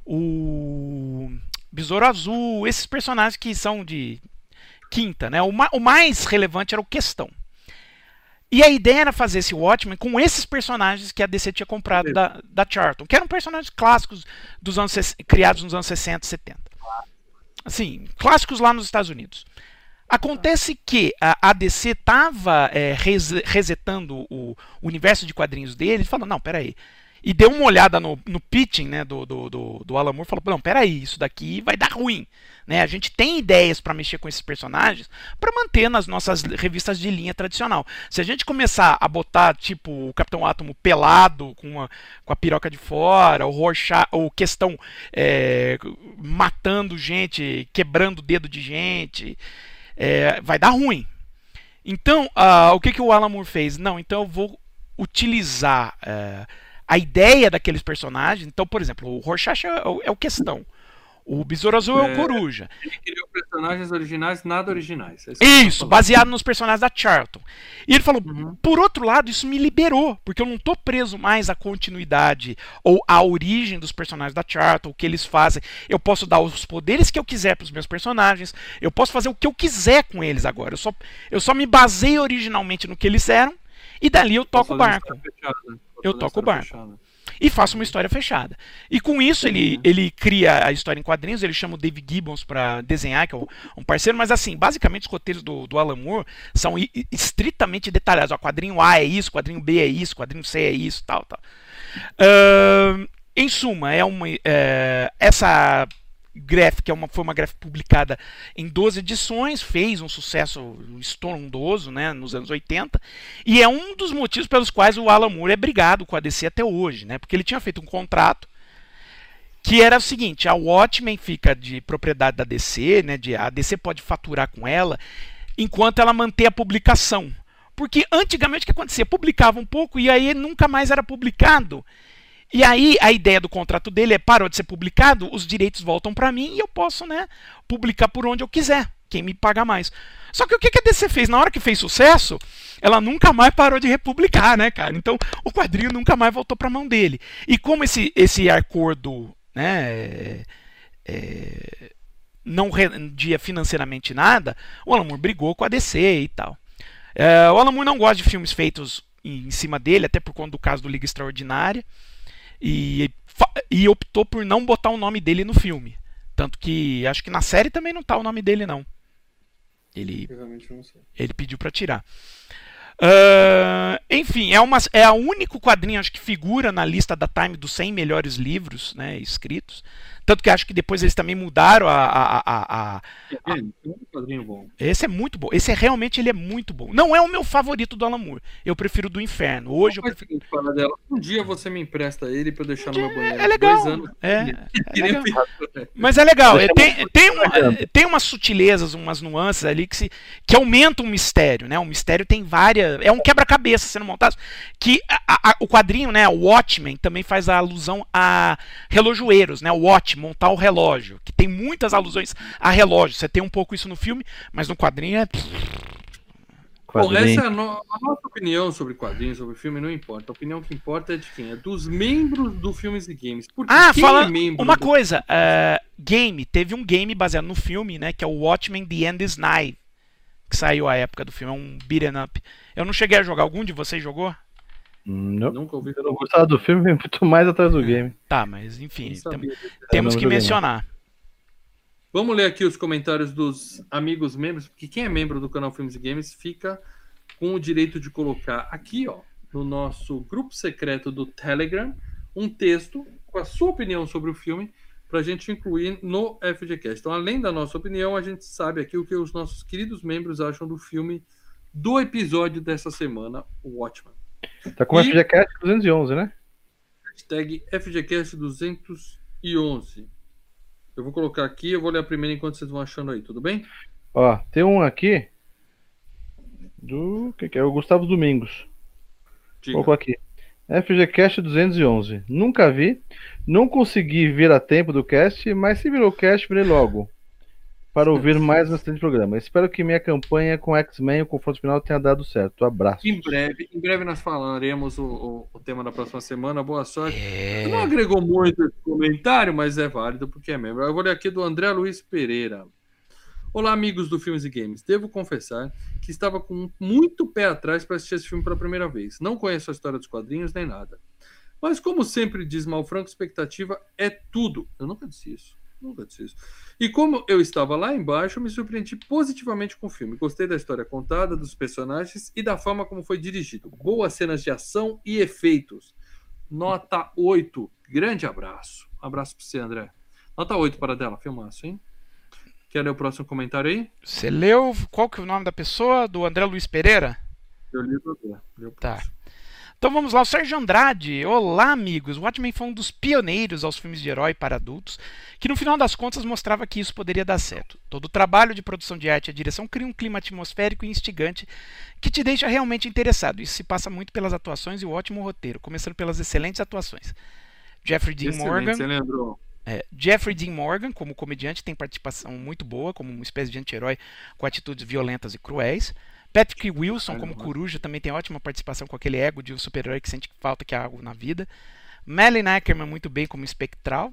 Speaker 1: o Besouro Azul, esses personagens que são de quinta, né? O, ma o mais relevante era o Questão. E a ideia era fazer esse Watchmen com esses personagens que a D C tinha comprado da, da Charlton, que eram personagens clássicos dos anos, criados nos anos sessenta, setenta. Assim, clássicos lá nos Estados Unidos. Acontece que a, a D C estava é, res, resetando o, o universo de quadrinhos dele e falou, não, peraí. E deu uma olhada no, no pitching, né, do, do, do, do Alan Moore e falou, não, peraí, isso daqui vai dar ruim. Né? A gente tem ideias para mexer com esses personagens para manter nas nossas revistas de linha tradicional. Se a gente começar a botar, tipo, o Capitão Átomo pelado, com a, com a piroca de fora, o Rorschach, ou Questão é, matando gente, quebrando o dedo de gente, é, vai dar ruim. Então, uh, o que, que o Alan Moore fez? Não, então eu vou utilizar uh, a ideia daqueles personagens. Então, por exemplo, o Rorschach é o, é o Questão. O Besouro Azul é, é o Coruja.
Speaker 2: Ele criou personagens originais, nada originais. É
Speaker 1: isso, baseado nos personagens da Charlton. E ele falou,
Speaker 2: uhum.
Speaker 1: por outro lado, isso me liberou, porque eu não estou preso mais à continuidade ou à origem dos personagens da Charlton, o que eles fazem. Eu posso dar os poderes que eu quiser para os meus personagens, eu posso fazer o que eu quiser com eles agora. Eu só, eu só me baseio originalmente no que eles eram, e dali eu toco o barco. Eu toco o barco. Fechada. E faço uma história fechada. E com isso ele, ele cria a história em quadrinhos, ele chama o Dave Gibbons para desenhar, que é um parceiro, mas assim, basicamente os roteiros do, do Alan Moore são estritamente detalhados. O quadrinho A é isso, quadrinho B é isso, quadrinho C é isso, tal, tal. Uh, em suma, é uma, é, essa graphic é uma, foi uma graphic publicada em doze edições, fez um sucesso estrondoso, né, nos anos oitenta, e é um dos motivos pelos quais o Alan Moore é brigado com a D C até hoje, né, porque ele tinha feito um contrato que era o seguinte: a Watchmen fica de propriedade da D C, né, de, a D C pode faturar com ela enquanto ela manter a publicação, porque antigamente o que acontecia? Publicava um pouco e aí nunca mais era publicado. E aí a ideia do contrato dele é, parou de ser publicado, os direitos voltam para mim e eu posso, né, publicar por onde eu quiser, quem me paga mais. Só que o que a D C fez? Na hora que fez sucesso, ela nunca mais parou de republicar, né, cara? Então o quadrinho nunca mais voltou para a mão dele. E como esse, esse acordo, né, é, é, não rendia financeiramente nada, o Alan Moore brigou com a D C e tal. É, o Alan Moore não gosta de filmes feitos em cima dele, até por conta do caso do Liga Extraordinária, e, e optou por não botar o nome dele no filme. Tanto que acho que na série também não tá o nome dele, não. Ele, ele pediu para tirar. Uh, enfim, é, uma, é a único quadrinho acho que figura na lista da Time dos cem melhores livros, né, escritos. Tanto que acho que depois eles também mudaram a... a, a, a, a...
Speaker 2: É, é um quadrinho bom.
Speaker 1: Esse é muito bom. Esse é realmente ele é muito bom. Não é o meu favorito do Alan Moore. Eu prefiro do Inferno. Hoje eu prefiro...
Speaker 2: dela. Um dia você me empresta ele pra eu deixar um no meu banheiro.
Speaker 1: É legal.
Speaker 2: Dois anos.
Speaker 1: É, é legal. Mas é legal. Tem, tem, uma, tem umas sutilezas, umas nuances ali que, se, que aumentam o mistério, né? O mistério tem várias... É um quebra-cabeça sendo montado. Que a, a, o quadrinho, né? O Watchmen também faz a alusão a relojoeiros, né? O Watch, montar o relógio. Que tem muitas alusões a relógio. Você tem um pouco isso no filme, mas no quadrinho é...
Speaker 2: Bom, essa é a, no, a nossa opinião sobre quadrinhos, sobre filme, não importa. A opinião que importa é de quem? É dos membros do Filmes e Games. Porque
Speaker 1: ah, fala
Speaker 2: é
Speaker 1: uma
Speaker 2: do...
Speaker 1: coisa. Uh, game. Teve um game baseado no filme, né? Que é o Watchmen The End is Nigh. Que saiu à época do filme. É um beat'em up. Eu não cheguei a jogar. Algum de vocês jogou?
Speaker 3: Não.
Speaker 2: Nunca ouvi.
Speaker 3: Eu não gostava do filme, vem muito mais atrás do game.
Speaker 1: Tá, mas enfim. Tem, temos que mencionar.
Speaker 2: Vamos ler aqui os comentários dos amigos membros, porque quem é membro do canal Filmes e Games fica com o direito de colocar aqui, ó, no nosso grupo secreto do Telegram, um texto com a sua opinião sobre o filme para a gente incluir no F G Cast. Então, além da nossa opinião, a gente sabe aqui o que os nossos queridos membros acham do filme do episódio dessa semana, o Watchmen.
Speaker 3: Tá com o F G Cast duzentos e onze, né?
Speaker 2: Hashtag F G Cast duzentos e onze. Eu vou colocar aqui, eu vou ler a primeira enquanto vocês vão achando aí, tudo bem?
Speaker 3: Ó, tem um aqui do... que que é? O Gustavo Domingos.
Speaker 2: Diga.
Speaker 3: Colocou aqui. F G Cast duzentos e onze. Nunca vi, não consegui vir a tempo do cast, mas se virou cast, virei logo. Para ouvir mais bastante programa. Espero que minha campanha com X-Men, o confronto final, tenha dado certo. Abraço.
Speaker 2: Em breve, em breve nós falaremos o, o, o tema da próxima semana. Boa sorte.
Speaker 1: É...
Speaker 2: Não agregou muito esse comentário, mas é válido porque é membro. Eu vou ler aqui do André Luiz Pereira. Olá, amigos do Filmes e Games. Devo confessar que estava com muito pé atrás para assistir esse filme pela primeira vez. Não conheço a história dos quadrinhos nem nada. Mas como sempre diz Malfranco, expectativa é tudo. Eu nunca disse isso. Nunca disse isso. E como eu estava lá embaixo, me surpreendi positivamente com o filme. Gostei da história contada, dos personagens e da forma como foi dirigido. Boas cenas de ação e efeitos. Nota oito. Grande abraço. Um abraço para você, André. Nota oito para dela. Filmaço, hein? Quer ler o próximo comentário aí?
Speaker 1: Você leu? Qual que é o nome da pessoa? Do André Luiz Pereira?
Speaker 2: Eu li o André.
Speaker 1: Tá. Então vamos lá, o Sérgio Andrade. Olá, amigos. O Watchmen foi um dos pioneiros aos filmes de herói para adultos, que no final das contas mostrava que isso poderia dar certo. Todo o trabalho de produção de arte e a direção cria um clima atmosférico e instigante que te deixa realmente interessado. Isso se passa muito pelas atuações e o ótimo roteiro, começando pelas excelentes atuações. Jeffrey Dean Morgan.
Speaker 2: Você lembrou?
Speaker 1: É, Jeffrey Dean Morgan, como comediante, tem participação muito boa, como uma espécie de anti-herói com atitudes violentas e cruéis. Patrick Wilson, como coruja, também tem ótima participação com aquele ego de um super-herói que sente falta que há algo na vida. Malin Ackerman muito bem como espectral.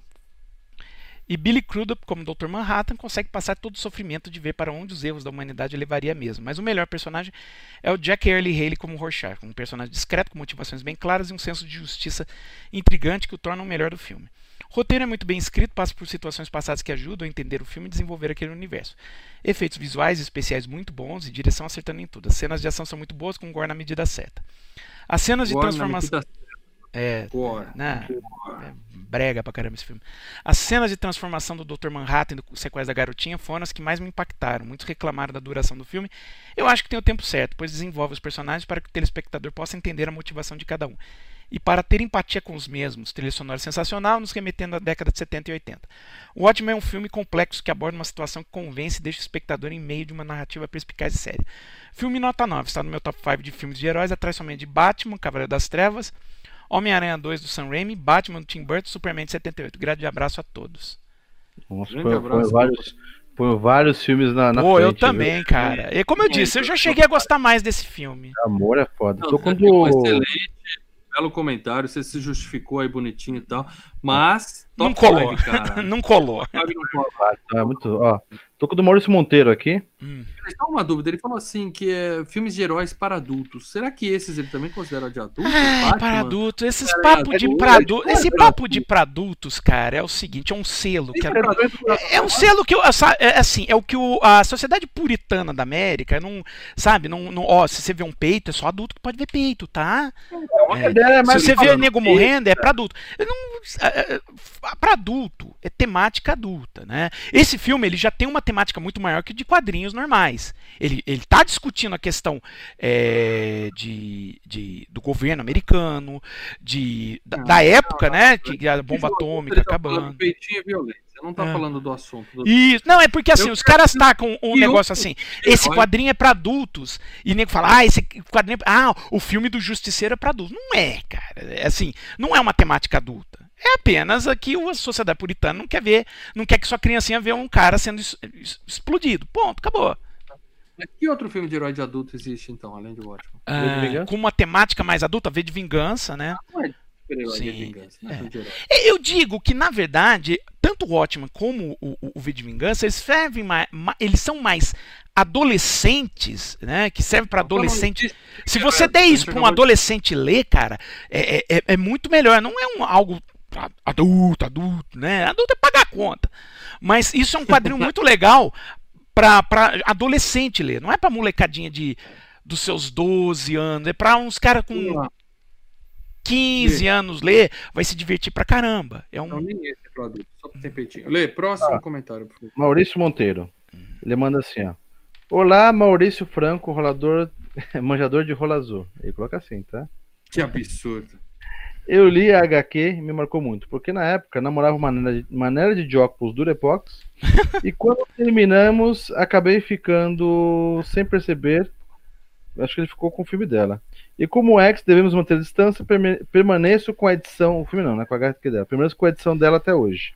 Speaker 1: E Billy Crudup, como doutor Manhattan, consegue passar todo o sofrimento de ver para onde os erros da humanidade levaria mesmo. Mas o melhor personagem é o Jack Earle Haley como Rorschach, um personagem discreto, com motivações bem claras e um senso de justiça intrigante que o torna o melhor do filme. O roteiro é muito bem escrito, passa por situações passadas que ajudam a entender o filme e desenvolver aquele universo. Efeitos visuais e especiais muito bons e direção acertando em tudo. As cenas de ação são muito boas, com gore na medida certa. As cenas de transformação... É, né, é brega pra caramba esse filme. As cenas de transformação do doutor Manhattan e do sequestro da garotinha foram as que mais me impactaram. Muitos reclamaram da duração do filme. Eu acho que tem o tempo certo, pois desenvolve os personagens para que o telespectador possa entender a motivação de cada um. E para ter empatia com os mesmos. Trilha sonora sensacional, nos remetendo à década de setenta e oitenta. O Watchmen é um filme complexo que aborda uma situação que convence e deixa o espectador em meio de uma narrativa perspicaz e séria. Filme nota nove, está no meu top cinco de filmes de heróis, atrás somente de Batman, Cavaleiro das Trevas, Homem-Aranha dois do Sam Raimi, Batman do Tim Burton, Superman de setenta e oito. Grande abraço a todos.
Speaker 3: Nossa, põe, põe, vários, põe vários filmes na, na
Speaker 1: Pô,
Speaker 3: frente.
Speaker 1: eu também, viu? Cara. E como eu disse, eu já cheguei a gostar mais desse filme.
Speaker 3: Amor é foda.
Speaker 2: Não,
Speaker 3: Tô com
Speaker 2: do... excelente, belo comentário, você se justificou aí bonitinho e tal, mas...
Speaker 1: Não colou, cara. Não colou.
Speaker 3: É muito, ó, tô com o do Maurício Monteiro aqui. Hum.
Speaker 2: só uma dúvida. Ele falou assim que é filmes de heróis para adultos. Será que esses ele também considera de adultos?
Speaker 1: Ai,
Speaker 2: Batman?
Speaker 1: para adultos. Esses
Speaker 2: Cara,
Speaker 1: papos
Speaker 2: é
Speaker 1: de
Speaker 2: adulto,
Speaker 1: pra
Speaker 2: é
Speaker 1: adultos. Esse
Speaker 2: adulto.
Speaker 1: papo de pra adultos, cara, é o seguinte: é um selo. Que a- é, é um
Speaker 2: Sim,
Speaker 1: selo que, eu- essa- é assim, é o que o- a sociedade puritana da América não. Sabe, não, não. Ó, se você vê um peito, é só adulto que pode ver peito, tá?
Speaker 3: A ideia é
Speaker 1: Se
Speaker 3: mais
Speaker 1: você vê
Speaker 3: falando
Speaker 1: nego
Speaker 3: que-
Speaker 1: morrendo, é pra adulto. Eu não, é, é, pra adulto, é temática adulta, né? Esse filme, ele já tem uma temática muito maior que de quadrinhos normais. Ele, ele tá discutindo a questão é, de, de, do governo americano, de, da, da época, né? Que a bomba atômica
Speaker 2: Ele tá falando
Speaker 1: acabando.
Speaker 2: peitinho e violência. Não tá
Speaker 1: É.
Speaker 2: falando do assunto. Do...
Speaker 1: Isso. Não, é porque assim,
Speaker 2: Eu
Speaker 1: os caras tacam um
Speaker 2: E
Speaker 1: negócio
Speaker 2: o-
Speaker 1: assim. Esse
Speaker 2: Olha.
Speaker 1: quadrinho é pra adultos. E nego fala, ah, esse quadrinho. é- Ah, o filme do Justiceiro é pra adultos. Não é, cara. É assim, não é uma temática adulta. É apenas aqui a sociedade puritana não quer ver, não quer que sua criancinha veja um cara sendo es- es- explodido. Ponto, acabou.
Speaker 2: Mas que outro filme de herói de adulto existe, então, além de Watchmen?
Speaker 1: Ah,
Speaker 3: Vingança?
Speaker 1: com uma temática mais adulta, V de Vingança, né?
Speaker 2: Não é super-herói de
Speaker 1: Sim,
Speaker 2: vingança, não é
Speaker 1: é.
Speaker 2: filme de herói.
Speaker 1: Eu digo que, na verdade, tanto o Watchmen como o, o, o V de Vingança, eles servem mais, eles são mais adolescentes, né? Que servem para adolescente. Se você der isso para um adolescente ler, cara, é, é, é muito melhor. Não é um, algo pra adulto, adulto, né? Adulto é pagar a conta. Mas isso é um quadrinho muito legal para adolescente ler. Não é para molecadinha de dos seus doze anos. É para uns caras
Speaker 2: Vamos
Speaker 1: com
Speaker 2: lá.
Speaker 1: quinze anos ler, vai se divertir pra caramba. É
Speaker 2: Não,
Speaker 1: um.
Speaker 2: nem esse é pro adulto, só pra ter peitinho. Lê, próximo comentário, por favor.
Speaker 3: Maurício Monteiro. Ele manda assim, ó. Olá, Maurício Franco, rolador, manjador de rola azul. Ele coloca assim, tá?
Speaker 2: Que absurdo.
Speaker 3: Eu li a agá quê e me marcou muito, porque na época namorava maneira de, maneira de Jocos Durepox e quando terminamos, acabei ficando sem perceber. Acho que ele ficou com o filme dela. E como ex, devemos manter a distância, perme- permaneço com a edição. O filme não, né? Com a agá quê dela. Permaneço com a edição dela até hoje.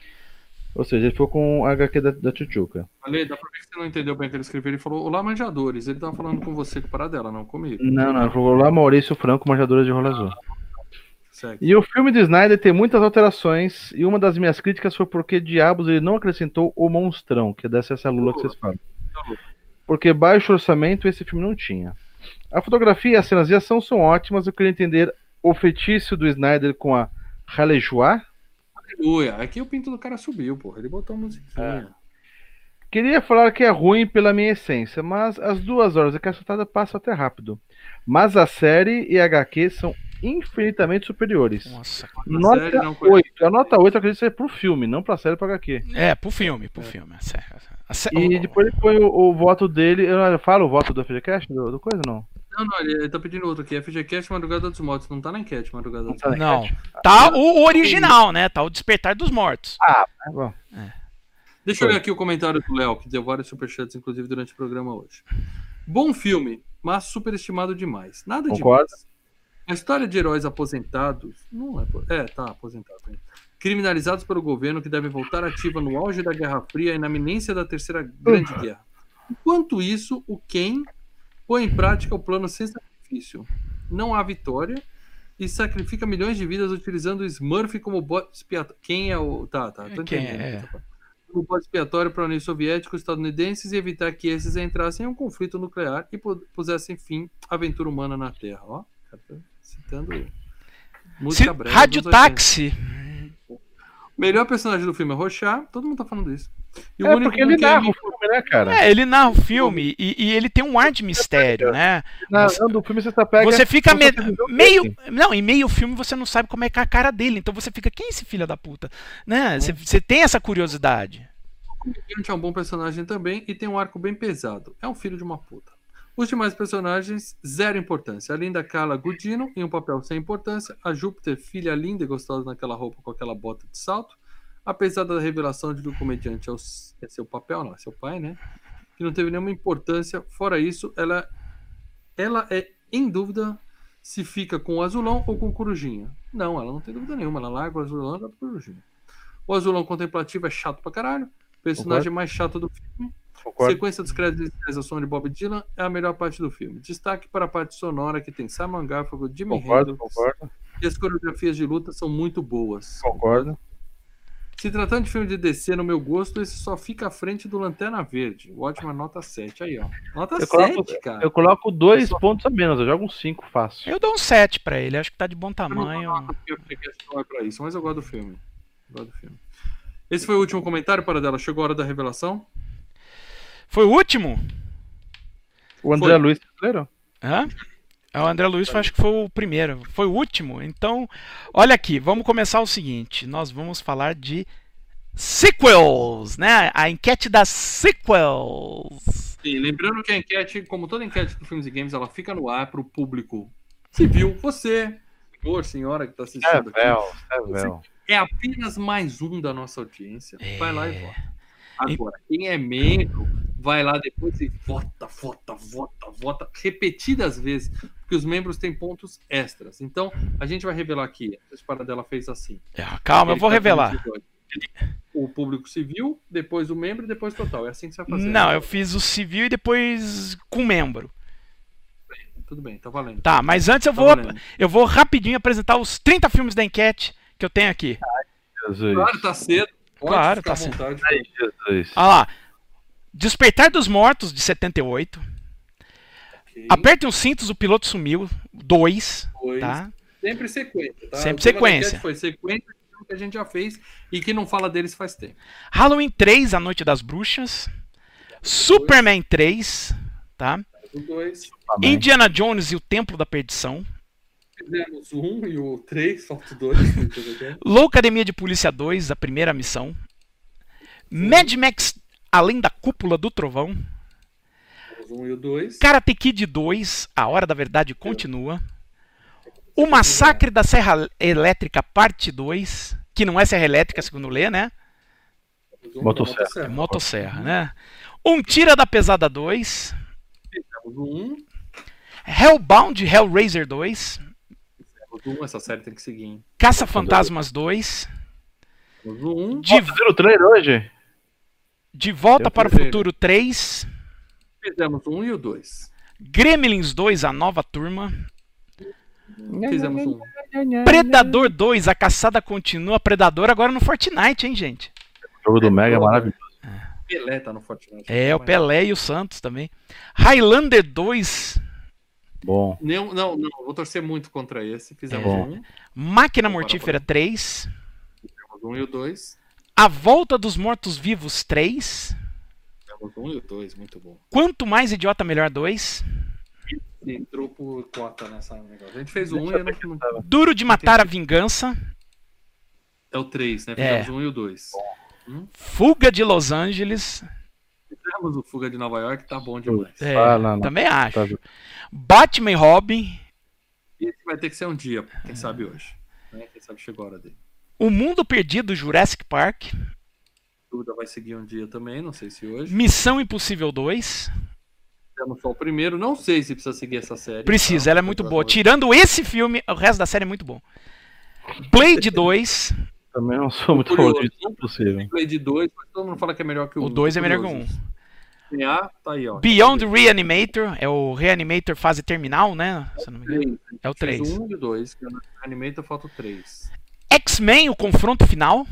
Speaker 3: Ou seja, ele ficou com a agá quê da, da Tchutchuca.
Speaker 2: Ale, dá pra ver que você não entendeu bem o que ele escreveu. Ele falou, olá, manjadores. Ele tava falando com você, com para dela, não comigo.
Speaker 3: Não, não, ele falou lá Maurício Franco, manjadora de rola azul.
Speaker 2: Segue.
Speaker 3: E o filme de Snyder tem muitas alterações, e uma das minhas críticas foi porque diabos ele não acrescentou o monstrão, que é dessa essa lula que vocês falam. Porque baixo orçamento esse filme não tinha. A fotografia e as cenas de ação são ótimas, eu queria entender o feitiço do Snyder com a Ralejoie.
Speaker 2: Aleluia. Aqui o pinto do cara subiu, porra. Ele botou a musiquinha.
Speaker 3: Queria falar que é ruim pela minha essência, mas as duas horas de cacetada passam até rápido. Mas a série e a agá quê são infinitamente superiores.
Speaker 1: Nossa.
Speaker 3: Nota
Speaker 2: série não conheço.
Speaker 3: oito. A nota oito eu acredito ser pro filme, não pra série e pra agá quê.
Speaker 1: É, pro filme, pro filme. A sé- a sé-
Speaker 3: E
Speaker 1: o-
Speaker 3: depois ele põe o, o voto dele. Eu, eu falo o voto do F G Cast, do, do coisa, não?
Speaker 2: Não, não, ele, ele tá pedindo outro aqui. F G Cast Madrugada dos Mortos. Não tá na enquete Madrugada dos
Speaker 3: tá
Speaker 2: Mortos.
Speaker 3: na
Speaker 1: Não.
Speaker 3: enquete?
Speaker 1: Tá o original, né? Tá o Despertar dos Mortos.
Speaker 3: Ah, é bom.
Speaker 2: Deixa eu ler aqui o comentário do Léo, que deu vários superchats, inclusive, durante o programa hoje. Bom filme, mas superestimado demais. Nada
Speaker 3: Concordo.
Speaker 2: demais. A história de heróis aposentados... Não é... É, tá, aposentado. Hein? Criminalizados pelo governo que devem voltar ativa no auge da Guerra Fria e na iminência da Terceira Grande Guerra. Enquanto isso, o Ken põe em prática o plano sem sacrifício. Não há vitória e sacrifica milhões de vidas utilizando o Smurf como bode expiatório. Quem é o... Tá, tá, tô
Speaker 1: Quem
Speaker 2: entendendo.
Speaker 1: é?
Speaker 2: Como bode expiatório para a União Soviética, os estadunidenses e evitar que esses entrassem em um conflito nuclear e pu- pusessem fim à aventura humana na Terra. Ó, cara, tô citando música
Speaker 1: Se-
Speaker 2: breve.
Speaker 1: Rádio
Speaker 2: dos oitenta.
Speaker 1: Táxi.
Speaker 2: Melhor personagem do filme é Rorschach, todo mundo tá falando isso. E
Speaker 3: É porque ele
Speaker 2: com quem
Speaker 3: narra
Speaker 2: me-
Speaker 3: o filme, né, cara?
Speaker 1: É, ele narra o filme e, e ele tem um ar de mistério, né?
Speaker 3: Narrando o filme, você tá pega.
Speaker 1: Você fica
Speaker 3: como
Speaker 1: me-
Speaker 3: se fosse um jogo
Speaker 1: meio.
Speaker 3: desse.
Speaker 1: Não, em meio filme você não sabe como é que é a cara dele. Então você fica, quem é esse filho da puta? Né? Você, você tem essa curiosidade.
Speaker 2: O comediante é um bom personagem também e tem um arco bem pesado. É um filho de uma puta. Os demais personagens, zero importância. Além da Carla Gugino, em um papel sem importância. A Júpiter, filha linda e gostosa naquela roupa com aquela bota de salto. Apesar da revelação de que o comediante é, o, é seu papel, não, é seu pai, né? Que não teve nenhuma importância. Fora isso, ela, ela é em dúvida se fica com o azulão ou com o corujinha. Não, ela não tem dúvida nenhuma. Ela larga o azulão e dá pro corujinha. O azulão contemplativo é chato pra caralho. Personagem
Speaker 3: Concordo.
Speaker 2: mais chato do filme.
Speaker 3: Concordo.
Speaker 2: Sequência dos créditos de realização de Bob Dylan é a melhor parte do filme. Destaque para a parte sonora que tem Simon Garfunkel, Jimi
Speaker 3: Concordo,
Speaker 2: Hendrix.
Speaker 3: concordo,
Speaker 2: E as coreografias de luta são muito boas.
Speaker 3: concordo.
Speaker 2: Se tratando de filme de D C, no meu gosto, esse só fica à frente do Lanterna Verde. O Ótimo é nota sete. Aí, ó. Nota
Speaker 3: Eu
Speaker 2: sete,
Speaker 3: coloco,
Speaker 2: cara.
Speaker 3: eu coloco dois
Speaker 2: Eu só-
Speaker 3: pontos a menos, eu jogo um cinco fácil.
Speaker 1: Eu dou um sete pra ele, acho que tá de bom
Speaker 2: Eu não
Speaker 1: tamanho.
Speaker 2: coloco porque o podcast não é pra isso, mas eu gosto do filme. Eu gosto do filme. Esse foi o último comentário, para dela. Chegou a hora da revelação.
Speaker 1: Foi o último?
Speaker 3: O André
Speaker 2: Foi.
Speaker 3: Luiz brasileiro?
Speaker 1: Hã? O André Luiz acho que foi o primeiro. Foi o último? Então, olha aqui, vamos começar o seguinte. Nós vamos falar de sequels, né? A enquete das sequels.
Speaker 2: Sim, lembrando que a enquete, como toda enquete do Filmes e Games, ela fica no ar para o público civil. Você, senhor, senhora que está
Speaker 3: É,
Speaker 2: assistindo aqui,
Speaker 3: véu, é, véu.
Speaker 2: é apenas mais um da nossa audiência.
Speaker 1: É.
Speaker 2: Vai lá e vota. Agora, quem é membro, vai lá depois e vota, vota, vota, vota, repetidas vezes, porque os membros têm pontos extras. Então, a gente vai revelar aqui. A espada dela fez assim.
Speaker 1: É, calma, eu vou
Speaker 2: Ele tá
Speaker 1: revelar.
Speaker 2: fazendo episódio. O público civil, depois o membro e depois total. É assim que você vai fazer.
Speaker 1: Não, eu fiz o civil e depois com membro.
Speaker 2: Tudo bem, tá valendo.
Speaker 1: Tá, mas antes eu
Speaker 2: Tá
Speaker 1: vou,
Speaker 2: valendo.
Speaker 1: eu vou rapidinho apresentar os trinta filmes da enquete que eu tenho aqui.
Speaker 3: Jesus.
Speaker 2: Claro, tá cedo. Pode
Speaker 1: Claro,
Speaker 2: ficar
Speaker 1: tá
Speaker 2: à vontade.
Speaker 3: Ai, Jesus.
Speaker 1: Olha lá. Despertar dos Mortos, de setenta e oito.
Speaker 2: Ok.
Speaker 1: Aperte os cintos, o piloto sumiu. dois.
Speaker 2: Dois.
Speaker 1: Tá?
Speaker 2: Sempre sequência, tá?
Speaker 1: Sempre
Speaker 2: O tema da
Speaker 1: sequência.
Speaker 2: enquete Foi sequência que a gente já fez e que não fala deles faz tempo.
Speaker 1: Halloween três, A Noite das Bruxas. Superman três. Tá?
Speaker 2: O dois.
Speaker 3: Amém.
Speaker 1: Indiana Jones e o Templo da Perdição.
Speaker 2: Fizemos o um e o três, falta o dois.
Speaker 1: Loucademia de Polícia dois, A Primeira Missão. Mad Max Além da Cúpula do Trovão.
Speaker 2: Fizemos o um e o dois.
Speaker 1: Karate Kid dois, A Hora da Verdade Continua. O Massacre da Serra Elétrica, parte dois. Que não é Serra Elétrica, segundo lê, né?
Speaker 2: Fizemos um,
Speaker 3: Motosserra.
Speaker 1: É Motosserra, né? Um Tira da Pesada dois.
Speaker 2: Fizemos o um.
Speaker 1: Hellbound Hellraiser dois.
Speaker 2: Fizemos o um. Essa série tem que seguir, hein?
Speaker 1: Caça-Fantasmas dois.
Speaker 2: Fizemos o um.
Speaker 1: De,
Speaker 3: Ó, vocês viram o trailer hoje?
Speaker 1: de Volta
Speaker 3: Eu
Speaker 1: para o
Speaker 2: vi ele.
Speaker 1: Futuro três.
Speaker 2: Fizemos o um e o dois.
Speaker 1: Gremlins dois, A Nova Turma.
Speaker 2: Fizemos um.
Speaker 1: Predador dois, A Caçada Continua. Predador agora no Fortnite, hein, gente?
Speaker 3: O jogo do Mega é maravilhoso.
Speaker 2: Pelé tá no Fortnite.
Speaker 1: É, o Pelé e o Santos também. Highlander dois,
Speaker 3: Bom.
Speaker 2: Não, não, não. Vou torcer muito contra esse. Fizemos
Speaker 3: É.
Speaker 2: um.
Speaker 1: Máquina
Speaker 2: Bora,
Speaker 1: Mortífera
Speaker 2: bora.
Speaker 1: três,
Speaker 2: Fizemos um e o dois.
Speaker 1: A Volta dos Mortos-Vivos três,
Speaker 2: Fizemos um e o dois. Muito bom.
Speaker 1: Quanto Mais Idiota Melhor dois,
Speaker 2: Entrou por cota nessa negócio. A gente fez o um e eu não, não-
Speaker 1: Duro de Matar a Vingança,
Speaker 2: é o três, né?
Speaker 1: É.
Speaker 2: Fizemos um e o dois.
Speaker 1: Fuga de Los Angeles,
Speaker 2: Fizemos o Fuga de Nova York, tá bom demais.
Speaker 1: é,
Speaker 3: Ah, não, não.
Speaker 1: também acho.
Speaker 3: Tá.
Speaker 1: Batman e Robin,
Speaker 2: Esse vai ter que ser um dia, quem sabe hoje. Né? Quem sabe chegou a hora dele.
Speaker 1: O Mundo Perdido Jurassic Park,
Speaker 2: Duda vai seguir um dia também, não sei se hoje.
Speaker 1: Missão Impossível dois.
Speaker 2: Fizemos só o primeiro, não sei se precisa seguir essa série.
Speaker 1: Precisa,
Speaker 2: tá?
Speaker 1: ela é muito boa. Tirando esse filme, o resto da série é muito bom. Blade dois,
Speaker 3: Também não sou muito
Speaker 2: Curioso.
Speaker 3: favorito, não é possível.
Speaker 2: Blade dois, mas todo mundo fala que é melhor que o
Speaker 1: o
Speaker 2: um.
Speaker 1: dois é melhor que o
Speaker 2: Curioso.
Speaker 1: um.
Speaker 2: Tem A, tá aí, ó.
Speaker 1: Beyond Reanimator, é o Reanimator fase terminal, né? Se eu não me engano.
Speaker 2: Três.
Speaker 1: É o
Speaker 2: Fez
Speaker 1: três.
Speaker 2: o um e o dois, que no Animator falta o três.
Speaker 1: X-Men, o confronto final.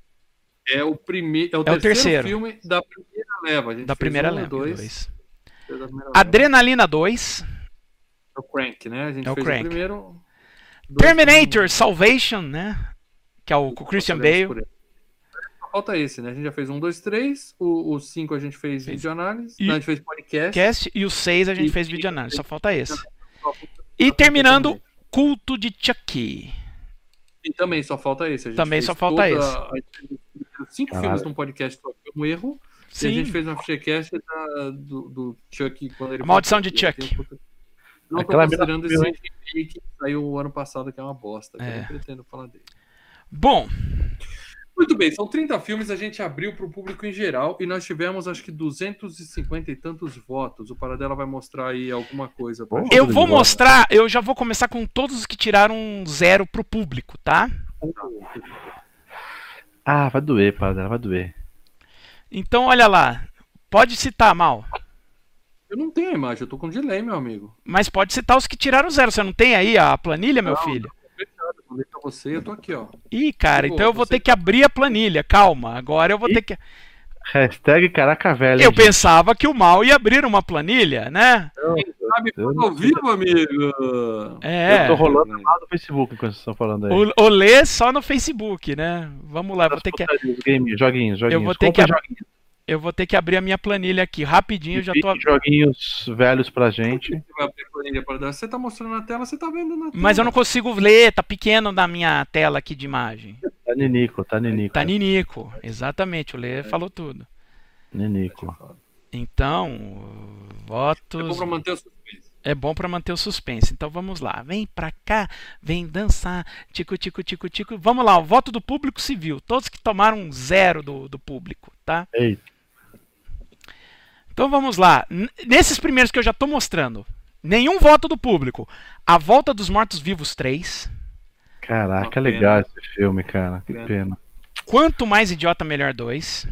Speaker 2: É o primeiro, é o,
Speaker 1: É o
Speaker 2: terceiro,
Speaker 1: terceiro.
Speaker 2: filme da primeira leva. A gente
Speaker 1: Da
Speaker 2: fez
Speaker 1: primeira
Speaker 2: um e
Speaker 1: leva.
Speaker 2: dois,
Speaker 1: dois.
Speaker 2: fez da primeira leva.
Speaker 1: Adrenalina dois.
Speaker 2: É o Crank, né? A gente
Speaker 1: É o
Speaker 2: fez
Speaker 1: Crank.
Speaker 2: o primeiro. dois
Speaker 1: Terminator Salvation, né? Que é o com o Christian
Speaker 2: passaremos por
Speaker 1: Bale.
Speaker 2: ele. Só falta esse, né? A gente já fez um, dois, três. O cinco a gente fez
Speaker 1: Fez.
Speaker 2: videoanálise.
Speaker 1: E-
Speaker 2: Não, a gente fez podcast.
Speaker 1: Cast, e o seis a gente
Speaker 2: E-
Speaker 1: fez
Speaker 2: e-
Speaker 1: videoanálise. Só falta esse.
Speaker 2: Só falta-
Speaker 1: E
Speaker 2: só
Speaker 1: terminando,
Speaker 2: falta
Speaker 1: Culto de Chucky.
Speaker 2: E também só falta esse. A gente
Speaker 1: Também
Speaker 2: fez
Speaker 1: só falta
Speaker 2: toda-
Speaker 1: esse.
Speaker 2: a gente fez cinco
Speaker 3: Caralho.
Speaker 2: filmes num podcast só que é um erro. E a gente
Speaker 1: Sim.
Speaker 2: fez uma FGCast da- do, do Chuck quando ele
Speaker 1: A Maldição de
Speaker 2: foi-
Speaker 1: Chuck.
Speaker 2: Não tô
Speaker 3: Aquela
Speaker 2: considerando esse
Speaker 3: mina-
Speaker 2: remake que saiu o ano passado, que é uma bosta. Que
Speaker 1: É.
Speaker 2: eu não pretendo falar dele.
Speaker 1: Bom,
Speaker 2: Muito bem, são trinta filmes, a gente abriu para o público em geral e nós tivemos acho que duzentos e cinquenta e tantos votos. O Paradela vai mostrar aí alguma coisa pra
Speaker 3: Pô,
Speaker 2: gente.
Speaker 1: eu
Speaker 3: de
Speaker 1: vou
Speaker 3: bola.
Speaker 1: mostrar, eu já vou começar com todos os que tiraram zero pro público, tá?
Speaker 3: Ah, vai doer, Paradela, vai doer.
Speaker 1: Então, olha lá. Pode citar, Mal.
Speaker 2: Eu não tenho a imagem, eu tô com delay, meu amigo.
Speaker 1: Mas pode citar os que tiraram zero. Você não tem aí a planilha, meu
Speaker 2: Não.
Speaker 1: filho?
Speaker 2: Fechado, Mandei pra você e eu tô aqui, ó.
Speaker 1: Ih, cara,
Speaker 2: Pô,
Speaker 1: então eu vou
Speaker 2: você
Speaker 1: ter que abrir a planilha. Calma, agora eu vou
Speaker 3: Ih.
Speaker 1: ter que.
Speaker 3: Hashtag caraca velho.
Speaker 1: Eu pensava que o mal ia abrir uma planilha, né?
Speaker 2: Sabe, tudo ao vivo, amigo.
Speaker 1: É.
Speaker 3: Eu tô rolando lá no Facebook enquanto vocês estão falando aí.
Speaker 1: O, o lê só no Facebook, né? Vamos lá, eu vou ter que.
Speaker 3: Game, joguinhos, joguinhos.
Speaker 1: Eu vou ter que
Speaker 3: Compra
Speaker 1: ab-
Speaker 3: joguinhos,
Speaker 1: Eu vou ter que abrir a minha planilha aqui rapidinho, eu já tô.
Speaker 3: joguinhos velhos pra gente.
Speaker 2: Você vai abrir a planilha para dar. Você tá mostrando na tela, você tá vendo na tela.
Speaker 1: Mas eu não consigo ler, tá pequeno na minha tela aqui de imagem.
Speaker 3: Tá Ninico, tá Ninico.
Speaker 1: Tá Ninico, exatamente, o Lê falou tudo.
Speaker 3: Ninico.
Speaker 1: Então,
Speaker 2: É bom
Speaker 1: votos.
Speaker 2: pra manter o suspense.
Speaker 1: É bom pra manter o suspense. Então vamos lá. Vem pra cá, vem dançar. Tico, tico, tico, tico. Vamos lá, o voto do público civil. Todos que tomaram zero do, do público, tá?
Speaker 3: Eita.
Speaker 1: Então vamos lá. N- Nesses primeiros que eu já tô mostrando, nenhum voto do público. A Volta dos Mortos-Vivos três.
Speaker 3: Caraca,
Speaker 2: Uma
Speaker 3: legal
Speaker 2: pena.
Speaker 3: esse filme, cara. Que
Speaker 2: Pena.
Speaker 3: pena.
Speaker 1: Quanto Mais Idiota Melhor dois.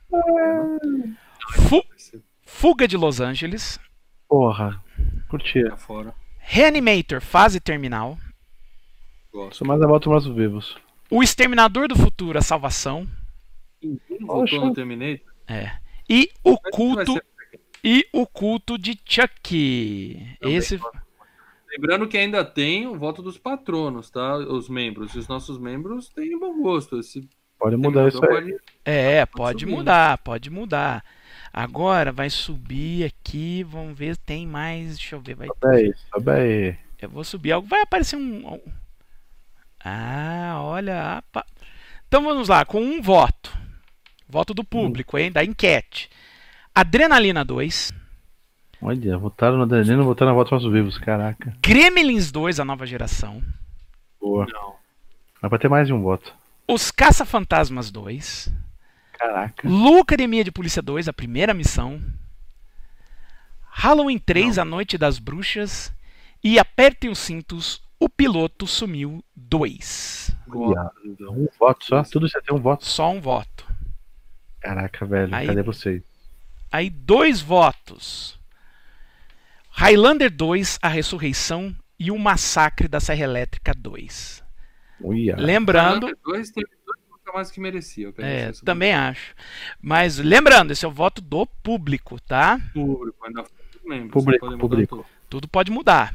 Speaker 1: Fu- Fuga de Los Angeles.
Speaker 3: Porra. Curti.
Speaker 2: Tá fora.
Speaker 1: Reanimator Fase Terminal.
Speaker 2: Gosto.
Speaker 3: Sou mais a volta dos vivos.
Speaker 1: O Exterminador do Futuro, A Salvação.
Speaker 2: Ninguém
Speaker 3: Poxa.
Speaker 2: votou no Terminator.
Speaker 1: É. E o
Speaker 2: Vai
Speaker 1: culto
Speaker 2: ser-
Speaker 1: e o culto de Chuck.
Speaker 2: Também
Speaker 1: Esse
Speaker 2: gosto. Lembrando que ainda tem o voto dos patronos, tá? Os membros. E os nossos membros têm bom gosto. Esse
Speaker 3: Pode mudar isso aí.
Speaker 2: Terminador pode-
Speaker 1: é,
Speaker 2: Pode
Speaker 1: pode
Speaker 2: subir.
Speaker 1: mudar, pode mudar. Agora vai subir aqui, vamos ver se tem mais, deixa eu ver, vai.
Speaker 3: Sobe aí, sobe aí.
Speaker 1: Eu vou subir algo, vai aparecer um um- Ah, olha, apa- Então vamos lá, com um voto. Voto do público, hein, da enquete. Adrenalina dois,
Speaker 3: Olha, votaram no Adrenalina, votaram na volta dos vivos. Caraca.
Speaker 1: Gremlins dois, a nova geração.
Speaker 3: Boa.
Speaker 2: Não.
Speaker 3: Mas vai ter mais de um voto.
Speaker 1: Os Caça-Fantasmas dois.
Speaker 3: Caraca.
Speaker 1: Lucademia de Polícia dois, a primeira missão. Halloween três, A Noite das Bruxas. E Apertem os Cintos, O Piloto Sumiu dois.
Speaker 3: Olha, um voto só? Tudo você tem um voto?
Speaker 1: Só um voto.
Speaker 3: Caraca, velho.
Speaker 1: Aí-
Speaker 3: Cadê vocês?
Speaker 1: Aí dois votos. Highlander dois, A Ressurreição e O Massacre da Serra Elétrica dois.
Speaker 3: Olha.
Speaker 1: Lembrando,
Speaker 2: Highlander dois teve dois votos a mais que merecia. Eu quero
Speaker 1: é,
Speaker 2: deixar isso
Speaker 1: também acho. Mas lembrando, esse é o voto do público, tá?
Speaker 2: bem público, ainda foi dos membros.
Speaker 3: Público,
Speaker 2: Você pode mudar
Speaker 3: público.
Speaker 2: tudo.
Speaker 1: Tudo pode mudar.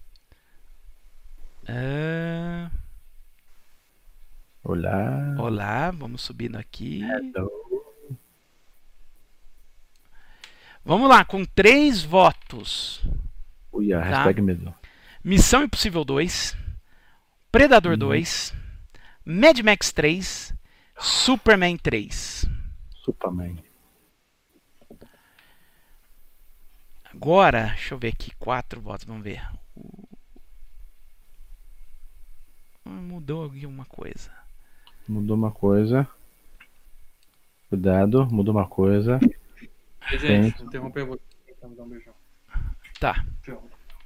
Speaker 1: É,
Speaker 3: Olá.
Speaker 1: Olá, vamos subindo aqui.
Speaker 3: Hello.
Speaker 1: Vamos lá, com três votos.
Speaker 3: Olha,
Speaker 1: Tá.
Speaker 3: hashtag medo.
Speaker 1: Missão Impossível dois, Predador dois, Mad Max três, Superman três.
Speaker 3: Superman.
Speaker 1: Agora, deixa eu ver aqui, quatro votos, vamos ver. O- Ah, Mudou aqui uma coisa.
Speaker 3: Mudou uma coisa. Cuidado, mudou uma coisa.
Speaker 2: E, gente, interromper você. Então, me dá um beijão.
Speaker 1: Tá.
Speaker 2: Tchau.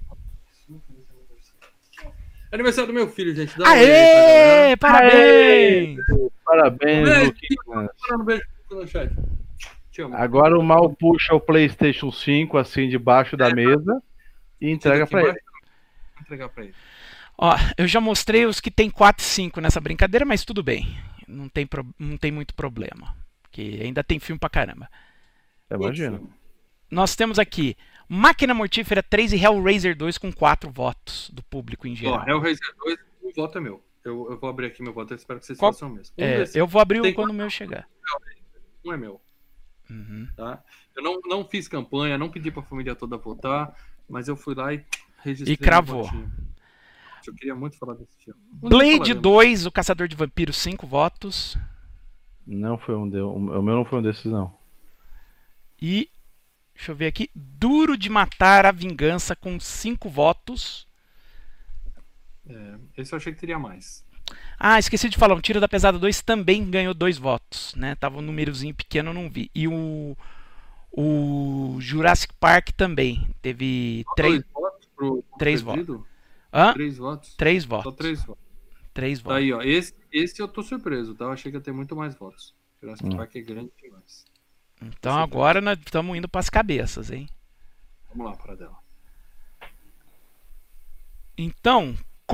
Speaker 2: Aniversário do meu filho, gente. Dá um oi aí
Speaker 1: Aê! Parabéns!
Speaker 3: Parabéns,
Speaker 2: Beijo.
Speaker 3: Luquinhas.
Speaker 2: pra galera. Manda um beijo no chat. Te amo.
Speaker 3: Agora o Mal puxa o PlayStation cinco assim debaixo da mesa e entrega
Speaker 2: Aqui
Speaker 3: pra ele.
Speaker 2: embaixo. Vou entregar pra ele.
Speaker 1: Ó, eu já mostrei os que tem quatro e cinco nessa brincadeira, mas tudo bem. Não tem, pro- não tem muito problema. Porque ainda tem filme pra caramba.
Speaker 3: Imagina.
Speaker 1: Nós temos aqui Máquina Mortífera três e Hellraiser dois com quatro votos do público em geral.
Speaker 2: Ó, Hellraiser dois, um voto é meu. Eu, eu vou abrir aqui meu voto, eu espero que vocês
Speaker 1: Qual-
Speaker 2: façam mesmo. Um,
Speaker 1: É,
Speaker 2: desses-
Speaker 1: eu vou abrir
Speaker 2: tem
Speaker 1: quando o meu chegar.
Speaker 2: um é meu,
Speaker 1: Uhum.
Speaker 2: tá? Eu não, não fiz campanha, não pedi pra família toda votar, mas eu fui lá e registrei
Speaker 1: E cravou.
Speaker 2: meu votinho. Eu queria muito falar desse filme. Um dia
Speaker 1: Blade
Speaker 2: falaremos.
Speaker 1: dois, O Caçador de Vampiros, cinco votos.
Speaker 3: Não foi um de... O meu não foi um desses, não.
Speaker 1: E, deixa eu ver aqui, Duro de Matar, A Vingança com cinco votos.
Speaker 2: É, esse eu achei que teria mais.
Speaker 1: Ah, esqueci de falar, o Tiro da Pesada dois também ganhou dois votos, né? Tava um númerozinho pequeno, eu não vi. E o, o Jurassic Park também teve
Speaker 2: Só
Speaker 1: três,
Speaker 2: dois votos pro pro
Speaker 1: três
Speaker 2: perdido?
Speaker 1: hã?
Speaker 2: Três votos?
Speaker 1: três
Speaker 2: Só
Speaker 1: votos.
Speaker 2: três votos.
Speaker 1: Três
Speaker 2: Tá
Speaker 1: votos.
Speaker 2: aí, ó. Esse, esse eu tô surpreso, tá? Eu achei que ia ter muito mais votos. Jurassic
Speaker 3: Hum.
Speaker 2: Park é grande demais.
Speaker 1: Então agora nós estamos indo para as cabeças, hein?
Speaker 2: Vamos lá, para dela.
Speaker 1: Então, com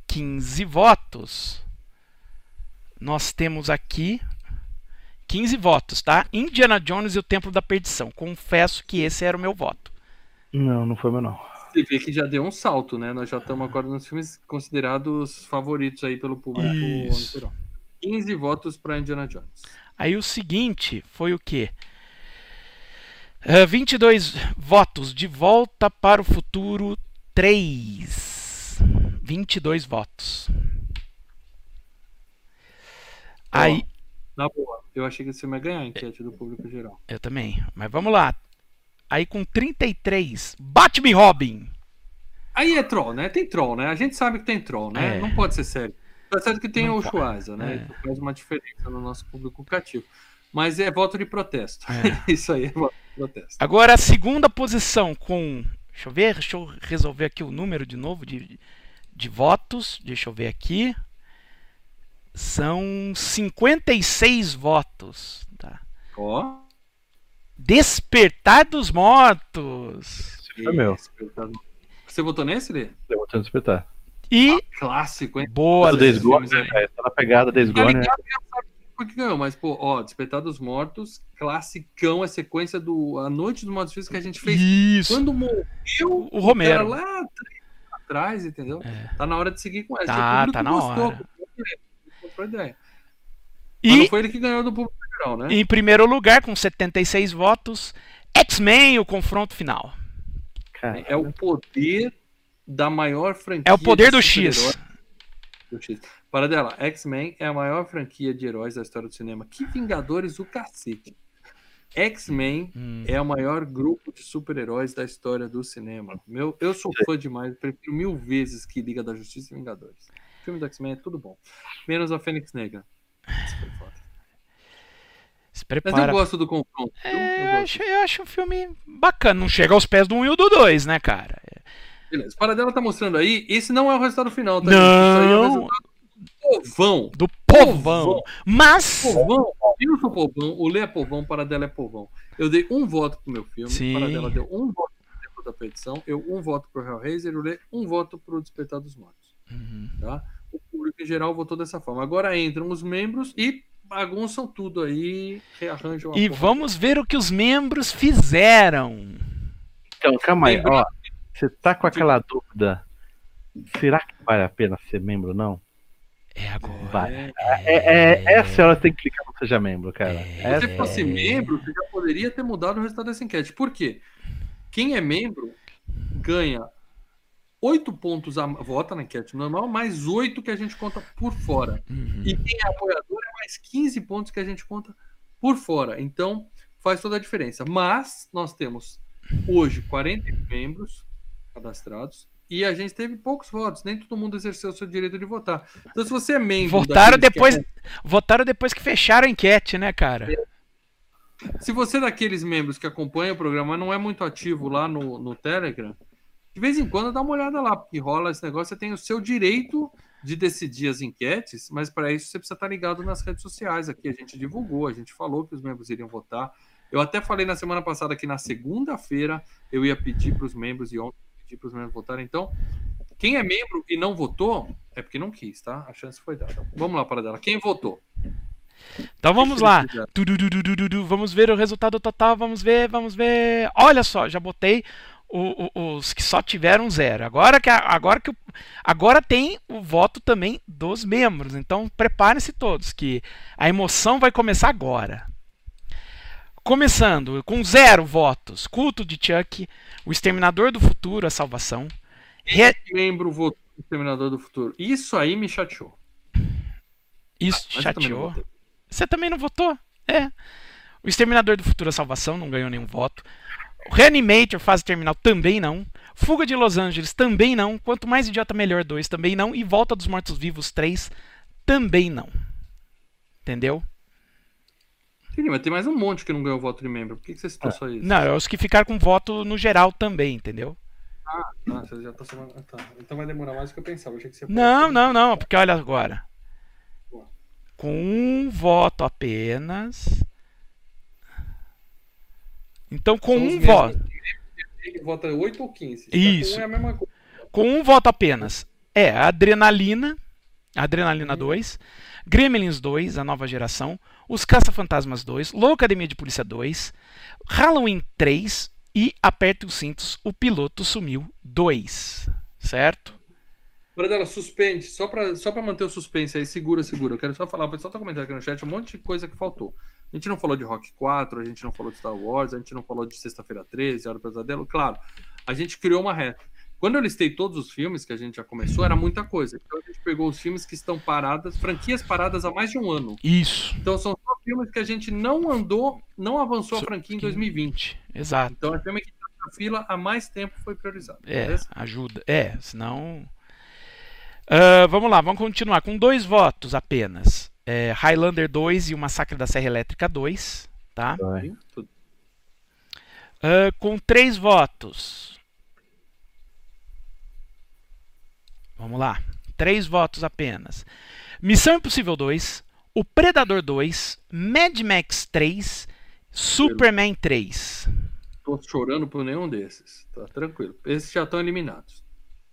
Speaker 1: quinze votos, nós temos aqui quinze votos, tá? Indiana Jones e o Templo da Perdição. Confesso que esse era o meu voto.
Speaker 3: Não, não foi meu não.
Speaker 2: Você vê que já deu um salto, né? Nós já estamos agora nos filmes considerados favoritos aí pelo público.
Speaker 1: Isso.
Speaker 2: quinze votos para Indiana Jones.
Speaker 1: Aí o seguinte foi o quê? Uh, vinte e dois votos. De Volta para o Futuro três. vinte e dois votos. Aí...
Speaker 2: Na boa, eu achei que esse filme ia ganhar a enquete do público geral.
Speaker 1: Eu também, mas vamos lá. Aí com trinta e três, Batman e Robin.
Speaker 2: Aí é troll, né? Tem troll, né? A gente sabe que tem troll, né?
Speaker 1: É.
Speaker 2: Não pode ser sério. Tá certo que tem
Speaker 1: Não
Speaker 2: o
Speaker 1: pode.
Speaker 2: Schwarza, né?
Speaker 1: É.
Speaker 2: Isso faz uma diferença no nosso público cativo. Mas é voto de protesto.
Speaker 1: É.
Speaker 2: Isso aí é voto de protesto.
Speaker 1: Agora a segunda posição com... Deixa eu ver, deixa eu resolver aqui o número de novo de, de votos. Deixa eu ver aqui. São cinquenta e seis votos. Tá.
Speaker 2: Ó.
Speaker 1: Despertar dos Mortos.
Speaker 3: Esse foi meu.
Speaker 2: Você votou nesse, Lê?
Speaker 3: Eu vou te despertar.
Speaker 1: E...
Speaker 2: Clássico, hein?
Speaker 1: Boa,
Speaker 3: O Days Gone,
Speaker 2: filmes,
Speaker 3: né? Tá na pegada Days
Speaker 2: Tá
Speaker 3: Gone, né?
Speaker 2: ligado que eu sabe por que ganhou, mas, pô, ó, Despertar dos Mortos, classicão, a sequência do A Noite dos Mortos Vivos que a gente fez
Speaker 1: Isso.
Speaker 2: quando morreu
Speaker 1: O Romero.
Speaker 2: cara lá atrás, entendeu?
Speaker 1: É.
Speaker 2: Tá na hora de seguir com essa.
Speaker 1: Tá,
Speaker 2: O público
Speaker 1: tá na
Speaker 2: gostou,
Speaker 1: hora.
Speaker 2: comprou a ideia. Mas não
Speaker 1: E
Speaker 2: foi ele que ganhou do público geral, né?
Speaker 1: em primeiro lugar, com setenta e seis votos, X-Men, o confronto final.
Speaker 3: Cara,
Speaker 2: É o poder da maior franquia.
Speaker 1: É o poder
Speaker 2: de
Speaker 1: do
Speaker 2: super-herói.
Speaker 1: X.
Speaker 2: Do X. Para dela, X-Men é a maior franquia de heróis da história do cinema. Que Vingadores o cacete. X-Men
Speaker 1: Hum.
Speaker 2: é o maior grupo de super-heróis da história do cinema. Meu, eu sou fã demais, prefiro mil vezes que Liga da Justiça e Vingadores. O filme do X-Men é tudo bom. Menos a Fênix Negra. Isso foi foda.
Speaker 1: Se
Speaker 2: Mas
Speaker 1: prepara.
Speaker 2: eu gosto do confronto. viu?
Speaker 1: É,
Speaker 2: Eu
Speaker 1: eu,
Speaker 2: gosto.
Speaker 1: acho, eu acho um filme bacana. Não chega aos pés do um e do dois, né, cara?
Speaker 2: Beleza. Para dela tá mostrando aí. Esse não é o resultado final, tá? gente? Isso aí é o
Speaker 1: Não,
Speaker 2: resultado do povão.
Speaker 1: do povão. Mas.
Speaker 2: Povão, eu sou povão, o Lê é povão, para dela é povão. Eu dei um voto pro meu filme,
Speaker 1: Sim.
Speaker 2: para dela deu um voto pro Templo da Petição, eu um voto pro Hellraiser, o Lê um voto pro Despertar dos Mortos.
Speaker 1: Uhum.
Speaker 2: Tá? O público em geral votou dessa forma. Agora entram os membros e bagunçam tudo aí, rearranjam a
Speaker 1: E
Speaker 2: porra.
Speaker 1: vamos ver o que os membros fizeram.
Speaker 3: então, calma aí.
Speaker 2: Lembrando-
Speaker 3: Ó, você tá com aquela dúvida? Será que vale a pena ser membro ou não?
Speaker 1: É agora.
Speaker 3: Vai.
Speaker 2: É,
Speaker 3: É, é, essa hora você tem que clicar no Seja Membro, cara.
Speaker 1: É.
Speaker 2: se
Speaker 3: Essa-
Speaker 2: você fosse membro, você já poderia ter mudado o resultado dessa enquete. Por quê? Quem é membro ganha oito pontos, a, vota na enquete normal, mais oito que a gente conta por fora.
Speaker 1: Uhum.
Speaker 2: E quem é apoiador é mais quinze pontos que a gente conta por fora. Então, faz toda a diferença. Mas, nós temos hoje quarenta membros cadastrados e a gente teve poucos votos. Nem todo mundo exerceu o seu direito de votar. Então, se você é membro...
Speaker 1: Votaram
Speaker 2: daqueles que
Speaker 1: depois,
Speaker 2: é-
Speaker 1: votaram depois que fecharam a enquete, né, cara?
Speaker 2: Se você é daqueles membros que acompanha o programa, mas não é muito ativo lá no, no Telegram, de vez em quando dá uma olhada lá, porque rola esse negócio, você tem o seu direito de decidir as enquetes, mas para isso você precisa estar ligado nas redes sociais. Aqui a gente divulgou, a gente falou que os membros iriam votar. Eu até falei na semana passada que na segunda-feira eu ia pedir para os membros e ontem pedir para os membros votarem. Então, quem é membro e não votou, é porque não quis, tá? A chance foi dada. Vamos lá, para dela. Quem votou?
Speaker 1: Então vamos lá. Tudududududu. Vamos ver o resultado total. Vamos ver, vamos ver. Olha só, já botei o- o- os que só tiveram zero. Agora que, a- agora que o- agora tem o voto também dos membros. Então preparem-se todos, que a emoção vai começar agora. Começando com zero votos. Culto de Chuck, O Exterminador do Futuro, A Salvação. Re...
Speaker 2: Membro votou no Exterminador do Futuro. Isso aí me chateou.
Speaker 1: Isso
Speaker 2: Mas eu também não
Speaker 1: chateou.
Speaker 2: votei.
Speaker 1: Você também não votou? É. O Exterminador do Futuro, A Salvação, não ganhou nenhum voto. O Reanimator, Fase Terminal, também não. Fuga de Los Angeles, também não. Quanto Mais Idiota Melhor dois, também não. E Volta dos Mortos Vivos três, também não. Entendeu?
Speaker 2: Entendi, mas tem mais um monte que não ganhou voto de membro. Por que que você citou só isso?
Speaker 1: Não, é os que ficaram com voto no geral também, entendeu?
Speaker 2: Ah, você já tá somando. Ah, tá. Então vai demorar mais do que eu pensava. Eu achei que você ia
Speaker 1: Não,
Speaker 2: falar
Speaker 1: não, não, porque olha agora. Com um voto apenas. Então, com
Speaker 2: São os
Speaker 1: um
Speaker 2: mesmos.
Speaker 1: voto.
Speaker 2: Ele vota oito ou quinze.
Speaker 1: Isso.
Speaker 2: Tá com um é a mesma coisa.
Speaker 1: Com um voto apenas, é Adrenalina, Adrenalina dois, Gremlins dois, a nova geração, Os Caça-Fantasmas dois, Loucademia de Polícia dois, Halloween três e Aperte os Cintos, O Piloto Sumiu dois, certo?
Speaker 2: Bradela, suspende, só para só pra manter o suspense aí, segura, segura. Eu quero só falar, o pessoal tá comentando aqui no chat um monte de coisa que faltou. A gente não falou de Rock quatro, a gente não falou de Star Wars, a gente não falou de Sexta-feira treze, Hora do Pesadelo. Claro, a gente criou uma reta. Quando eu listei todos os filmes que a gente já começou, era muita coisa. Então a gente pegou os filmes que estão paradas, franquias paradas há mais de um ano.
Speaker 1: Isso.
Speaker 2: Então são só filmes que a gente não andou, não avançou a franquia em dois mil e vinte.
Speaker 1: Exato.
Speaker 2: Então é filme que tá na fila há mais tempo foi priorizado.
Speaker 1: É,
Speaker 2: beleza?
Speaker 1: ajuda. É, senão... Uh, vamos lá, vamos continuar com dois votos apenas. É, Highlander dois e O Massacre da Serra Elétrica dois, tá?
Speaker 2: Tudo.
Speaker 1: Uh, com três votos. Vamos lá, três votos apenas. Missão Impossível dois, O Predador dois, Mad Max três, Superman três.
Speaker 2: Tô chorando por nenhum desses, tá tranquilo. Esses já estão eliminados.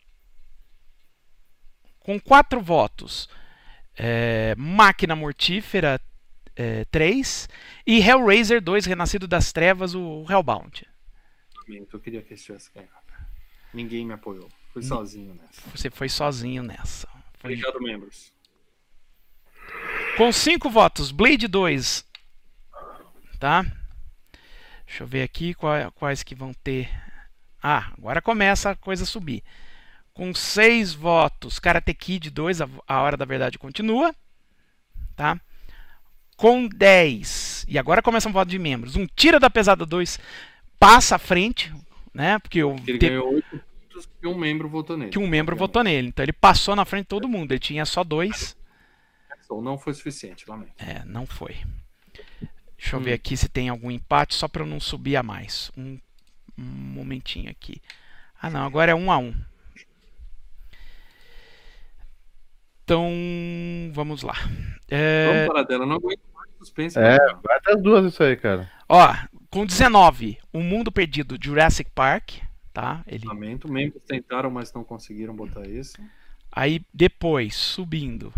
Speaker 1: Com quatro votos, é, Máquina Mortífera é, três e Hellraiser dois, Renascido das Trevas, o Hellbound.
Speaker 2: Eu queria que esse tivesse ganhado. Ninguém me apoiou. Fui sozinho nessa.
Speaker 1: Você foi sozinho nessa. Foi...
Speaker 2: Obrigado, membros.
Speaker 1: Com cinco votos, Blade dois. Tá? Deixa eu ver aqui quais, quais que vão ter. Ah, agora começa a coisa a subir. Com seis votos, Karate Kid dois, a, a Hora da Verdade Continua. Tá? Com dez, e agora começa um voto de membros. Um Tira da Pesada dois passa à frente, né? Porque eu
Speaker 2: ele
Speaker 1: te...
Speaker 2: ganhou oito votos que um membro votou nele.
Speaker 1: Que um membro votou nele. Então ele passou na frente de todo mundo. Ele tinha só dois.
Speaker 2: Não foi suficiente, lamento.
Speaker 1: É, não foi. Deixa eu
Speaker 2: hum.
Speaker 1: ver aqui se tem algum empate, só para eu não subir a mais. Um, um momentinho aqui. Ah, não, agora é um a um. Então, vamos lá. É...
Speaker 2: Vamos parar dela, não aguento mais suspense.
Speaker 3: É, vai até as duas isso aí, cara.
Speaker 1: Ó, com dezenove, O Mundo Perdido, Jurassic Park, tá? Ele...
Speaker 2: Lamento, membros tentaram, mas não conseguiram botar isso.
Speaker 1: Aí, depois, subindo,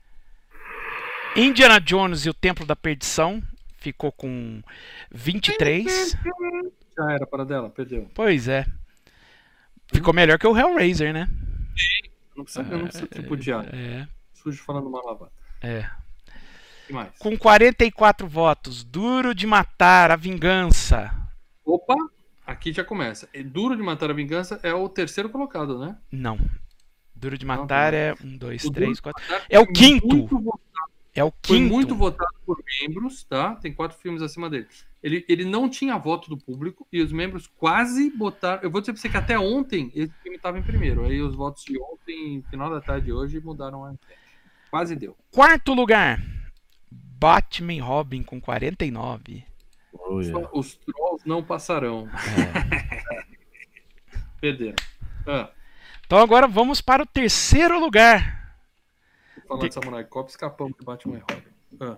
Speaker 1: Indiana Jones e o Templo da Perdição, ficou com vinte e três.
Speaker 2: Já era, para dela, perdeu.
Speaker 1: Pois é. Ficou melhor que o Hellraiser, né?
Speaker 2: Não precisa, eu não preciso tripudiar.
Speaker 1: É.
Speaker 2: Sujo falando uma lavada.
Speaker 1: É.
Speaker 2: Que mais?
Speaker 1: Com quarenta e quatro votos, Duro de Matar, A Vingança.
Speaker 2: Opa, aqui já começa. Duro de Matar a Vingança é o terceiro colocado, né?
Speaker 1: Não. Duro de Matar
Speaker 2: não,
Speaker 1: é um, dois,
Speaker 2: o
Speaker 1: três, quatro.
Speaker 2: Matar
Speaker 1: É o
Speaker 2: foi
Speaker 1: quinto.
Speaker 2: muito votado.
Speaker 1: É o
Speaker 2: Foi
Speaker 1: quinto.
Speaker 2: muito votado por membros, tá? Tem quatro filmes acima dele. Ele, ele não tinha voto do público e os membros quase botaram. Eu vou dizer pra você que até ontem esse filme estava em primeiro. Aí os votos de ontem, final da tarde de hoje, mudaram a enquete. Quase deu.
Speaker 1: Quarto lugar, Batman e Robin com quarenta e nove.
Speaker 3: Oh, yeah.
Speaker 2: Os trolls não passarão.
Speaker 1: É.
Speaker 2: Perderam. Ah,
Speaker 1: Então agora vamos para o terceiro lugar.
Speaker 2: vou falar de Samurai Cop, escapamos de Batman e Robin. Ah.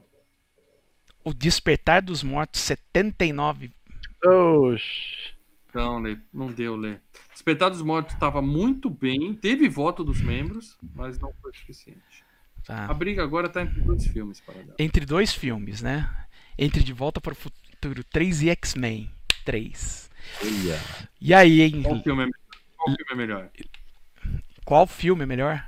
Speaker 1: O Despertar dos Mortos, setenta e nove.
Speaker 3: Oxi.
Speaker 2: Não, Lê, não deu, Lê. Despertar dos Mortos estava muito bem, teve voto dos membros, mas não foi suficiente.
Speaker 1: Tá.
Speaker 2: A briga agora está entre dois filmes, para dar.
Speaker 1: Entre dois filmes, né? Entre De Volta para o Futuro três e X-Men três.
Speaker 3: Olha.
Speaker 1: E aí, hein?
Speaker 2: Qual filme é melhor? Qual filme é melhor?
Speaker 1: Qual filme é melhor?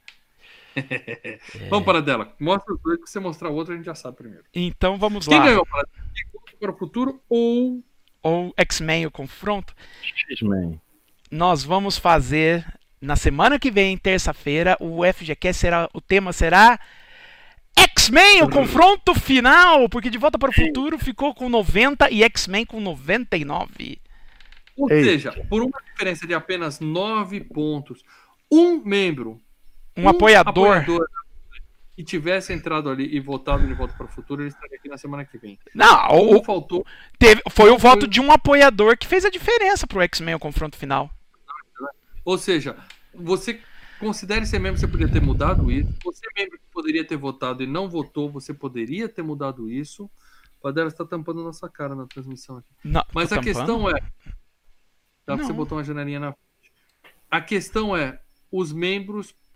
Speaker 2: É. Vamos para dela. Mostra os dois, que você mostrar o outro a gente já sabe primeiro.
Speaker 1: Então vamos
Speaker 2: Quem
Speaker 1: lá.
Speaker 2: ganhou para para o futuro ou
Speaker 1: Ou X-Men, o confronto.
Speaker 3: X-Men.
Speaker 1: Nós vamos fazer na semana que vem, terça-feira, o F G Q será, o tema será X-Men, o confronto final, porque De Volta para o Futuro ficou com noventa e X-Men com noventa e nove.
Speaker 2: Ou
Speaker 3: Eita.
Speaker 2: seja, por uma diferença de apenas nove pontos, um membro,
Speaker 1: Um, apoiador.
Speaker 2: apoiador que tivesse entrado ali e votado De Volta para o Futuro, ele estaria aqui na semana que vem.
Speaker 1: Não, o,
Speaker 2: Ou faltou.
Speaker 1: teve, foi o
Speaker 2: Foi-
Speaker 1: voto de um apoiador que fez a diferença pro X-Men, o confronto final.
Speaker 2: Ou seja, você considere ser membro, você poderia ter mudado isso. Você membro que poderia ter votado e não votou, você poderia ter mudado isso. O Padela está tampando nossa cara na transmissão aqui.
Speaker 1: Não,
Speaker 2: Mas
Speaker 1: tô
Speaker 2: a
Speaker 1: tampando?
Speaker 2: questão é. Tá,
Speaker 1: Não.
Speaker 2: você botou uma janelinha na frente. A questão é: os membros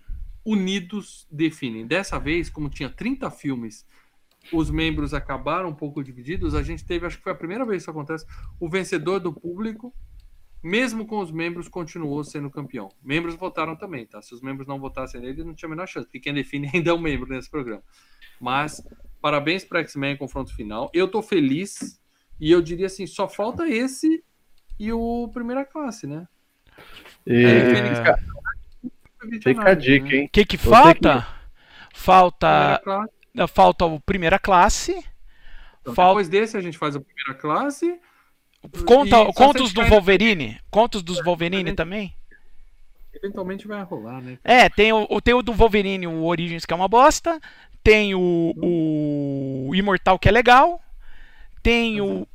Speaker 2: unidos definem. Dessa vez, como tinha trinta filmes, os membros acabaram um pouco divididos. A gente teve, acho que foi a primeira vez que isso acontece, o vencedor do público, mesmo com os membros, continuou sendo campeão. Membros votaram também, tá? Se os membros não votassem nele, não tinha a menor chance, porque quem define ainda é o membro nesse programa. Mas, parabéns para X-Men Confronto Final. Eu tô feliz, e eu diria assim, só falta esse e o Primeira Classe, né?
Speaker 3: E...
Speaker 1: É...
Speaker 3: Fica a dica, hein?
Speaker 1: O que que
Speaker 3: Você
Speaker 1: falta?
Speaker 3: que-
Speaker 1: Falta...
Speaker 2: Primeira Classe.
Speaker 1: Falta o Primeira Classe.
Speaker 2: Então,
Speaker 1: Falta...
Speaker 2: Depois desse, a gente faz a Primeira Classe.
Speaker 1: Conta,
Speaker 2: E só
Speaker 1: contos
Speaker 2: se
Speaker 1: do
Speaker 2: cair-
Speaker 1: Wolverine? Contos dos Wolverine
Speaker 2: gente-
Speaker 1: também?
Speaker 2: Eventualmente vai rolar, né?
Speaker 1: É, tem o, o- tem o do Wolverine, o Origins, que é uma bosta. Tem o, o Imortal, que é legal. Tem o,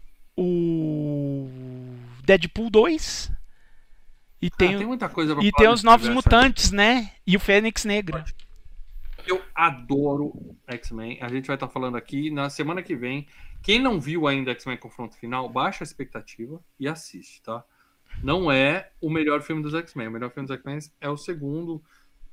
Speaker 1: o Deadpool dois. E
Speaker 2: Ah,
Speaker 1: tem,
Speaker 2: tem muita coisa pra
Speaker 1: e
Speaker 2: falar
Speaker 1: tem
Speaker 2: desse
Speaker 1: os Novos
Speaker 2: universo aí.
Speaker 1: Mutantes, né? E o Fênix Negra.
Speaker 2: Eu adoro X-Men. A gente vai estar falando aqui na semana que vem. Quem não viu ainda X-Men Confronto Final, baixa a expectativa e assiste, tá? Não é o melhor filme dos X-Men. O melhor filme dos X-Men é o segundo.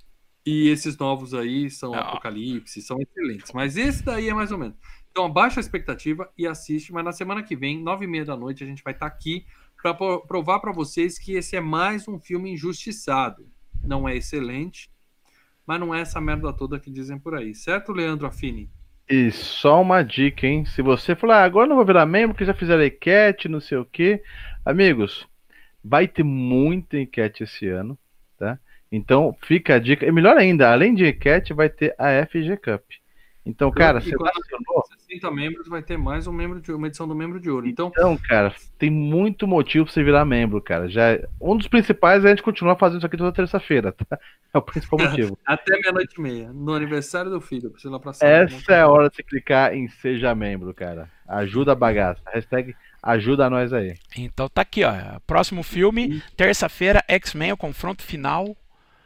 Speaker 2: E esses novos aí são
Speaker 1: Ah.
Speaker 2: Apocalipse, são excelentes. Mas esse daí é mais ou menos. Então abaixa a expectativa e assiste. Mas na semana que vem, nove e meia da noite, a gente vai estar aqui para provar para vocês que esse é mais um filme injustiçado. Não é excelente, mas não é essa merda toda que dizem por aí. Certo, Leandro Affini?
Speaker 3: E só uma dica, hein? Se você falar, ah, agora eu não vou virar membro, porque já fizeram enquete, não sei o quê. Amigos, vai ter muita enquete esse ano, tá? Então fica a dica. E melhor ainda, além de enquete, vai ter a F G Cup. Então, cara,
Speaker 2: E
Speaker 3: você
Speaker 2: quando
Speaker 3: assinou?
Speaker 2: sessenta membros vai ter mais um membro de uma edição do membro de ouro. Então,
Speaker 3: Então, cara, tem muito motivo pra você virar membro, cara. Já um dos principais é a gente continuar fazendo isso aqui toda terça-feira, tá? É o principal motivo.
Speaker 2: até meia-noite e meia, no aniversário do filho, pra você ir lá pra sala.
Speaker 3: Essa é a hora de você clicar em Seja Membro, cara. Ajuda a bagaça. Hashtag ajuda nós aí.
Speaker 1: Então tá aqui, ó. Próximo filme, terça-feira, X-Men, o confronto final.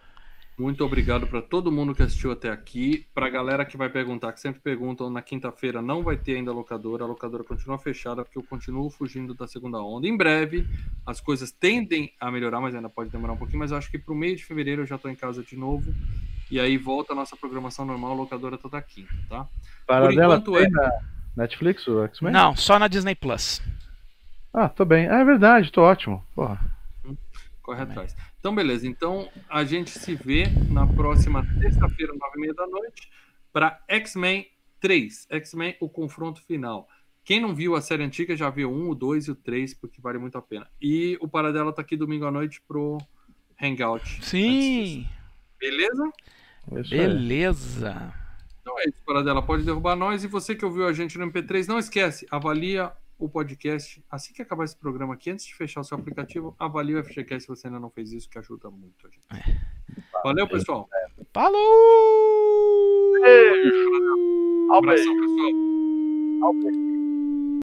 Speaker 2: Muito obrigado para todo mundo que assistiu até aqui. Para a galera que vai perguntar, que sempre perguntam, na quinta-feira não vai ter ainda a locadora. A locadora continua fechada porque eu continuo fugindo da segunda onda. Em breve, as coisas tendem a melhorar, mas ainda pode demorar um pouquinho. Mas eu acho que para o meio de fevereiro eu já estou em casa de novo. E aí volta a nossa programação normal. A locadora toda quinta, tá?
Speaker 3: Para
Speaker 2: Por
Speaker 3: dela
Speaker 2: enquanto
Speaker 3: tem
Speaker 2: é-
Speaker 3: na Netflix, o X-Men?
Speaker 1: Não, só na Disney Plus.
Speaker 3: Ah, tô bem. Ah, é verdade, tô ótimo. Porra.
Speaker 2: Corre atrás. Então, beleza. Então, a gente se vê na próxima terça-feira, nove e meia da noite, para X-Men três. X-Men, o confronto final. Quem não viu a série antiga já viu um, o dois e o três, porque vale muito a pena. E o Paradela tá aqui domingo à noite pro Hangout.
Speaker 1: Sim,
Speaker 2: Beleza?
Speaker 3: É isso aí.
Speaker 1: beleza.
Speaker 2: Então é isso, Paradela. Pode derrubar nós. E você que ouviu a gente no M P três, não esquece, avalia o podcast. Assim que acabar esse programa aqui, antes de fechar o seu aplicativo, avalie o F G Cast se você ainda não fez isso, que ajuda muito a gente. Valeu, pessoal.
Speaker 1: Falou!
Speaker 2: Um abração, pessoal.
Speaker 3: Albert.